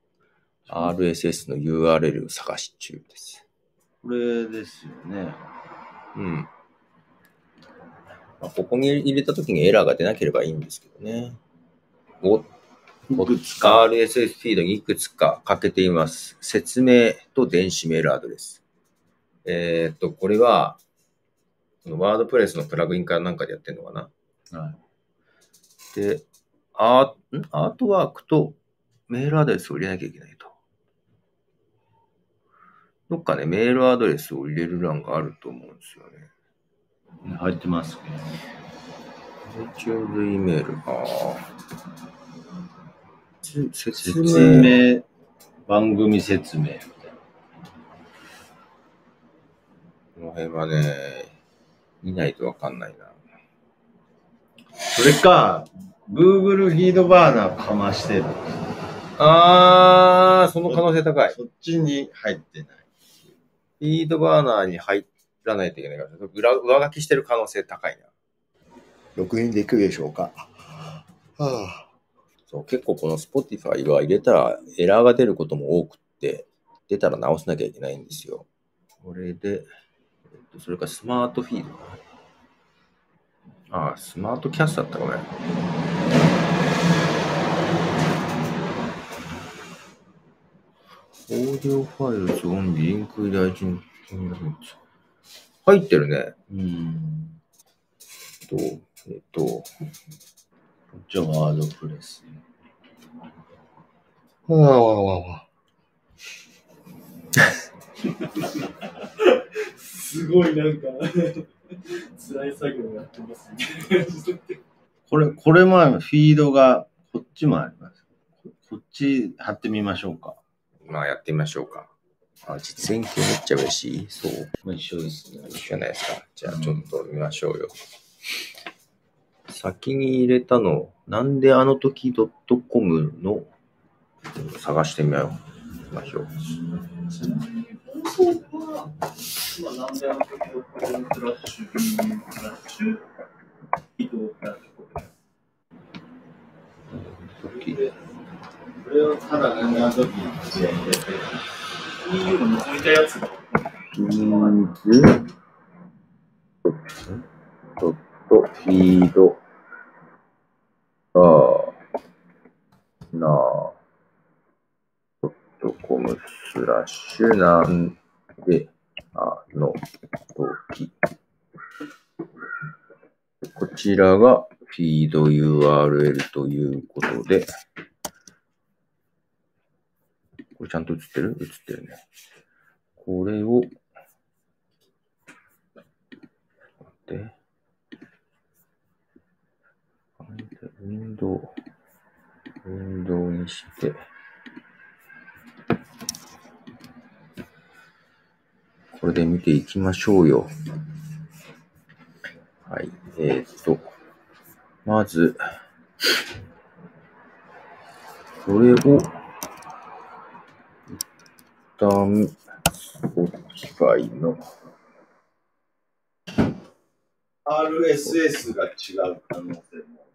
RSS の URL を探し中です。 これですよね。 うん。まあ、ここに入れたときにエラーが出なければいいんですけどね。 いくつか RSS フィードにいくつかかけています。説明と電子メールアドレス。これは、ワードプレスのプラグインかなんかでやってるのかな。 はい。 で、アートワークとメールアドレスを入れなきゃいけないと。どっかね、メールアドレスを入れる欄があると思うんですよね。 入ってますね。 YouTube イメール。 説明、番組説明みたいな。 この辺はね、見ないとわかんないな。 それか、Google フィードバーナーかましてる。 その可能性高い。 そっちに入ってない。 フィードバーナーに入らないといけないから、上書きしてる可能性高いな。 録音できるでしょうか。 そう、結構この Spotify は入れたらエラーが出ることも多くって、出たら直さなきゃいけないんですよ。これで、それからスマートフィード。スマートキャストだったかね。オーディオファイルズオンリンク大臣入ってるね。 こっちはワードプレス。 すごいなんか辛い作業やってますね。 これもフィードがこっちもあります。こっち貼ってみましょうか。 まあやってみましょうか。実演系めっちゃ嬉しい。そう。 まあ、一緒ですね。 一緒じゃないですか。じゃあちょっと見ましょうよ。先に入れたの、なんであの時 .com の探してみよう。 ましょう。 放送は、今何であの時のフラッシュ、フラッシュ、移動フラッシュ。これをただ何であの時に試合に入れて、EU の抜いたやつが。 ドットフィードな.com スラッシュなんであの時。こちらがフィード URL ということで、これちゃんと映ってる？映ってるね。これを、で、ウィンドウにして、これで見ていきましょうよ。はい。まず、これを、一旦、Spotify の RSS が違う可能性も。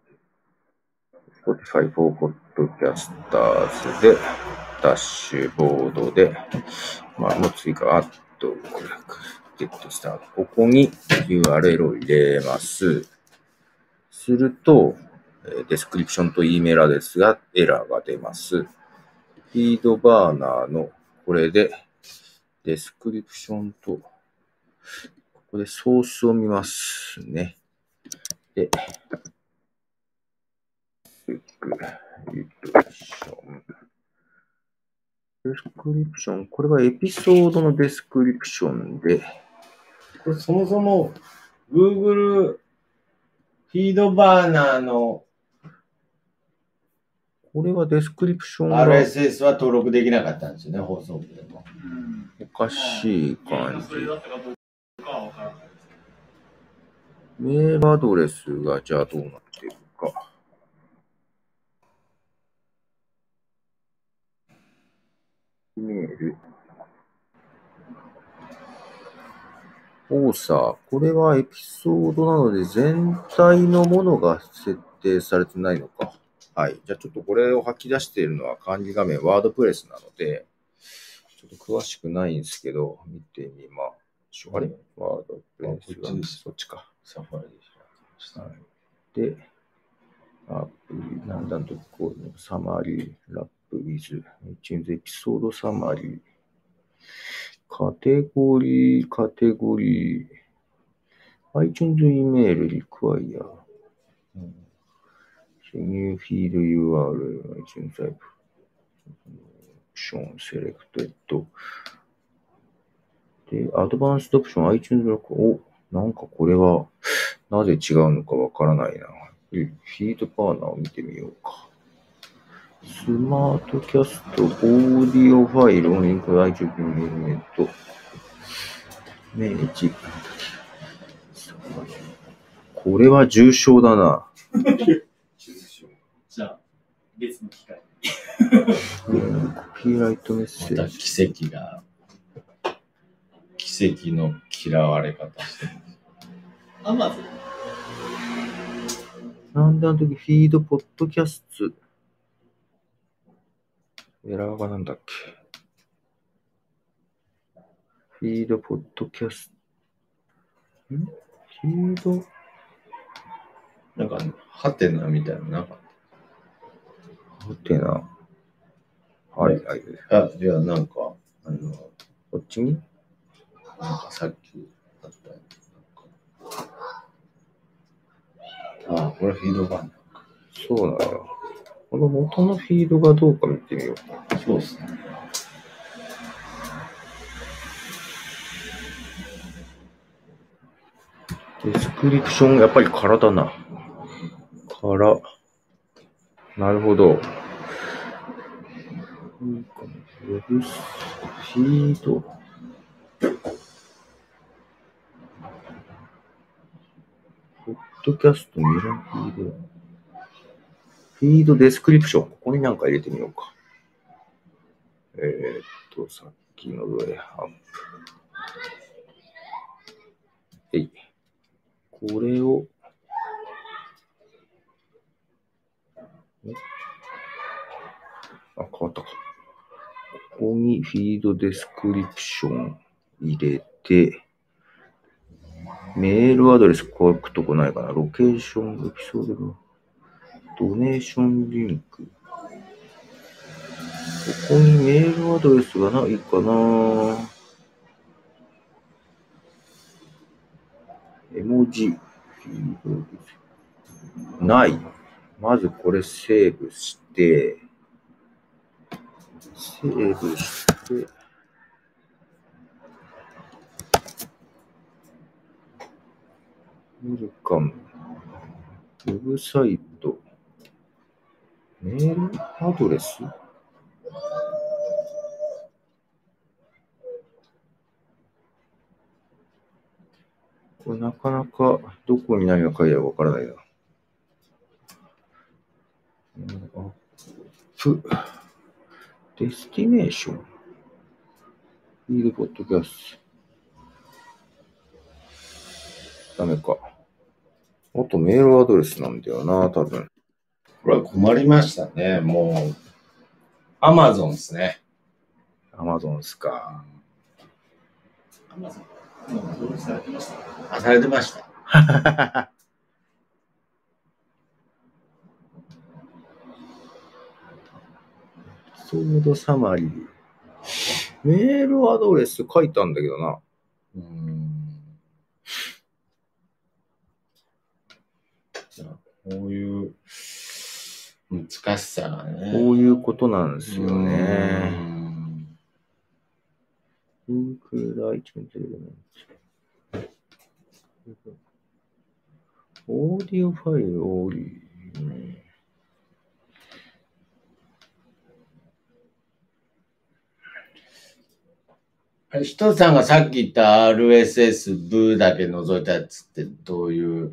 Spotify for Podcasters で、ダッシュボードで、もう追加、ゲットスタート。ここに URL を入れます。すると、デスクリプションと E メールアドレスがエラーが出ます。フィードバーナーのこれでデスクリプションと、ここでソースを見ますね。で、デスクリプション。これはエピソードのデスクリプションで、 これそもそも Google フィードバーナーのこれはデスクリプションが RSS は登録できなかったんですよね、放送部でも。 おかしい感じ。メールアドレスがじゃあどうなっているか。メール。これはエピソードなので全体のものが設定されてないのか。はい。じゃあちょっとこれを吐き出しているのは管理画面ワードプレスなので、ちょっと詳しくないんですけど、見てみましょう。あれワードプレスはそっちか。 サファリでした。で、なんだんとこう、サマリー、ラップ、ウィズ、iTunes エピソードサマリー、カテゴリー、iTunes イメール、リクワイア、ニューフィード URL、iTunes タイプ、オプション、セレクトエット、で、アドバンストオプション、iTunes ロック、なんかこれは、なぜ違うのかわからないな。フィードバーナーを見てみようか。スマートキャスト、オーディオファイル、リンク、iTunes メート、メージ。これは重症だな。 じゃあ、別の機会。 コピーライトメッセージ。 奇跡の嫌われ方してる。 アマゾン。 なんであの時フィードポッドキャスト。エラーがなんだっけ。フィードポッドキャスト。フィードなんか、ハテナみたいなのなかった。 ハテナ。はい。 いや、なんか、 こっちになんかさっきあったやつ。これフィードバーナー。 そうなの。この元のフィードがどうか見てみようか。 そうですね。 デスクリプション、やっぱり空だな。なるほど。ウェブフィード。ポッドキャスト、ミラーフィード。フィードデスクリプション。ここになんか入れてみようか。 さっきのどれ、アップ。これを、変わったか。ここにフィードデスクリプション入れて、メールアドレス書くとこないかな。ロケーション、エピソードのドネーションリンク。ここにメールアドレスがないかな。絵文字、フィードない。まずこれセーブして、ウェルカム、ウェブサイト、メールアドレスこれなかなかどこに何が書いてあるかわからないな。デスティネーション。フィードポッドキャスト。ダメか。あとメールアドレスなんだよな、多分。 これは困りましたね。もう、アマゾンですね。 アマゾンっすか。 アマゾン登録されてました。 されてました。 エピソードサマリー。メールアドレス書いたんだけどな。 こういう難しさがね。 こういうことなんですよね。インクライチメントエレメント。オーディオファイル、オーディオ。ひとさんがさっき言った RSS ブーだけ覗いたやつってどういう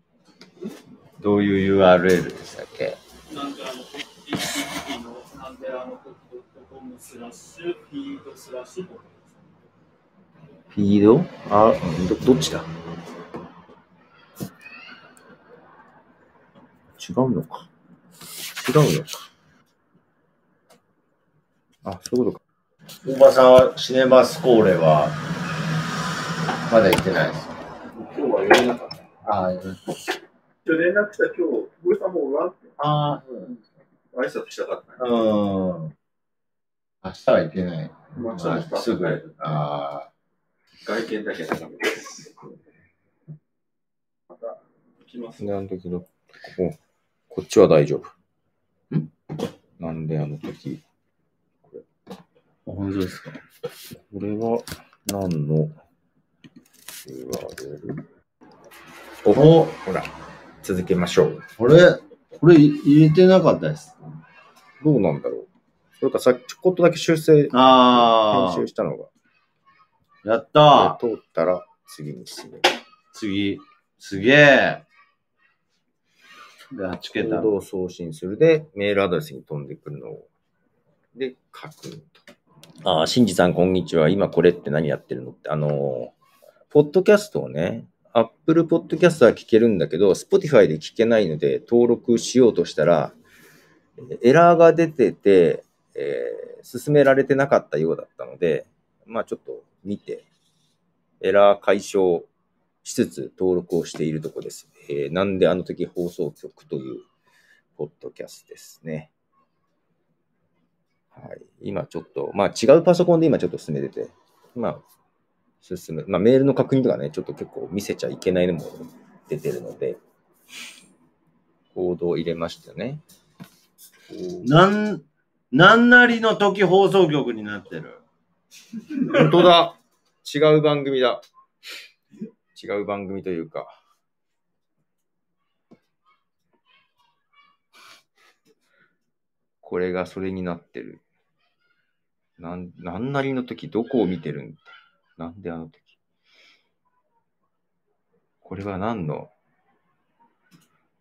URL でしたっけ？ なんでHTTP のなんで.com/フィード/ フィード？どっちだ？違うのか。あ、そういうことか。 大場さんはシネマスコーレはまだ行ってないです。 今日は言えなかった。 ああ、 連絡した今日、森さんもおらんって。 あ挨拶したかった、 ね。明日は行けない。 明日もすぐ。 外見だけだから。また来ます。 なんであの時の、こっちは大丈夫。なんであの時。 本当ですか？ これは何の URL？ ほら、続けましょう。 これ入れてなかったです。 どうなんだろう。それかさっきちょこっとだけ編集したのが。 やったー。通ったら次に進める。 次。すげえ。で、8桁。 コードを送信するで、メールアドレスに飛んでくるのを。で、書くと。しんじさん、こんにちは。今これって何やってるのって。ポッドキャストをね、Apple Podcast は聞けるんだけど、Spotify で聞けないので、登録しようとしたら、エラーが出てて、進められてなかったようだったので、まあちょっと見て、エラー解消しつつ登録をしているところです。なんであの時放送局というポッドキャストですね。はい。今ちょっと、まあ違うパソコンで今ちょっと進めてて、まあメールの確認とかね、ちょっと結構見せちゃいけないのも出てるので、コードを入れましたね。 なんなりの時放送局になってる。 本当だ。違う番組だ。違う番組というか。これがそれになってる。なんなりの時どこを見てるんだ。なんであの時。これは何の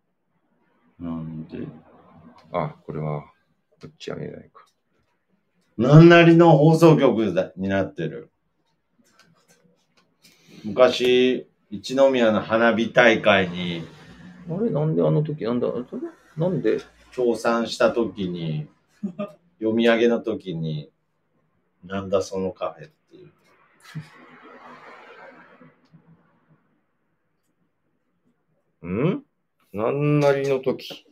なんでこれは、こっちは見えないか。 何なりの放送局になってる。昔、一宮の花火大会に、 あれなんであの時、なんで協賛した時に、読み上げの時に、なんだそのカフェっていう。 なんなりの時。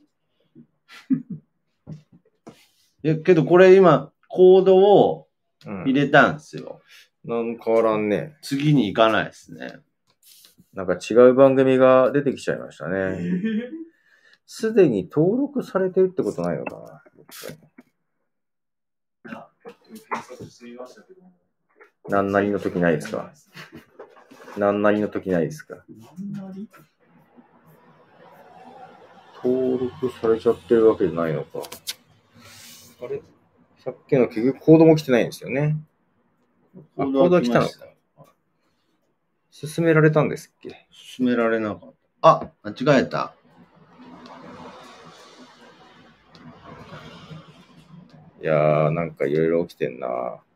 けどこれ今、コードを入れたんですよ。 なんか変わらんね。 次に行かないですね。 なんか違う番組が出てきちゃいましたね。すでに登録されてるってことないのかな。なんなりの時ないですか？なんなりの時ないですか？登録されちゃってるわけじゃないのか。あれさっきの結局コードも来てないんですよね。コードは来たのか。進められたんですっけ？ 進められなかった。あ、間違えた。 いやー、なんかいろいろ起きてんな。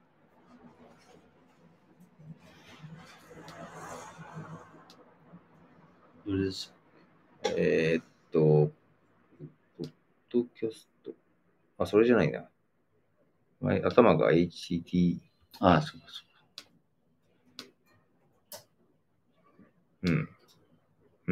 どれでしポッドキャスト。あ、それじゃないな。前頭が HT。 あ、そうかそうか。 うん。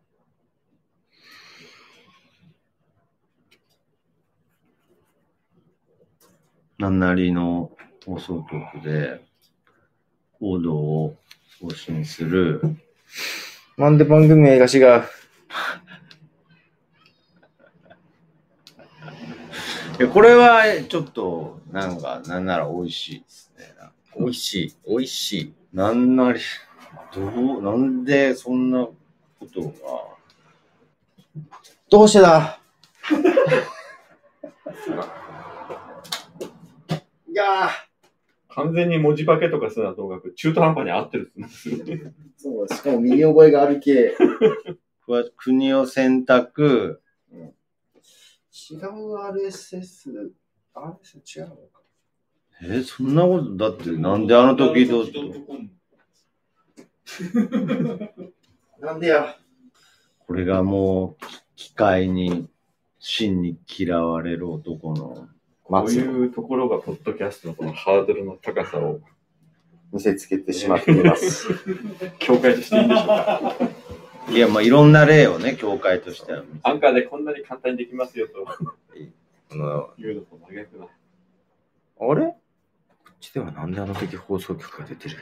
なんなりの放送局で、コードを送信する。 なんで番組名が違う。 これはちょっと、なんなら美味しいですね。 美味しい。 なんなり、なんでそんなことが。 どうしてだいやー、完全に文字化けとかするのはともかく中途半端に合ってるっすね。 そう、しかも身に覚えがある系。 国を選択。 違う RSS 違うのか。 そんなこと、だってなんであの時どうなんでや。 これがもう、機械に、真に嫌われる男の。 こういうところが、ポッドキャストのこのハードルの高さを見せつけてしまっています。 境界としていいんでしょうか。 いや、まあ、いろんな例をね、境界としては。 アンカーでこんなに簡単にできますよと。いうのと真逆だ。 あれこっちではなんであの時放送局が出てる？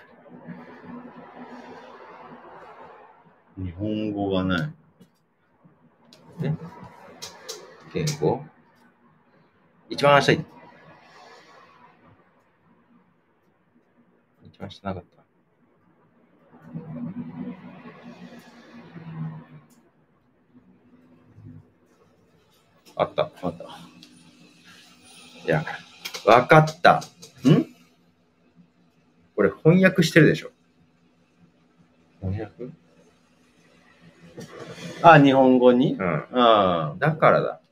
日本語がない。 言語？一番下一番下なかった。あった。いや、わかった。これ翻訳してるでしょ。翻訳？ あ、日本語に？ だからだ。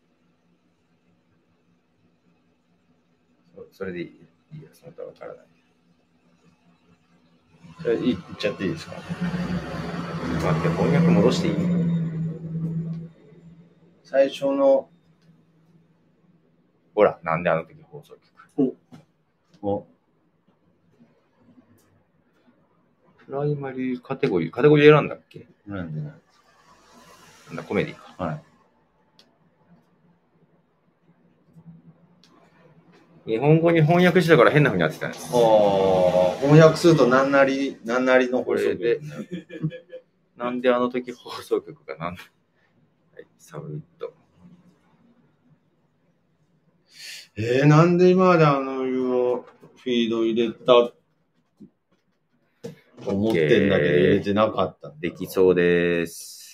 それでいいよ、そのとわからない。 じゃあ、言っちゃっていいですか？ 待って、翻訳戻していい？ 最初の、 ほら、なんであの時放送局。プライマリーカテゴリー選んだっけ？ なんでない。 なんだ、コメディか。 はい。 日本語に翻訳してたから変な風になってたんです。 翻訳するとなんなりのこれで、なんであの時放送局がはい、サブミット。 なんで今まであのフィード入れたと思ってんだけど入れてなかった。 できそうです。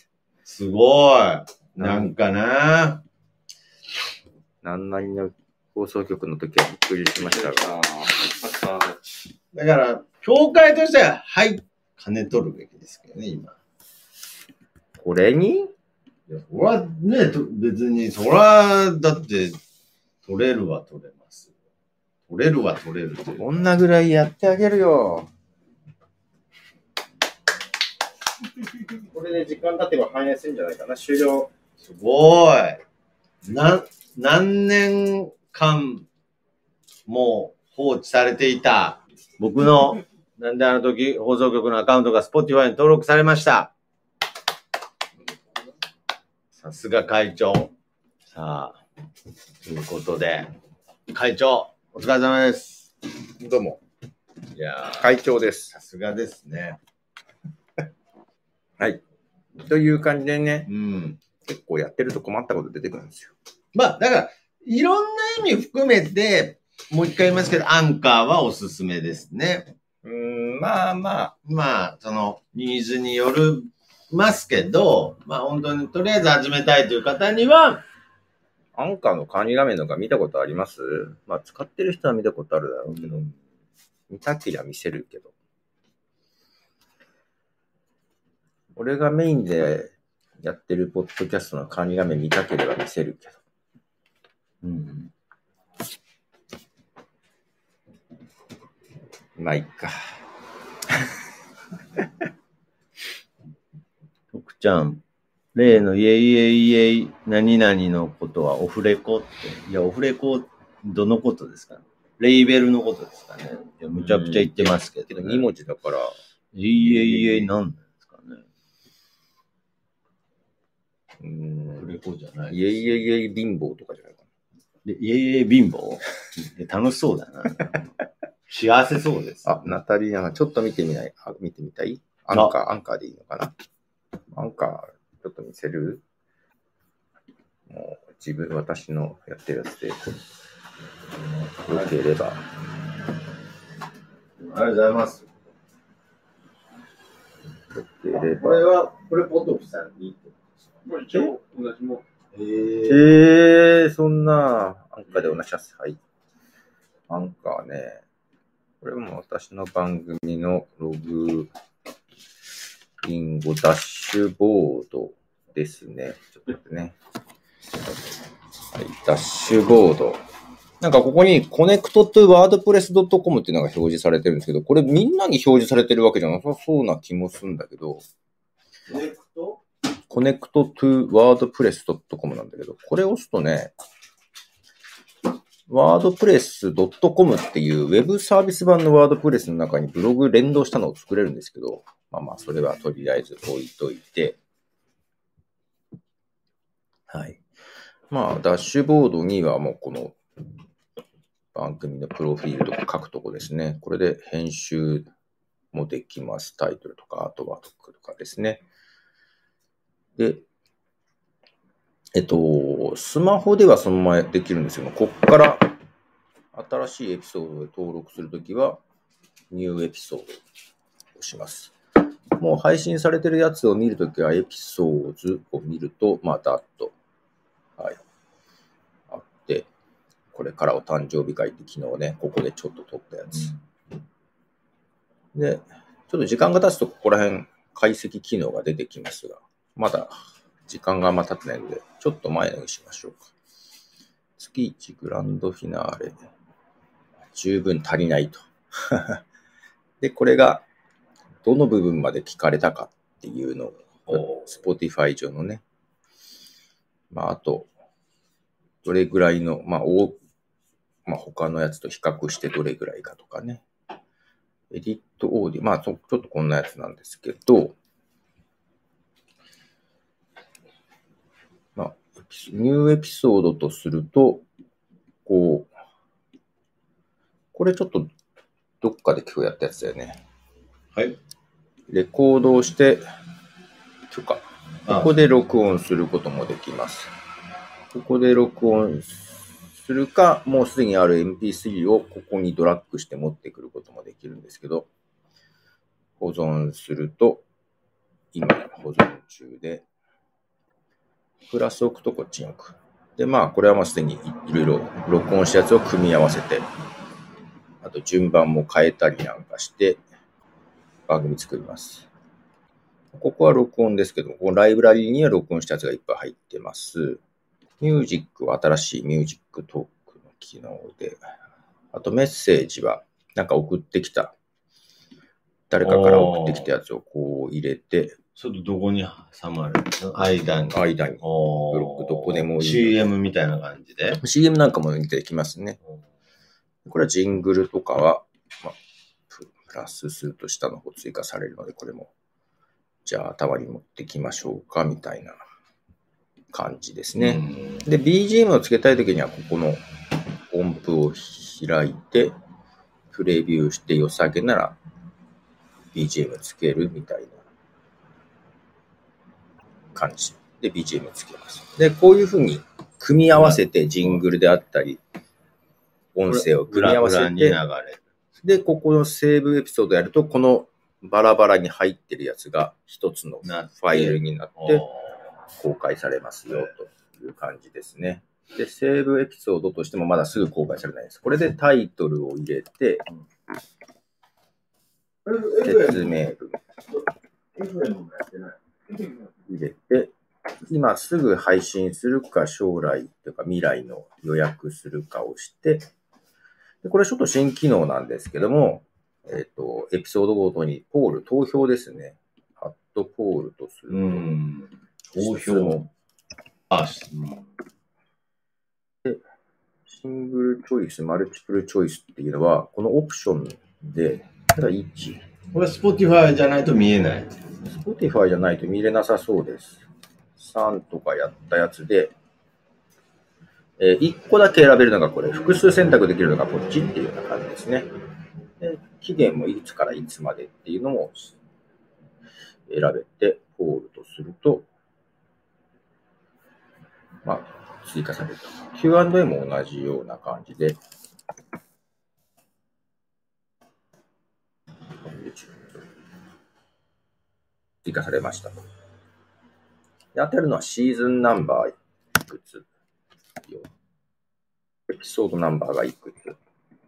すごい。なんかな。 なんなりの放送局の時はびっくりしましたが。 だから、協会としては、はい、金取るべきですけどね、今。 これに？ いや、そらね、別に、そら、だって、取れるは取れます。 取れるは取れる。 こんなぐらいやってあげるよ。これで時間経てば反映するんじゃないかな。終了。 すごい。何年間も放置されていた僕のなんであの時放送局のアカウントが Spotify に登録されました。さすが会長。さあ、ということで、会長、お疲れ様です。 どうも。 いや会長です。 さすがですね。 はい。という感じでね、 うん。 結構やってると困ったこと出てくるんですよ。 まあ、だから、いろんな意味含めて、もう一回言いますけど、アンカーはおすすめですね。 まあまあ。 まあ、その、ニーズによるますけど、まあ本当にとりあえず始めたいという方には、 アンカーの管理画面とか見たことあります？まあ使ってる人は見たことあるだろうけど、見たけりゃ見せるけど。俺がメインでやってるポッドキャストの管理画面見たければ見せるけど。まあいっか。 徳ちゃん、例のイエイエイイエイ何々のことはオフレコって。いや、オフレコ、どのことですかね。レイベルのことですかね。いや、むちゃくちゃ言ってますけど、ね。 2文字だから。 イエイエイイエイ何ですかね。オフレコじゃない。 イエイエイエイ貧乏とかじゃないかな。イエイエイ貧乏楽しそうだな。幸せそうです。 あ、ナタリーナがちょっと見てみない？見てみたい？アンカーでいいのかな？アンカー、ちょっと見せる？もう私のやってるやつで、よければ。 ありがとうございます。 よければ。 これポトフさんにいいってことですか？一応、同じも。 そんな、アンカーで同じやつ。はい。アンカーね。これも私の番組のログインゴダッシュボードですね。ちょっと待ってね。はい、ダッシュボード。なんかここに connect to wordpress.com っていうのが表示されてるんですけど、これみんなに表示されてるわけじゃなさそうな気もするんだけど。connect to wordpress.com なんだけど、これを押すとね、wordpress.com っていうウェブサービス版の WordPress の中にブログ連動したのを作れるんですけど、まあそれはとりあえず置いといて、はい。まあダッシュボードにはもうこの番組のプロフィールとか書くとこですね。これで編集もできます。タイトルとかアートワークとかですね。で、スマホではそのままできるんですけど、ここから新しいエピソードで登録するときは、ニューエピソードを押します。もう配信されてるやつを見るときは、エピソードを見ると、まあ、ダッと、はい、あって、これからお誕生日会って昨日ね、ここでちょっと撮ったやつ。で、ちょっと時間が経つと、ここら辺解析機能が出てきますが、まだ、時間があんま経ってないので、ちょっと前のにしましょうか。月1グランドフィナーレ。十分足りないと。で、これが、どの部分まで聞かれたかっていうのを、Spotify 上のね。まあ、あと、どれぐらいの、他のやつと比較してどれぐらいかとかね。エディットオーディ、ちょっとこんなやつなんですけど、ニューエピソードとすると、これちょっとどっかで今日やったやつだよね。 はい。 レコードをして、許可。ここで録音することもできます。ここで録音するか、もうすでにある MP3 をここにドラッグして持ってくることもできるんですけど、保存すると、今保存中で、プラス置くとこっちに置く。で、これはもうすでにいろいろ録音したやつを組み合わせて、あと順番も変えたりなんかして、番組作ります。ここは録音ですけども、このライブラリーには録音したやつがいっぱい入ってます。ミュージックは新しいミュージックトークの機能であとメッセージは、なんか送ってきた、誰かから送ってきたやつをこう入れて、 ちょっとどこに挟まる間に。 ブロックどこでもいい。 CM みたいな感じで。 CM なんかも出てきますね。これはジングルとかは、まあ、プラスすると下の方追加されるので、これも、じゃあ頭に持ってきましょうか、みたいな感じですね。で、BGM をつけたいときには、ここの音符を開いて、プレビューして良さげなら BGM つけるみたいな感じで BGM つけます。で、こういうふうに組み合わせてジングルであったり、音声を組み合わせて、で、ここのセーブエピソードやると、このバラバラに入ってるやつが一つのファイルになって公開されますよという感じですね。で、セーブエピソードとしてもまだすぐ公開されないです。これでタイトルを入れて、説明文入れて、今すぐ配信するか将来というか未来の予約するかをして、でこれちょっと新機能なんですけども、エピソードごとにポール、投票ですね。アットポールとすると、 投票。 で、シングルチョイス、マルチプルチョイスっていうのは、このオプションで、ただ1。 これ Spotify じゃないと見えない。 Spotify じゃないと見れなさそうです。3とかやったやつで、1個だけ選べるのがこれ、複数選択できるのがこっちっていうような感じですね。で期限もいつからいつまでっていうのも選べて、ポールとすると、まあ、追加されると。Q&A も同じような感じで、追加されましたと。やってるのはシーズンナンバーいくつ、エピソードナンバーがいくつ。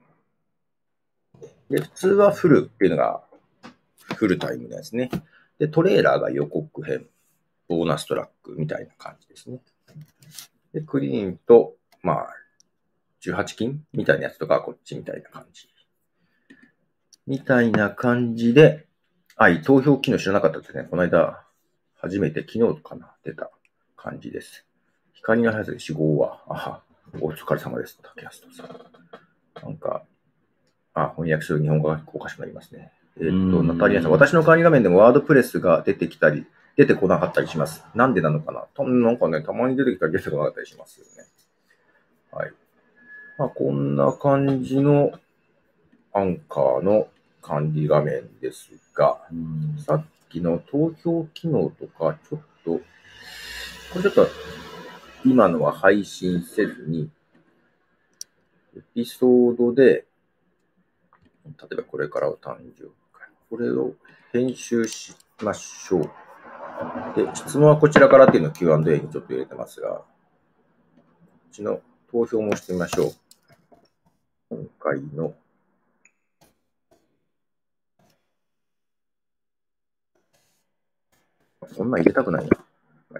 で、普通はフルっていうのがフルタイムのやつね。で、トレーラーが予告編、ボーナストラックみたいな感じですね。で、クリーンと、まあ、18金みたいなやつとかはこっちみたいな感じ。みたいな感じで、投票機能知らなかったですね。この間、初めて昨日かな、出た感じです。光の速さで4号は、お疲れ様です。竹安さん。なんか、翻訳する日本語がおかしくなりますね。ナタリアさん、私の管理画面でもワードプレスが出てきたり、出てこなかったりします。なんでなのかな？なんかね、たまに出てきたり出てこなかったりしますよね。はい。まあ、こんな感じのアンカーの管理画面ですが、さっきの投票機能とか、ちょっと、これちょっと、今のは配信せずに、エピソードで、例えばこれからお誕生会。これを編集しましょう。で、質問はこちらからっていうのを Q&A にちょっと入れてますが、こっちの投票もしてみましょう。今回の、そんな入れたくないな。はい、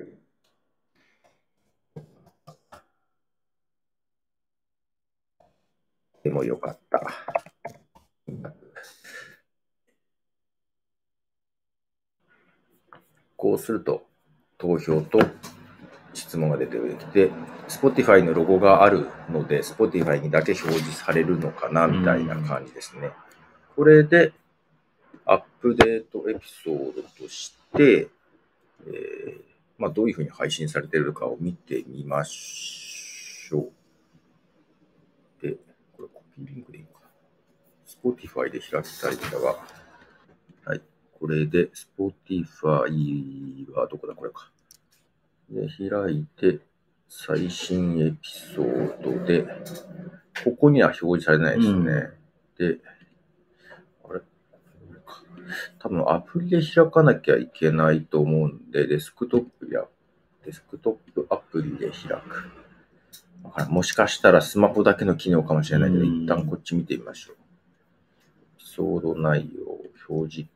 でもよかった。こうすると、投票と質問が出てきて、Spotify のロゴがあるので、Spotify にだけ表示されるのかな、みたいな感じですね。これで、アップデートエピソードとして、まあ、どういうふうに配信されているかを見てみましょう。で、これコピーリンクでいいのかな。Spotify で開きたい方は、はい。これで、Spotify はどこだこれか。で、開いて、最新エピソードで、ここには表示されないですね。で、あれ多分アプリで開かなきゃいけないと思うんで、デスクトップアプリで開く。もしかしたらスマホだけの機能かもしれないけど、一旦こっち見てみましょう。エピソード内容、表示。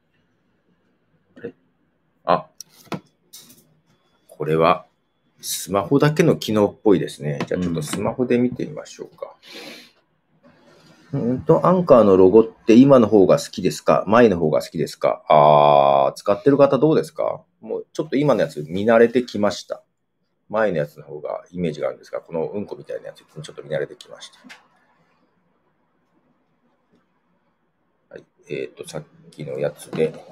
これはスマホだけの機能っぽいですね。じゃあちょっとスマホで見てみましょうか。 アンカーのロゴって今の方が好きですか？前の方が好きですか？使ってる方どうですか？もうちょっと今のやつ見慣れてきました。前のやつの方がイメージがあるんですが、このうんこみたいなやつにちょっと見慣れてきました。はい。さっきのやつで、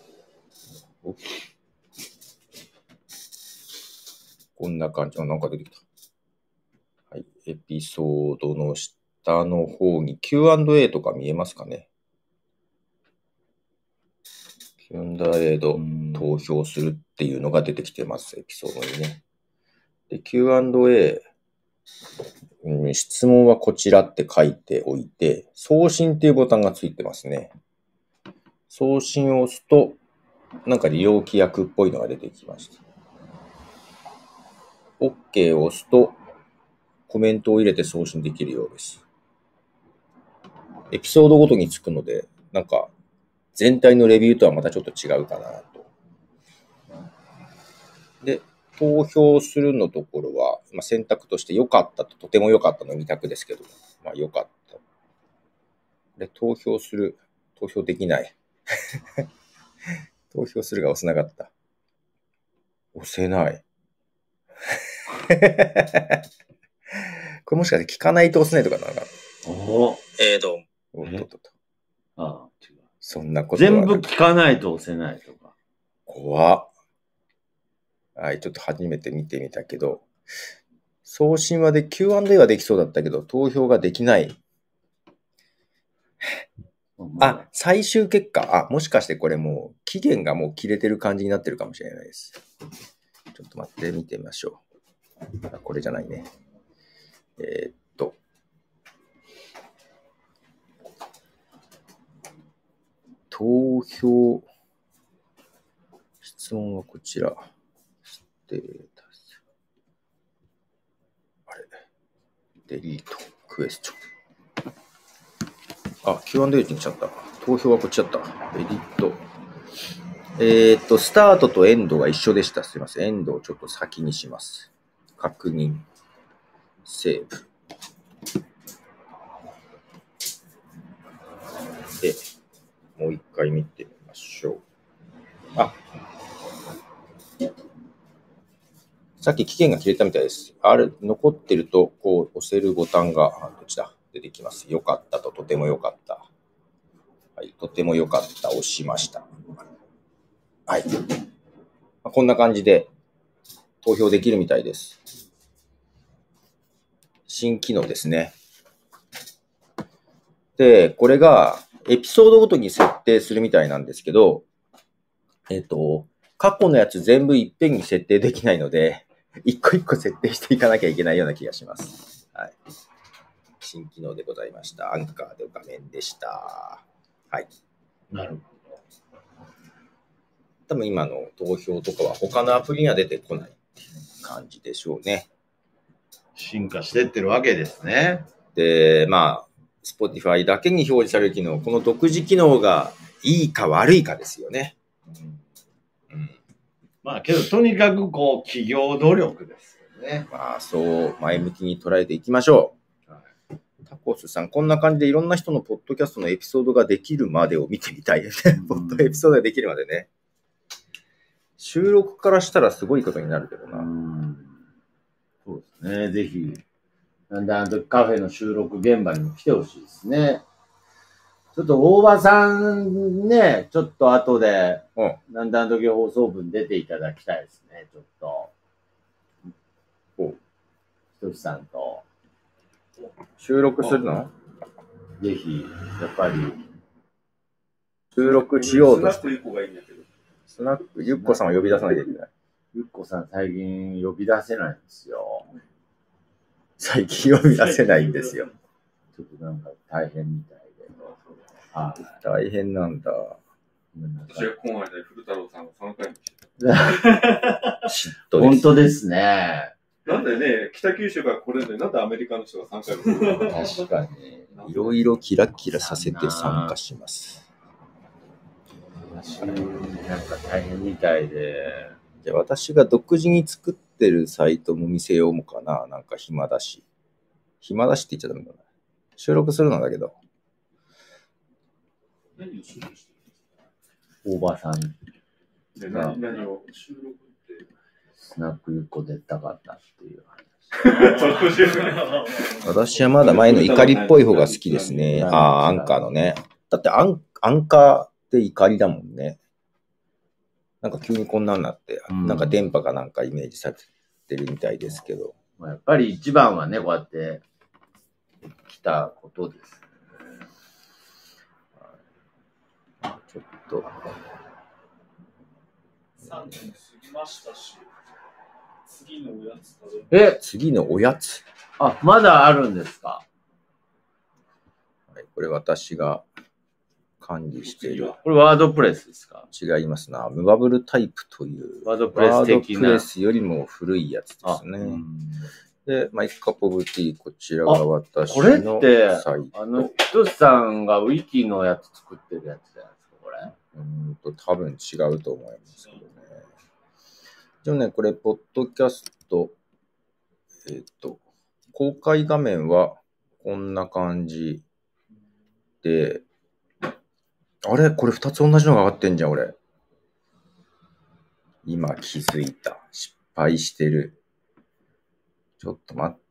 こんな感じ。なんか出てきた。はい。エピソードの下の方に Q&A とか見えますかね？ Q&A と投票するっていうのが出てきてます。エピソードにね。で、Q&A、質問はこちらって書いておいて、送信っていうボタンがついてますね。送信を押すと、なんか利用規約っぽいのが出てきました。OK を押すと、コメントを入れて送信できるようです。エピソードごとにつくので、なんか、全体のレビューとはまたちょっと違うかなと。で、投票するのところは、選択として良かったと、とても良かったの2択ですけど、良かった。で、投票できない。投票するが押せなかった。押せない。これもしかして聞かないと押せないとかなのかな。 どうも。 違う。そんなことは全部聞かないと押せないとか。 怖っ。はい、ちょっと初めて見てみたけど、送信はで Q&A はできそうだったけど、投票ができない。最終結果。もしかしてこれもう、期限がもう切れてる感じになってるかもしれないです。ちょっと待って、見てみましょう。これじゃないね。投票、質問はこちら。ステータス。デリート、クエスチョン。Q&A に来ちゃった。投票はこっちだった。エディット。スタートとエンドが一緒でした。すいません。エンドをちょっと先にします。確認。セーブ。で、もう一回見てみましょう。さっき期限が切れたみたいです。残ってると、こう、押せるボタンが、どっちだ出てきます。良かったと、とても良かった。はい、とても良かった。押しました。はい。こんな感じで投票できるみたいです。新機能ですね。で、これがエピソードごとに設定するみたいなんですけど、過去のやつ全部いっぺんに設定できないので、一個一個設定していかなきゃいけないような気がします。はい。新機能でございました。アンカーで画面でした。はい。 なるほど。 多分今の投票とかは他のアプリには出てこないっていう感じでしょうね。 進化してってるわけですね。 で、Spotify だけに表示される機能、この独自機能がいいか悪いかですよね。 けど、とにかく企業努力ですよね。 そう前向きに捉えていきましょう。タコスさん、こんな感じでいろんな人のポッドキャストのエピソードができるまでを見てみたいですね。ポッドエピソードができるまでね。収録からしたらすごいことになるけどな。 そうですね。ぜひ、なんでカフェの収録現場にも来てほしいですね。ちょっと大場さんね、ちょっと後で、なんであの時放送分出ていただきたいですね。ちょっと。ひとしさんと。 収録するの？ ぜひ、やっぱり。 収録しようとして。 スナックゆっこがいいんだけど。 スナックゆっこさんを呼び出さなきゃいけない。 ゆっこさん最近呼び出せないんですよ。 最近呼び出せないんですよ。 ちょっとなんか大変みたいで。 大変なんだ。 私がこの間古太郎さんが3回も来てた。 本当ですね。 なんでね、北九州から来れるのになんでアメリカの人が3回も来るの？ 確かに。 いろいろキラキラさせて参加します。 なんか大変みたいで。 じゃあ私が独自に作ってるサイトも見せようもかな。なんか暇だし。暇だしって言っちゃダメだな。収録するのだけど。 何を収録してるんですか？ 大場さんで何を収録ってスナック1個出たかったっていう話。 私はまだ前の怒りっぽい方が好きですね。アンカーのね。だってアンカーって怒りだもんね。なんか急にこんなになって、なんか電波がなんかイメージされてるみたいですけど。 やっぱり一番はね、こうやって来たことです。 ちょっと。 3分過ぎましたし、次のおやつ食べる。次のおやつ。 あ、まだあるんですか？ はい、これ私が管理している。 これワードプレスですか？ 違いますな。ムバブルタイプというワードプレス的な。 ワードプレスよりも古いやつですね。で、マイカップオブティー、こちらが私のサイト。 これって、ひとしさんがウィキのやつ作ってるやつじゃないですか、これ。 多分違うと思いますけどね。でもね、これ、ポッドキャスト、公開画面はこんな感じで、あれこれ2つ同じのが上がってんじゃん、俺。今気づいた。失敗してる。ちょっと待って。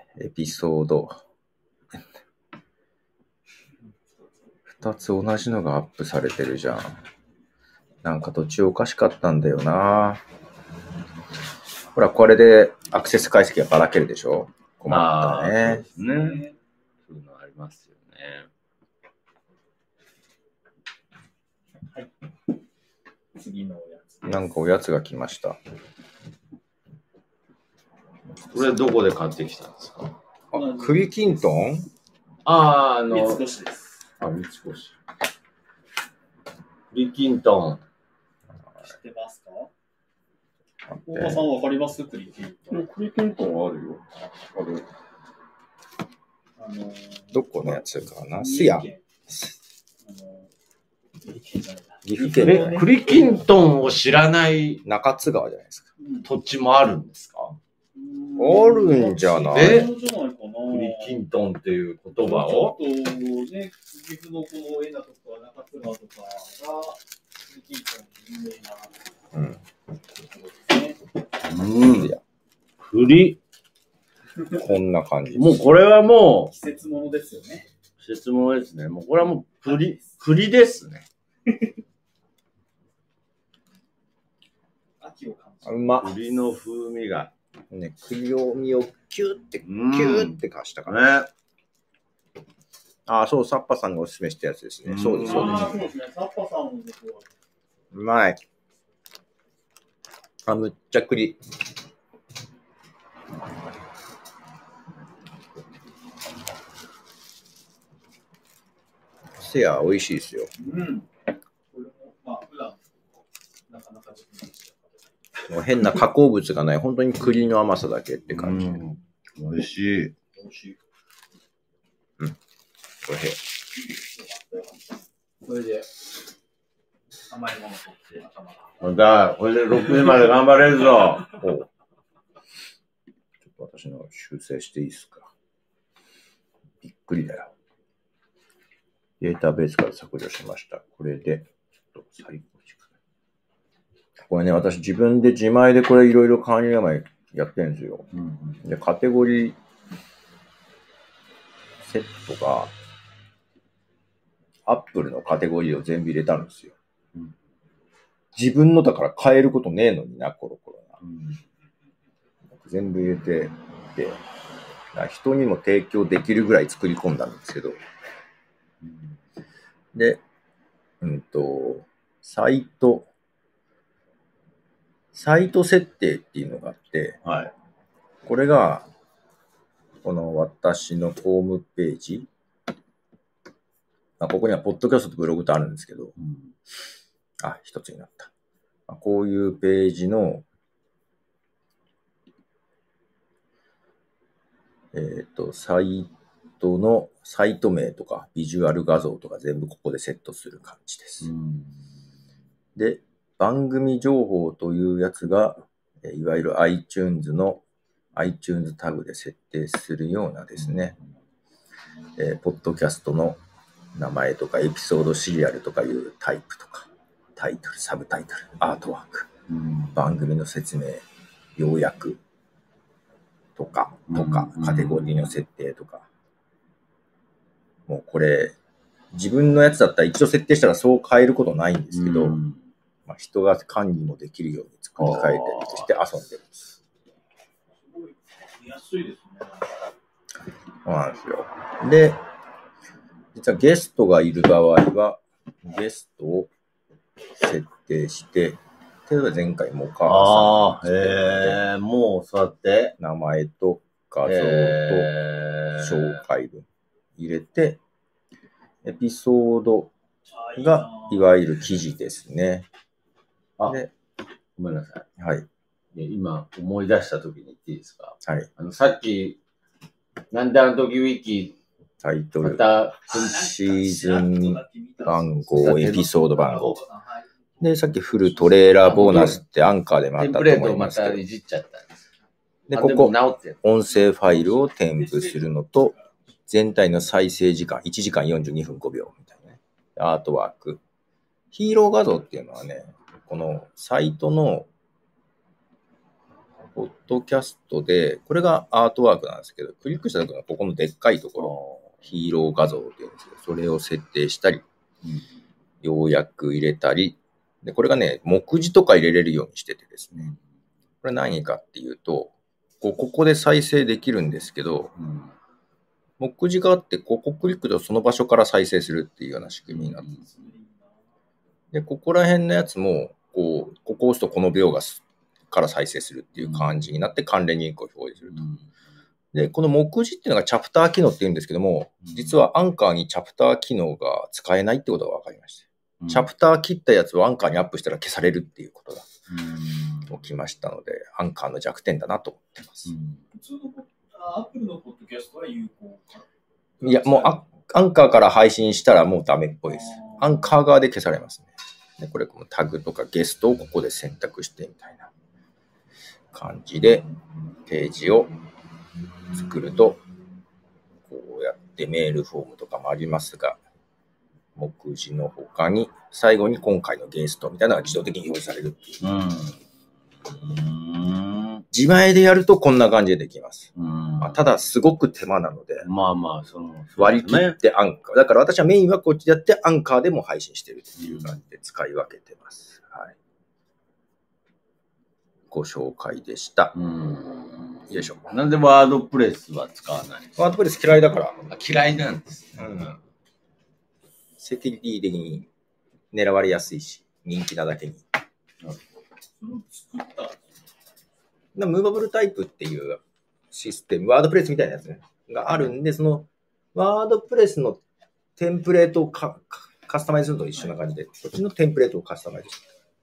エピソード。2つ同じのがアップされてるじゃん。なんか途中おかしかったんだよな。ほら、これでアクセス解析がばらけるでしょ？困ったね。 そういうのありますよね。 はい。次のおやつ。 なんかおやつが来ました。 これどこで買ってきたんですか？ 栗きんとん？ 三越です。 三越。栗きんとん。 知ってますか？大場さんわかります？栗きんとん。 栗きんとんあるよ。 どこのやつかな？すや。 岐阜県。栗きんとんを知らない中津川じゃないですか。 土地もあるんですか？ あるんじゃない？ 栗きんとんっていう言葉をちょっとね、岐阜のこの江名とか中津川とかが栗きんとん有名な栗。 こんな感じ。 もうこれはもう季節物ですよね。 季節物ですね。もうこれはもう栗ですね。 秋を感じる。 うま。 栗の風味が。 ね、栗を身をキューってかしたからね。あ、そう、サッパさんがおすすめしたやつですね。そうです、そうです。 そうですね。サッパさんもうまい。むっちゃ栗。せや、美味しいですよ。 これも、まあ、普段、なかなか自分でしもう変な加工物がない、本当に栗の甘さだけって感じ。 美味しい。 美味しい。 これで、甘いものとって頭が。これで6時まで頑張れるぞ。 ちょっと私の修正していいですか。びっくりだよ。データベースから削除しました。これで、ちょっと最高値かな。これね、私自分で自前でこれいろいろ管理名前やってるんですよ。で、カテゴリーセットが、アップルのカテゴリーを全部入れたんですよ。自分のだから変えることねえのにな、コロコロな。全部入れて、で、人にも提供できるぐらい作り込んだんですけど、で、サイト設定っていうのがあって、 はい、 これが、この私のホームページ、ここにはポッドキャストとブログとあるんですけど、一つになった。こういうページの、サイトのサイト名とかビジュアル画像とか全部ここでセットする感じです。で、番組情報というやつが、いわゆる iTunes の iTunes タグで設定するようなですね、ポッドキャストの名前とかエピソードシリアルとかいうタイプとか、タイトル、サブタイトル、アートワーク、番組の説明、要約とか、カテゴリーの設定とか。もうこれ、自分のやつだったら一度設定したらそう変えることないんですけど、まあ、人が管理もできるように作り変えてして遊んでます。 安いですね。 そうなんですよ。で、実はゲストがいる場合は、ゲストを設定して、例えば前回もカーさんもうそうやって名前と画像と紹介文入れて、エピソードがいわゆる記事ですね。 で、ごめんなさい。 はい。 今思い出した時に言っていいですか？ はい。 さっき、なんであの時ウィキ、 タイトル、シーズン番号、エピソード番号。で、さっきフルトレーラーボーナスってアンカーでもあったと思いますけど。 テンプレートをまたいじっちゃったんです。 で、ここ、音声ファイルを添付するのと、全体の再生時間、1時間42分5秒みたいなね。アートワーク。ヒーロー画像っていうのはね、このサイトの、ポッドキャストで、これがアートワークなんですけど、クリックした時のここのでっかいところ、ヒーロー画像っていうんですけど、それを設定したり、要約入れたり、で、これがね、目次とか入れれるようにしててですね。これ何かっていうと、ここで再生できるんですけど、目次があって、ここクリックとその場所から再生するっていうような仕組みになってます。で、ここら辺のやつも、ここを押すとこの秒がから再生するっていう感じになって関連リンクを表示すると。で、この目次っていうのがチャプター機能って言うんですけども、実はアンカーにチャプター機能が使えないってことが分かりました。チャプター切ったやつをアンカーにアップしたら消されるっていうことが起きましたので、アンカーの弱点だなと思ってます。 普通のアップルのポッドキャストは有効か？ いや、もうアンカーから配信したらもうダメっぽいです。アンカー側で消されますね。で、これこのタグとかゲストをここで選択してみたいな感じでページを作ると、こうやってメールフォームとかもありますが、目次の他に最後に今回のゲストみたいなのが自動的に表示されるっていう。自前でやるとこんな感じでできます。まあ、ただすごく手間なので、割り切ってアンカー。だから私はメインはこっちでやってアンカーでも配信してるっていう感じで使い分けてます。はい。ご紹介でした。よいしょ。 なんでワードプレスは使わないんですか？ ワードプレス嫌いだから。 嫌いなんです。 セキュリティ的に狙われやすいし、人気なだけに。ムーバブルタイプっていうシステム、ワードプレスみたいなやつね、があるんで、そのワードプレスのテンプレートをカスタマイズするのと一緒な感じで、そっちのテンプレートをカスタマイズ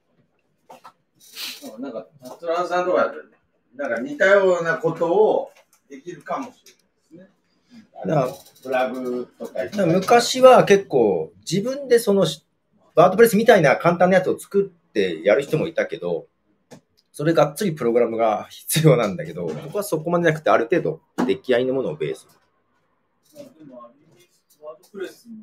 する。 なんか、タトランさんとかなんか似たようなことをできるかもしれないですね。プラグとか。 昔は結構自分でそのワードプレスみたいな簡単なやつを作ってやる人もいたけど、それがっつりプログラムが必要なんだけど、僕はそこまでなくてある程度出来合いのものをベース。 でもワードプレスも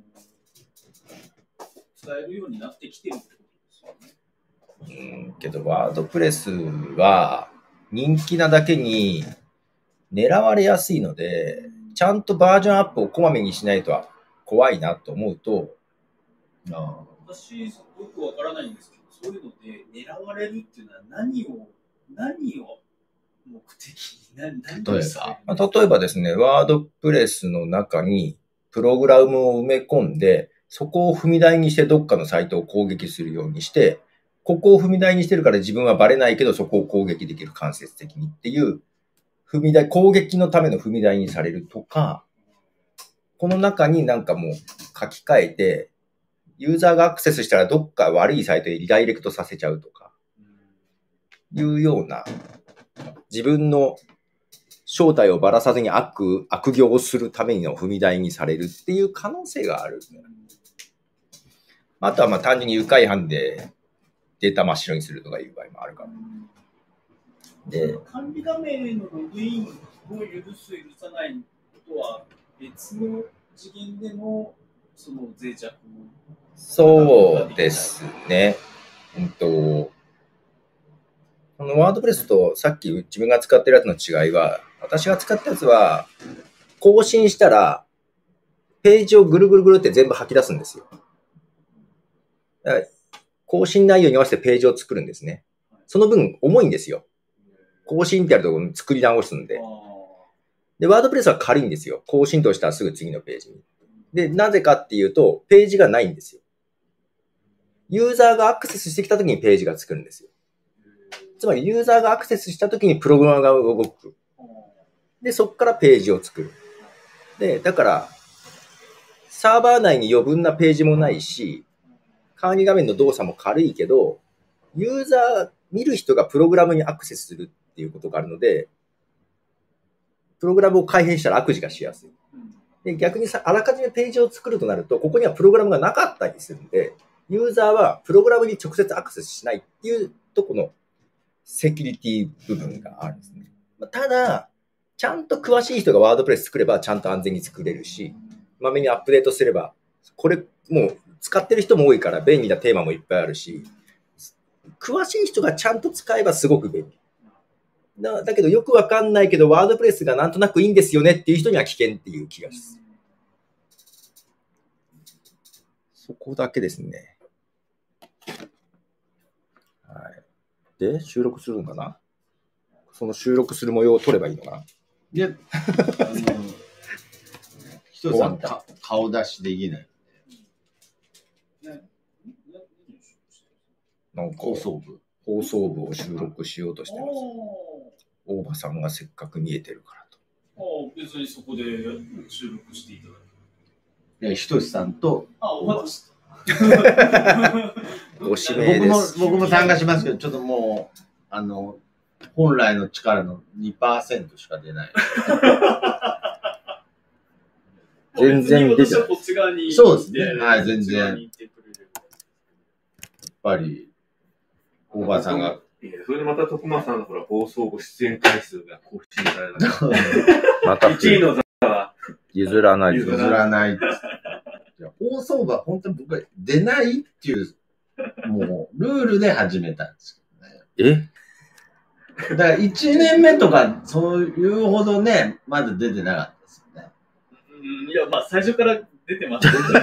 使えるようになってきてるってことですよね。 けどワードプレスは人気なだけに狙われやすいので、ちゃんとバージョンアップをこまめにしないと怖いなと思うと、 私よくわからないんですけど、そういうので狙われるっていうのは何を目的に例えばですね、ワードプレスの中にプログラムを埋め込んで、そこを踏み台にしてどっかのサイトを攻撃するようにして、ここを踏み台にしてるから自分はバレないけどそこを攻撃できる間接的にっていう攻撃のための踏み台にされるとか、この中になんかもう書き換えて、ユーザーがアクセスしたらどっか悪いサイトへリダイレクトさせちゃうとか、いうような、自分の正体をばらさずに悪行をするための踏み台にされるっていう可能性がある。あとはまあ単純に愉快犯でデータ真っ白にするとかいう場合もあるから。 で、管理画面へのログインを許す許さないとは別の次元でのその脆弱。 そうですね。このワードプレスとさっき自分が使ってるやつの違いは、私が使ったやつは、更新したら、ページをぐるぐるぐるって全部吐き出すんですよ。だから更新内容に合わせてページを作るんですね。その分重いんですよ。更新ってやると作り直すんで。で、ワードプレスは軽いんですよ。更新としたらすぐ次のページに。で、なぜかっていうと、ページがないんですよ。ユーザーがアクセスしてきたときにページが作るんですよ。つまり、ユーザーがアクセスしたときにプログラムが動く。で、そこからページを作る。で、だから、サーバー内に余分なページもないし、管理画面の動作も軽いけど、ユーザー、見る人がプログラムにアクセスするっていうことがあるので、プログラムを改変したら悪事がしやすい。で、逆にあらかじめページを作るとなると、ここにはプログラムがなかったりするんで、ユーザーはプログラムに直接アクセスしないっていうとこのセキュリティ部分があるんですね。ただ、ちゃんと詳しい人がワードプレス作ればちゃんと安全に作れるし、まめにアップデートすれば、これもう使ってる人も多いから便利なテーマもいっぱいあるし、詳しい人がちゃんと使えばすごく便利。だけどよくわかんないけどワードプレスがなんとなくいいんですよねっていう人には危険っていう気がします。そこだけですね。はい。で、収録するのかな？その収録する模様を撮ればいいのかな？ いや、ひとりさん顔出しできない。 なんか放送部を収録しようとしてます。大場さんがせっかく見えてるからと。 別にそこで収録していただいや、ひとりさんと、 お待たせご指名です。 僕も参加しますけど、ちょっともう、本来の力の 2% しか出ない。 全然出てない。 そうですね。はい、全然。やっぱり、大場さんが。 それでまた徳間さんのほら放送後出演回数が更新されない。 また 1位の座は譲らない。 譲らない。放送部は本当に僕は出ないっていう、もう、ルールで始めたんですけどね。だから1年目とか、そういうほどね、まだ出てなかったですよね。 いや、まあ、最初から出てました。 取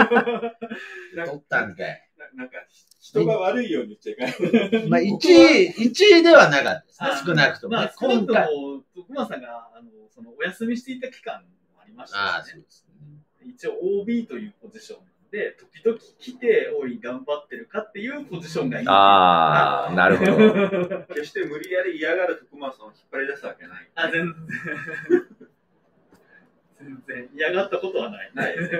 ったんかい。 なんか、人が悪いように言っちゃいけない。 まあ、1位ではなかったですね、少なくとも。 まあ、少なくとも、徳間さんが、その、お休みしていた期間もありましたしね。一応 OB というポジションで、時々来て、おい、頑張ってるかっていうポジションがいい。 ああ、なるほど。 決して無理やり嫌がる徳間さんを引っ張り出すわけない。 全然嫌がったことはない。 ないよね。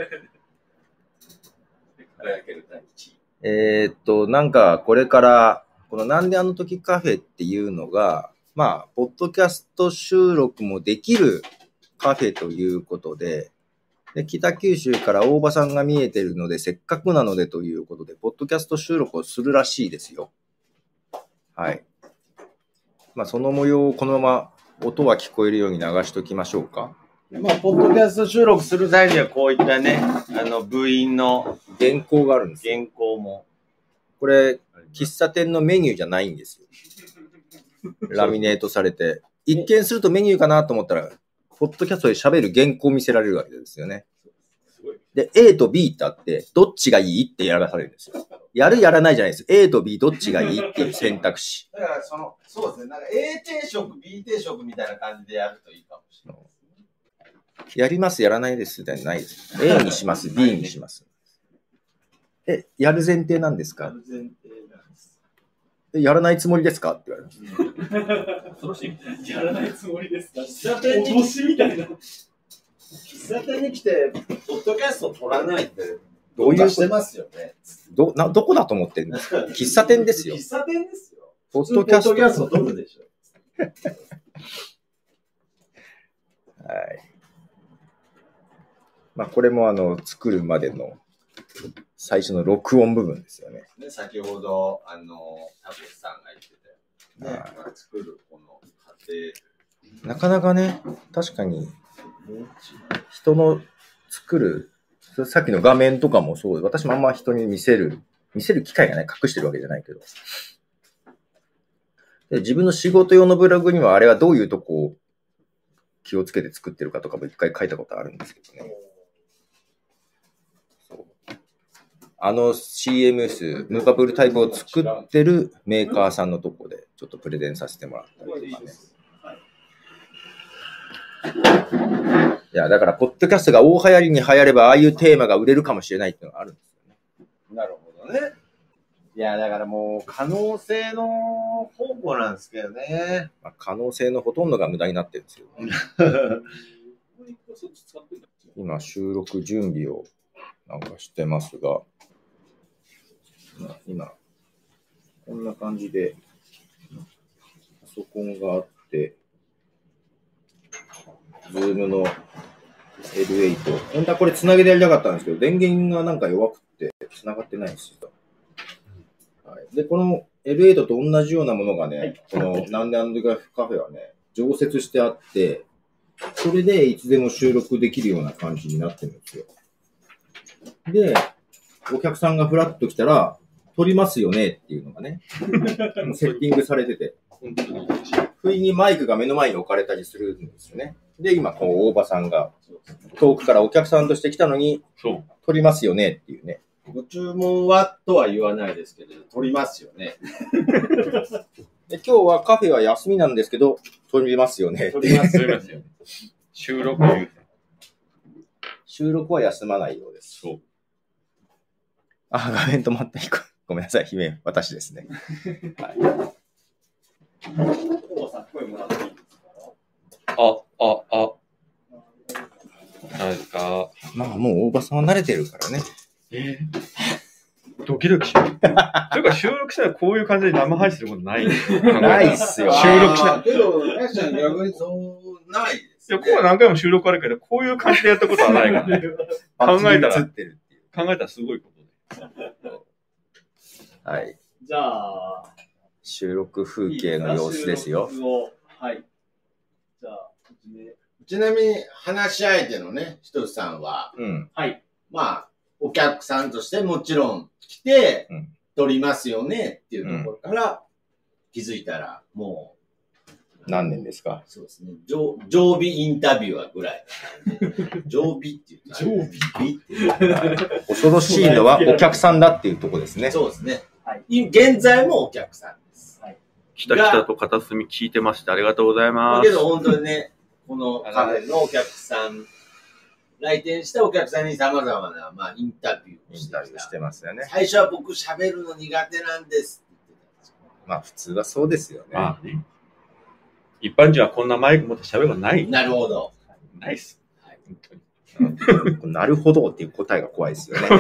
輝ける第一位。 なんかこれから、このなんであの時カフェっていうのが、まあ、ポッドキャスト収録もできるカフェということで、北九州から大場さんが見えてるので、せっかくなのでということで、ポッドキャスト収録をするらしいですよ。はい。まあ、その模様をこのまま音は聞こえるように流しときましょうか。 まあ、ポッドキャスト収録する際にはこういったね、部員の原稿があるんですよ。 原稿も。 これ、喫茶店のメニューじゃないんですよ。ラミネートされて。一見するとメニューかなと思ったら、ポッドキャストで喋る原稿を見せられるわけですよね。で、A と B ってあって、どっちがいいってやらされるんですよ。やるやらないじゃないです。A と B どっちがいいっていう選択肢。 だからそうですね。なんか A 定食、B 定食みたいな感じでやるといいかもしれない。 やります、やらないですじゃないです。A にします、B にします。やる前提なんですか？ やる前提なんです。 やらないつもりですかって言われました。 恐ろしい。やらないつもりですか？ 喫茶店に脅しみたいな。 喫茶店に来て、ポッドキャスト撮らないって、 どういうしてますよね。 どこだと思ってるんですか？喫茶店ですよ。 喫茶店ですよ。 ポッドキャスト撮るでしょ。 はい。まあ、これも作るまでの最初の録音部分ですよね。 先ほど、田淵さんが言ってたよね。まあ、作るこの過程。 なかなかね、確かに、人の作るさっきの画面とかもそうで、私もあんま人に見せる機会がない、隠してるわけじゃないけど。で自分の仕事用のブログにはあれはどういうとこを気をつけて作ってるかとかも一回書いたことあるんですけどね。CMS、ムーバブルタイプを作ってるメーカーさんのとこでちょっとプレゼンさせてもらったりとかね。いや、だから、ポッドキャストが大流行りに流行れば、ああいうテーマが売れるかもしれないっていうのがあるんですよね。 なるほどね。いや、だからもう、可能性の宝庫なんですけどね。 まあ、可能性のほとんどが無駄になってるんですよ。今、収録準備をなんかしてますが、今、こんな感じで、パソコンがあって、ズームの L8。本当はこれつなげてやりたかったんですけど、電源がなんか弱くてつながってないんですよ。はい、で、この L8 と同じようなものがね、はい、このなんでアンドグラフカフェはね、常設してあって、それでいつでも収録できるような感じになってるんですよ。で、お客さんがフラッと来たら、撮りますよねっていうのがね、セッティングされてて、不意にマイクが目の前に置かれたりするんですよね。で、今、大場さんが遠くからお客さんとして来たのに、撮りますよねっていうね。 ご注文はとは言わないですけど、撮りますよね。 で今日はカフェは休みなんですけど、撮りますよね。 撮りますよ。収録は休まないようです。そう。あ、画面止まった。ごめんなさい、姫、私ですね。はい。 なんか。 まあ、もう大場さんは慣れてるからね。 ドキドキしない。というか、収録したらこういう感じで生配信することないんですよ。 ないっすよ。 収録しない。 けど、確かに逆にそうないです、 ね。いや、ここは何回も収録あるけど、こういう感じでやったことはないからね。考えたらすごいことで。 はい。 じゃあ、 収録風景の様子ですよ。 はい。じゃあ、 ちなみに話し相手のね、ひとしさんは、 はい。 まあ、お客さんとしてもちろん来て、撮りますよねっていうところから気づいたら、もう。何年ですか？ そうですね。常備インタビュアーぐらいなんで。常備って言うと。常備っていう。 恐ろしいのはお客さんだっていうところですね。 そうですね。はい。現在もお客さんです。はい。 来たと片隅聞いてまして、ありがとうございます。 だけど本当にね、このカフェのお客さん、来店したお客さんに様々な、まあ、インタビューをしてますよね。 最初は僕喋るの苦手なんですって言ってたんですよ。 まあ普通はそうですよね。 まあね。一般人はこんなマイク持って喋ることない。 なるほど。 ないっす。 はい、 本当に。なるほどっていう答えが怖いですよね。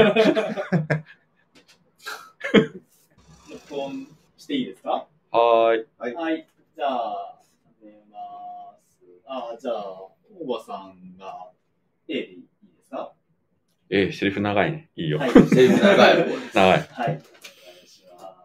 録音していいですか？ はい。 はい。じゃあ、始めます。じゃあ、大場さんが A でいいですか？ セリフ長いね。いいよ。 はい、 セリフ長い方です。 長い。 はい。お願いします。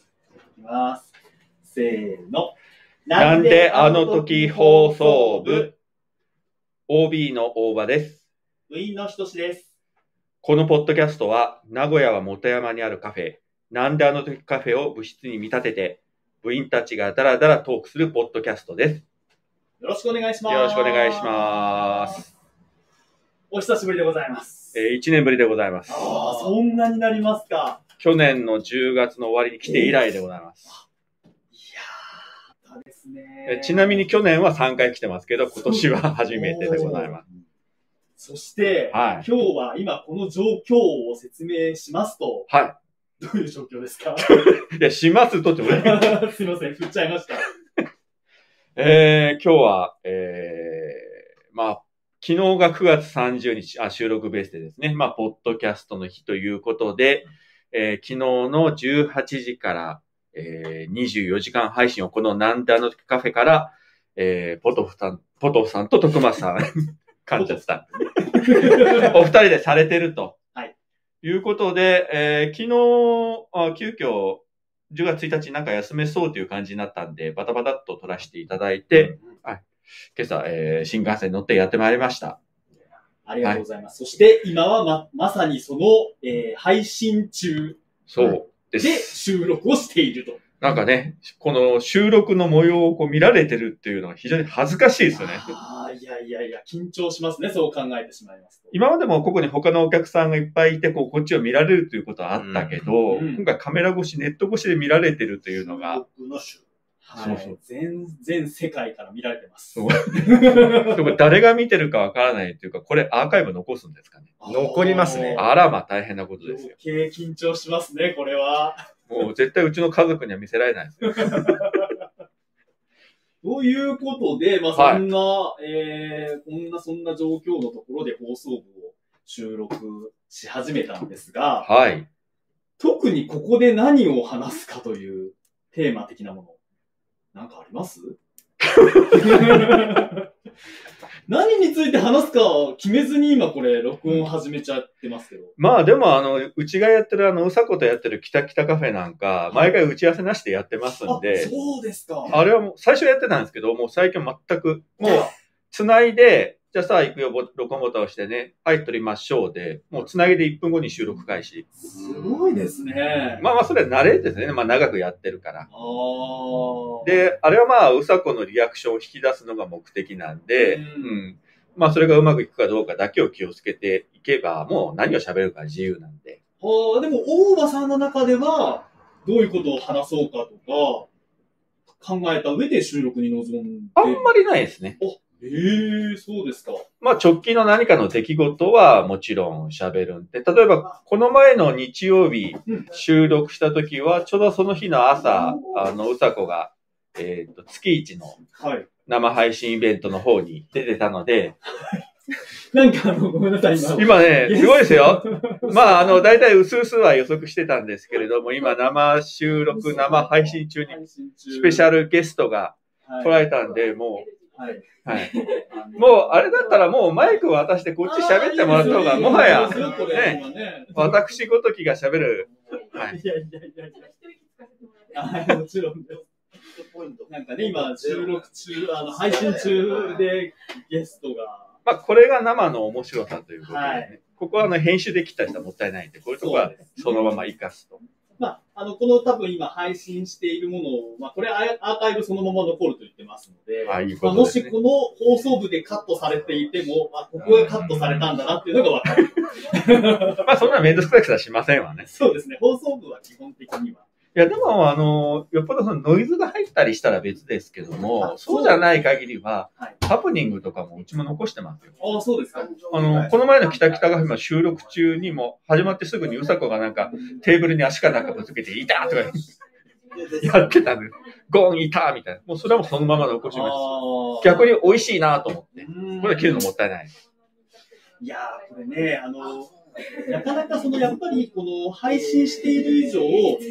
いきます。せーの。 なんであの時放送部 OB の大場です。 部員のひとしです。 このポッドキャストは名古屋は本山にあるカフェ、なんであの時カフェを部室に見立てて部員たちがだらだらトークするポッドキャストです。 よろしくお願いします。 よろしくお願いします。 お久しぶりでございます。 1年ぶりでございます。 そんなになりますか。 去年の10月の終わりに来て以来でございます。 ですね。 ちなみに去年は3回来てますけど、今年は初めてでございます。 そして、 はい、 今日は今この状況を説明しますと、 はい。 どういう状況ですか？ いや、しますとってすいません、振っちゃいました。 今日は、まあ、昨日が9月30日、収録ベースでですね、まあ、ポッドキャストの日ということで、昨日の18時から、24時間配信をこのなんであの時カフェから、ポトフさんと徳間さん、噛んじゃった。お二人でされてると。 はい。 いうことで、昨日、急遽、10月1日なんか休めそうという感じになったんで、バタバタっと撮らせていただいて、はい。今朝、新幹線に乗ってやってまいりました。 ありがとうございます。そして今はまさにその、配信中そうでで収録をしていると。 なんかね、この収録の模様をこう見られてるっていうのは非常に恥ずかしいですよね。 いや、緊張しますね。そう考えてしまいますと。 今までもここに他のお客さんがいっぱいいて、こっちを見られるということはあったけど、今回カメラ越し、ネット越しで見られてるというのが、 はい、全世界から見られてます。 でも誰が見てるかわからないというか、これアーカイブ残すんですかね。 残りますね。 あらま大変なことですよ。 緊張しますね、これは。 もう絶対うちの家族には見せられないですよ。 ということで、まあそんな、そんな状況のところで放送部を収録し始めたんですが、 はい。 特にここで何を話すかというテーマ的なもの、なんかあります何について話すか決めずに今これ録音始めちゃってますけど。 まあでもうちがやってるうさことやってるキタキタカフェなんか、毎回打ち合わせなしでやってますんで。 そうですか。 あれはもう最初やってたんですけど、もう最近全く、もう繋いで、じゃあさあ行くよ、録音ボタンを押してね、はい、撮りましょうで、もう繋いで1分後に収録開始。 すごいですね。 まあそれは慣れですね。まあ長くやってるから。で、あれはうさこのリアクションを引き出すのが目的なんで、まあそれがうまくいくかどうかだけを気をつけていけば、もう何を喋るか自由なんで。 でも、大場さんの中では、どういうことを話そうかとか、考えた上で収録に臨んで。 あんまりないですね。 そうですか。 まあ直近の何かの出来事はもちろん喋るんで、例えばこの前の日曜日収録した時は、ちょうどその日の朝、うさこが、月一の生配信イベントの方に出てたので、 なんかごめんなさい、 今ね、すごいですよ。まあだいたい薄々は予測してたんですけれども、今生収録、生配信中にスペシャルゲストが来られたんで、もう、はい。もう、あれだったらもうマイクを渡してこっち喋ってもらった方が、もはや、ね、私ごときが喋る。はい。 もちろんです。なんかね、今、収録中、配信中でゲストが。 まあ、これが生の面白さということでね。ここは編集で切った人はもったいないんで、こういうところはそのまま活かすと。 まあ、この多分今配信しているものを、まあ、これアーカイブそのまま残ると言ってますので、もしこの放送部でカットされていても、ここがカットされたんだなっていうのがわかる。 まあ、そんな面倒くさくさしませんわね。 そうですね。放送部は基本的には。 いや、でも、よっぽどそのノイズが入ったりしたら別ですけども、そうじゃない限りは、ハプニングとかもうちも残してますよ。 ああ、そうですか。 この前のキタキタが今収録中にも、始まってすぐにうさこがなんか、テーブルに足かなんかぶつけて、いたとかやってたんで、ゴンいたみたいな。もうそれはもうそのまま残しました。逆に美味しいなと思って。これ切るのもったいない。 いやー、これね、なかなかやっぱりこの配信している以上、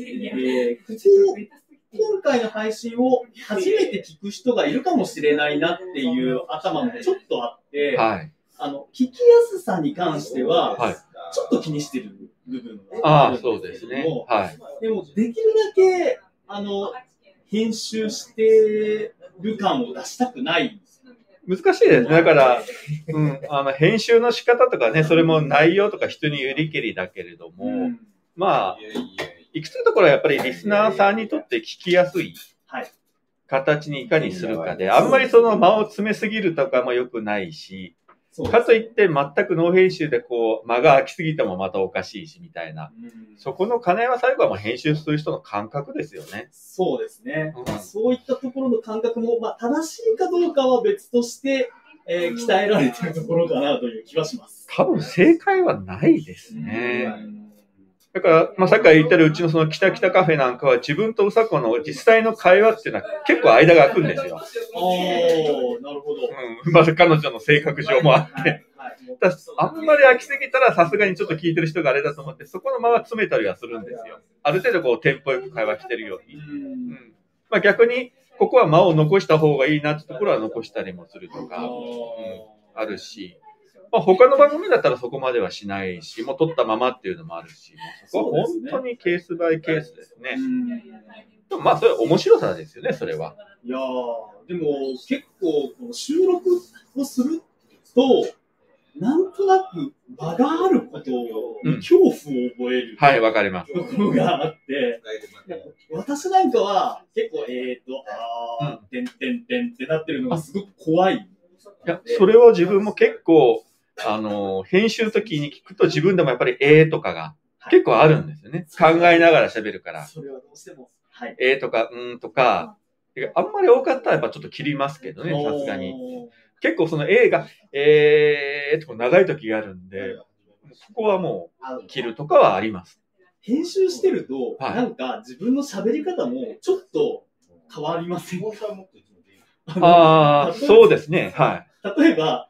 今回の配信を初めて聞く人がいるかもしれないなっていう頭もちょっとあって、聞きやすさに関しては、ちょっと気にしてる部分があるんですけども、でもできるだけ、編集してる感を出したくない。 難しいですね。だから、編集の仕方とかね、それも内容とか人によりけりだけれども、まあ、いくつのところはやっぱりリスナーさんにとって聞きやすい形にいかにするかで、あんまりその間を詰めすぎるとかも良くないし、かといって全くノー編集で間が空きすぎてもまたおかしいしみたいな。そこの兼ね合いは最後はもう編集する人の感覚ですよね。 そうですね。そういったところの感覚も、正しいかどうかは別として、鍛えられているところかなという気はします。 多分正解はないですね。だから、さっきから言ったうちのそのキタキタカフェなんかは自分とうさこの実際の会話っていうのは結構間が空くんですよ。 なるほど。 彼女の性格上もあって。あんまり飽きすぎたらさすがにちょっと聞いてる人があれだと思って、そこの間は詰めたりはするんですよ。ある程度テンポよく会話してるように。逆に、ここは間を残した方がいいなってところは残したりもするとか、あるし。他の番組だったらそこまではしないし、もう撮ったままっていうのもあるし、そこは本当にケースバイケースですね。でもそれ面白さですよね、それは。 いやー、でも結構収録をすると、 なんとなく場があることに恐怖を覚える。 はい、わかります。 ところがあって、私なんかは結構、てんてんてんってなってるのがすごく怖い。いや、それは自分も結構、編集の時に聞くと自分でもやっぱりとかが結構あるんですよね。考えながら喋るから。 それはどうしても。はい。 とか、とか、あんまり多かったらやっぱちょっと切りますけどね、さすがに。結構そのが、と長い時があるんで、そこはもう切るとかはあります。 編集してると、なんか自分の喋り方もちょっと変わりませんか？ そうですね。はい。 例えば、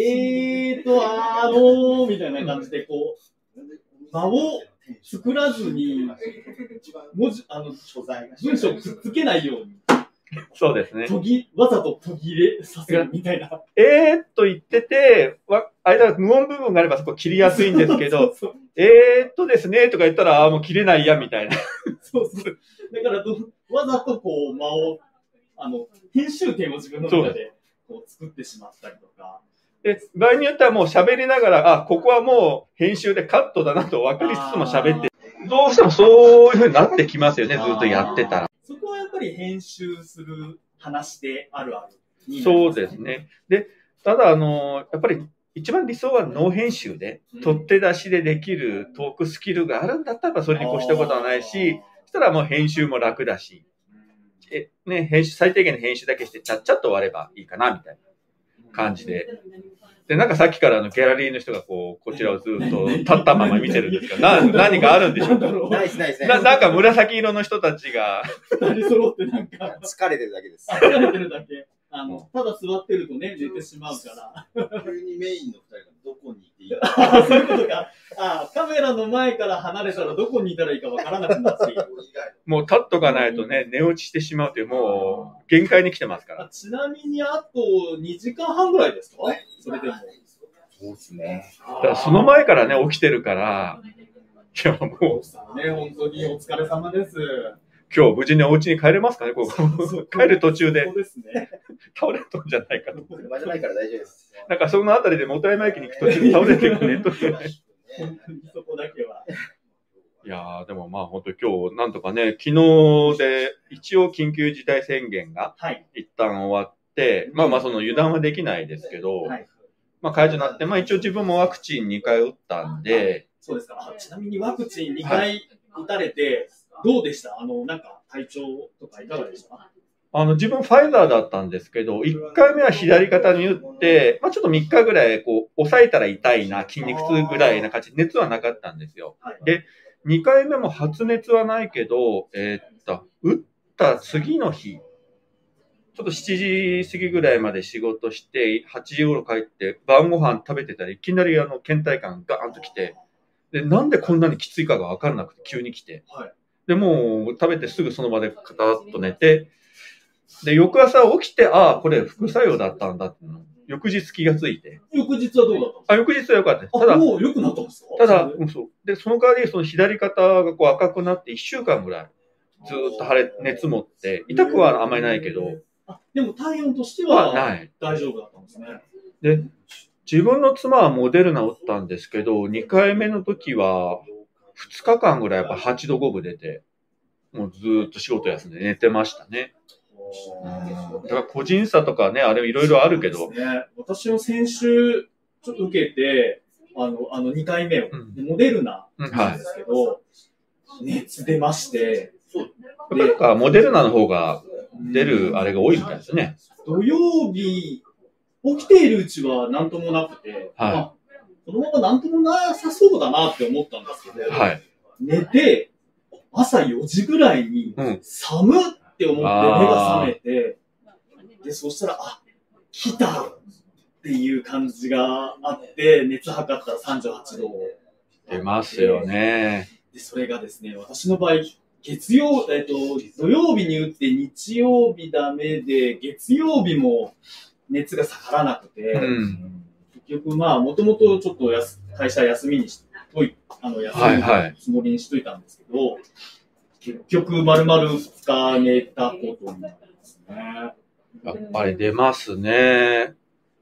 みたいな感じで、こう、間を作らずに、文章をくっつけないように。 そうですね。 わざと途切れさせるみたいな。 と言ってて、間無音部分があればそこ切りやすいんですけど、ですねとか言ったら、もう切れないや、みたいな。 そうそう。だからわざとこう間を、編集点を自分の中でこう作ってしまったりとか。 で、場合によってはもう喋りながら、ここはもう編集でカットだなと分かりつつも喋って、どうしてもそういう風になってきますよね、ずっとやってたら。 そこはやっぱり編集する話であるある。 そうですね。で、ただやっぱり一番理想はノー編集で、取って出しでできるトークスキルがあるんだったら、それに越したことはないし、そしたらもう編集も楽だし、最低限の編集だけしてちゃっちゃっと終わればいいかな、みたいな感じで。で、なんかさっきからギャラリーの人がこちらをずっと立ったまま見てるんですけど、何かあるんでしょうか？ ないですね。 なんか紫色の人たちが。 二人揃ってなんか。 疲れてるだけです。 疲れてるだけ。ただ座ってるとね、寝てしまうから。 急にメインの二人がどこにいていいか。そういうことか。カメラの前から離れたらどこにいたらいいかわからなくなっている。 もう立っとかないとね、寝落ちしてしまうという、もう限界に来てますから。 ちなみにあと2時間半ぐらいですか？それでも。 そうですね。 だからその前からね、起きてるから、いやもう。 ね、本当にお疲れ様です。 今日無事にお家に帰れますかね、帰る途中で。 そうですね。 倒れとんじゃないかと。 車じゃないから大丈夫です。 なんかそのあたりで元山駅に行く途中で倒れてるね、と。 そこだけは。 いやー、でもまあ本当今日なんとかね、昨日で一応緊急事態宣言が一旦終わって、まあその油断はできないですけど、まあ解除になって、まあ一応自分もワクチン2回打ったんで。 そうですか。ちなみにワクチン2回打たれて、どうでした？なんか体調とかいかがでした？ 自分ファイザーだったんですけど、1回目は左肩に打って、まあちょっと3日ぐらい抑えたら痛いな、筋肉痛ぐらいな感じ、熱はなかったんですよ。で、2回目も発熱はないけど、打った次の日、ちょっと7時過ぎぐらいまで仕事して、8時頃帰って晩ご飯食べてたらいきなり倦怠感がガーンと来て、で、なんでこんなにきついかがわからなくて急に来て。で、もう食べてすぐその場でカタッと寝て、で、翌朝起きて、これ副作用だったんだっての翌日気がついて。 翌日はどうだったんですか？ 翌日は良かったです。 ただ、もう良くなったんですか？ ただ、そう。で、その代わり、その左肩が赤くなって1週間ぐらい、ずーっと熱持って、痛くはあんまりないけど。 でも体温としては大丈夫だったんですね。 で、自分の妻はモデルナ打ったんですけど、2回目の時は、2日間ぐらいやっぱ8度5分出て、もうずーっと仕事休んで寝てましたね。だから個人差とかね、あれいろいろあるけど。 私も先週ちょっと受けて、2回目を、モデルナなんですけど、熱出まして。 なんかモデルナの方が出るあれが多いみたいですね。 土曜日、起きているうちは何ともなくて、このまま何ともなさそうだなって思ったんですけど、寝て、朝4時ぐらいに、寒って思って目が覚めて、で、そしたら、来たっていう感じがあって、熱測ったら38度。 出ますよね。 で、それがですね、私の場合、土曜日に打って日曜日ダメで、月曜日も熱が下がらなくて、結局もともとちょっと会社休みにしとい休むつもりにしといたんですけど、結局丸々2日寝たことになりますね。 やっぱり出ますね。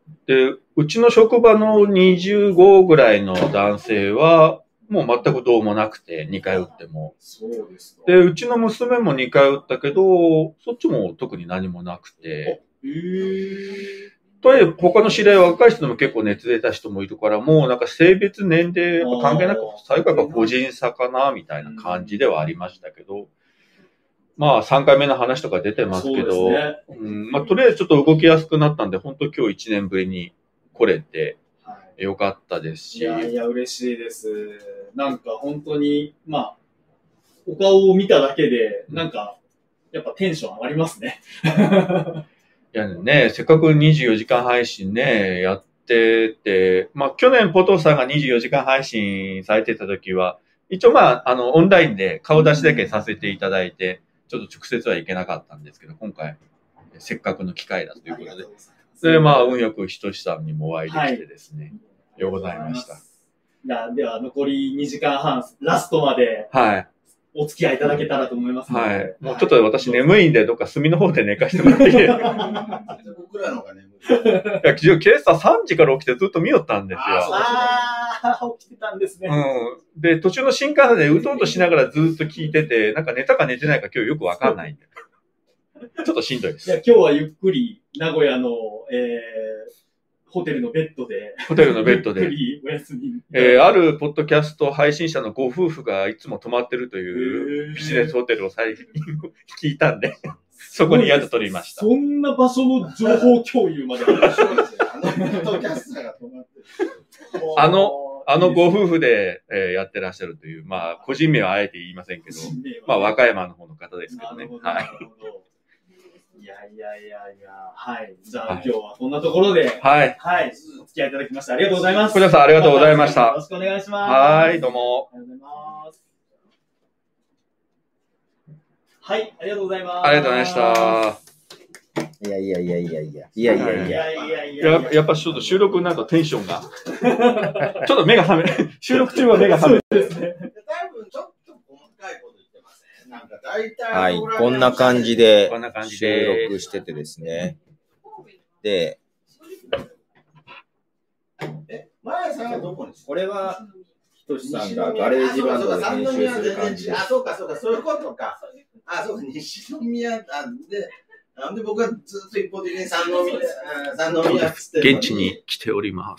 で、うちの職場の25ぐらいの男性は、もう全くどうもなくて、2回打っても。 そうですか。 で、うちの娘も2回打ったけど、そっちも特に何もなくて。とはいえ、他の知り合い若い人でも結構熱出た人もいるから、もうなんか性別、年齢やっぱ関係なく、最後は個人差かな、みたいな感じではありましたけど、まあ3回目の話とか出てますけど、まあとりあえずちょっと動きやすくなったんで、本当今日1年ぶりに来れてよかったですし。 いやいや、嬉しいです。なんか本当に、まあ、お顔を見ただけで、なんか、やっぱテンション上がりますね。 いやね、せっかく24時間配信ね、やってて、まあ去年ポトフさんが24時間配信されてた時は、一応まあ、オンラインで顔出しだけさせていただいて、ちょっと直接は行けなかったんですけど、今回、せっかくの機会だということで。で、まあ、運よくひとしさんにもお会いできてですね、ようございました。 では、残り2時間半、ラストまで、 はい。 お付き合いいただけたらと思います、 ね。はい。もうちょっと私眠いんで、どっか隅の方で寝かしてもらっていいですか？ 僕らの方が眠い。 いや、今朝3時から起きてずっと見よったんですよ。 起きてたんですね。 うん。で、途中の新幹線でうとうとしながらずっと聞いてて、なんか寝たか寝てないか今日よくわかんないんで。ちょっとしんどいです。 いや、今日はゆっくり、名古屋の、ホテルのベッドで。 ホテルのベッドで。 ゆっくりお休み。 あるポッドキャスト配信者のご夫婦がいつも泊まってるというビジネスホテルを最近聞いたんで、そこに宿取りました。 そんな場所の情報共有まで。 あのご夫婦で、やってらっしゃるという、まあ、個人名はあえて言いませんけど、まあ、和歌山の方の方ですけどね。はい。 いや、はい。じゃあ、今日はこんなところで、はい。はい。お付き合いいただきましてありがとうございます。 小田さん、ありがとうございました。 よろしくお願いします。 はい、どうも。 ありがとうございます。はい、ありがとうございます。 ありがとうございました。やっぱちょっと収録になるとテンションが。ちょっと目が覚める。収録中は目が覚める。 そうですね。多分ちょっと細かいこと言ってません。なんか大体。 はい、こんな感じで収録しててですね。で、 前さんはどこに？ これは、ひとしさんがガレージバンドで編集する感じで。 そうか、そういうことか。そうか、西宮で、なんで僕はずっと一方的に三宮っつって現地に来ております。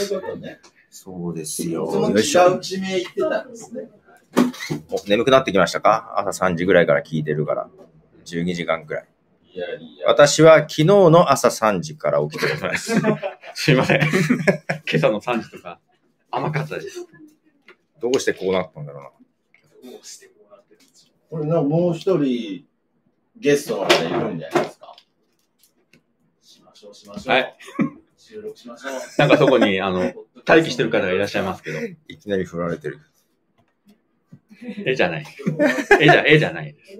そういうことね。 そうですよ。 その違う地名言ってたんですね。 眠くなってきましたか？朝3時ぐらいから聞いてるから。12時間くらい。私は昨日の朝3時から起きております。 すいません。今朝の3時とか甘かったです。 どうしてこうなったんだろうな。 これもう一人ゲストの方いるんじゃないですか。 しましょう。 はい。 収録しましょう。 なんかそこに待機してる方がいらっしゃいますけど。 いきなり振られてる。 絵じゃない。絵じゃないです。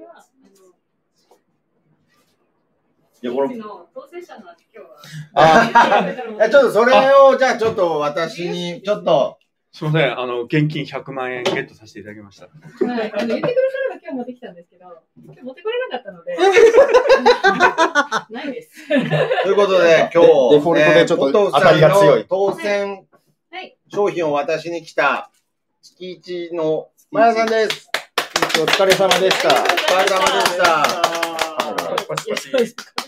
いや、これ。当選者の今日は。ちょっとそれを、じゃあちょっと私に、ちょっと。 すみません、現金100万円ゲットさせていただきました。 はい、言ってくれたのが今日持ってきたんですけど、今日持ってこれなかったので、ないです。 ということで、今日、 デフォルトでちょっと当たりが強い。 当選商品を渡しに来た、月一のまやさんです。 お疲れ様でした。 お疲れ様でした。 パチパチ。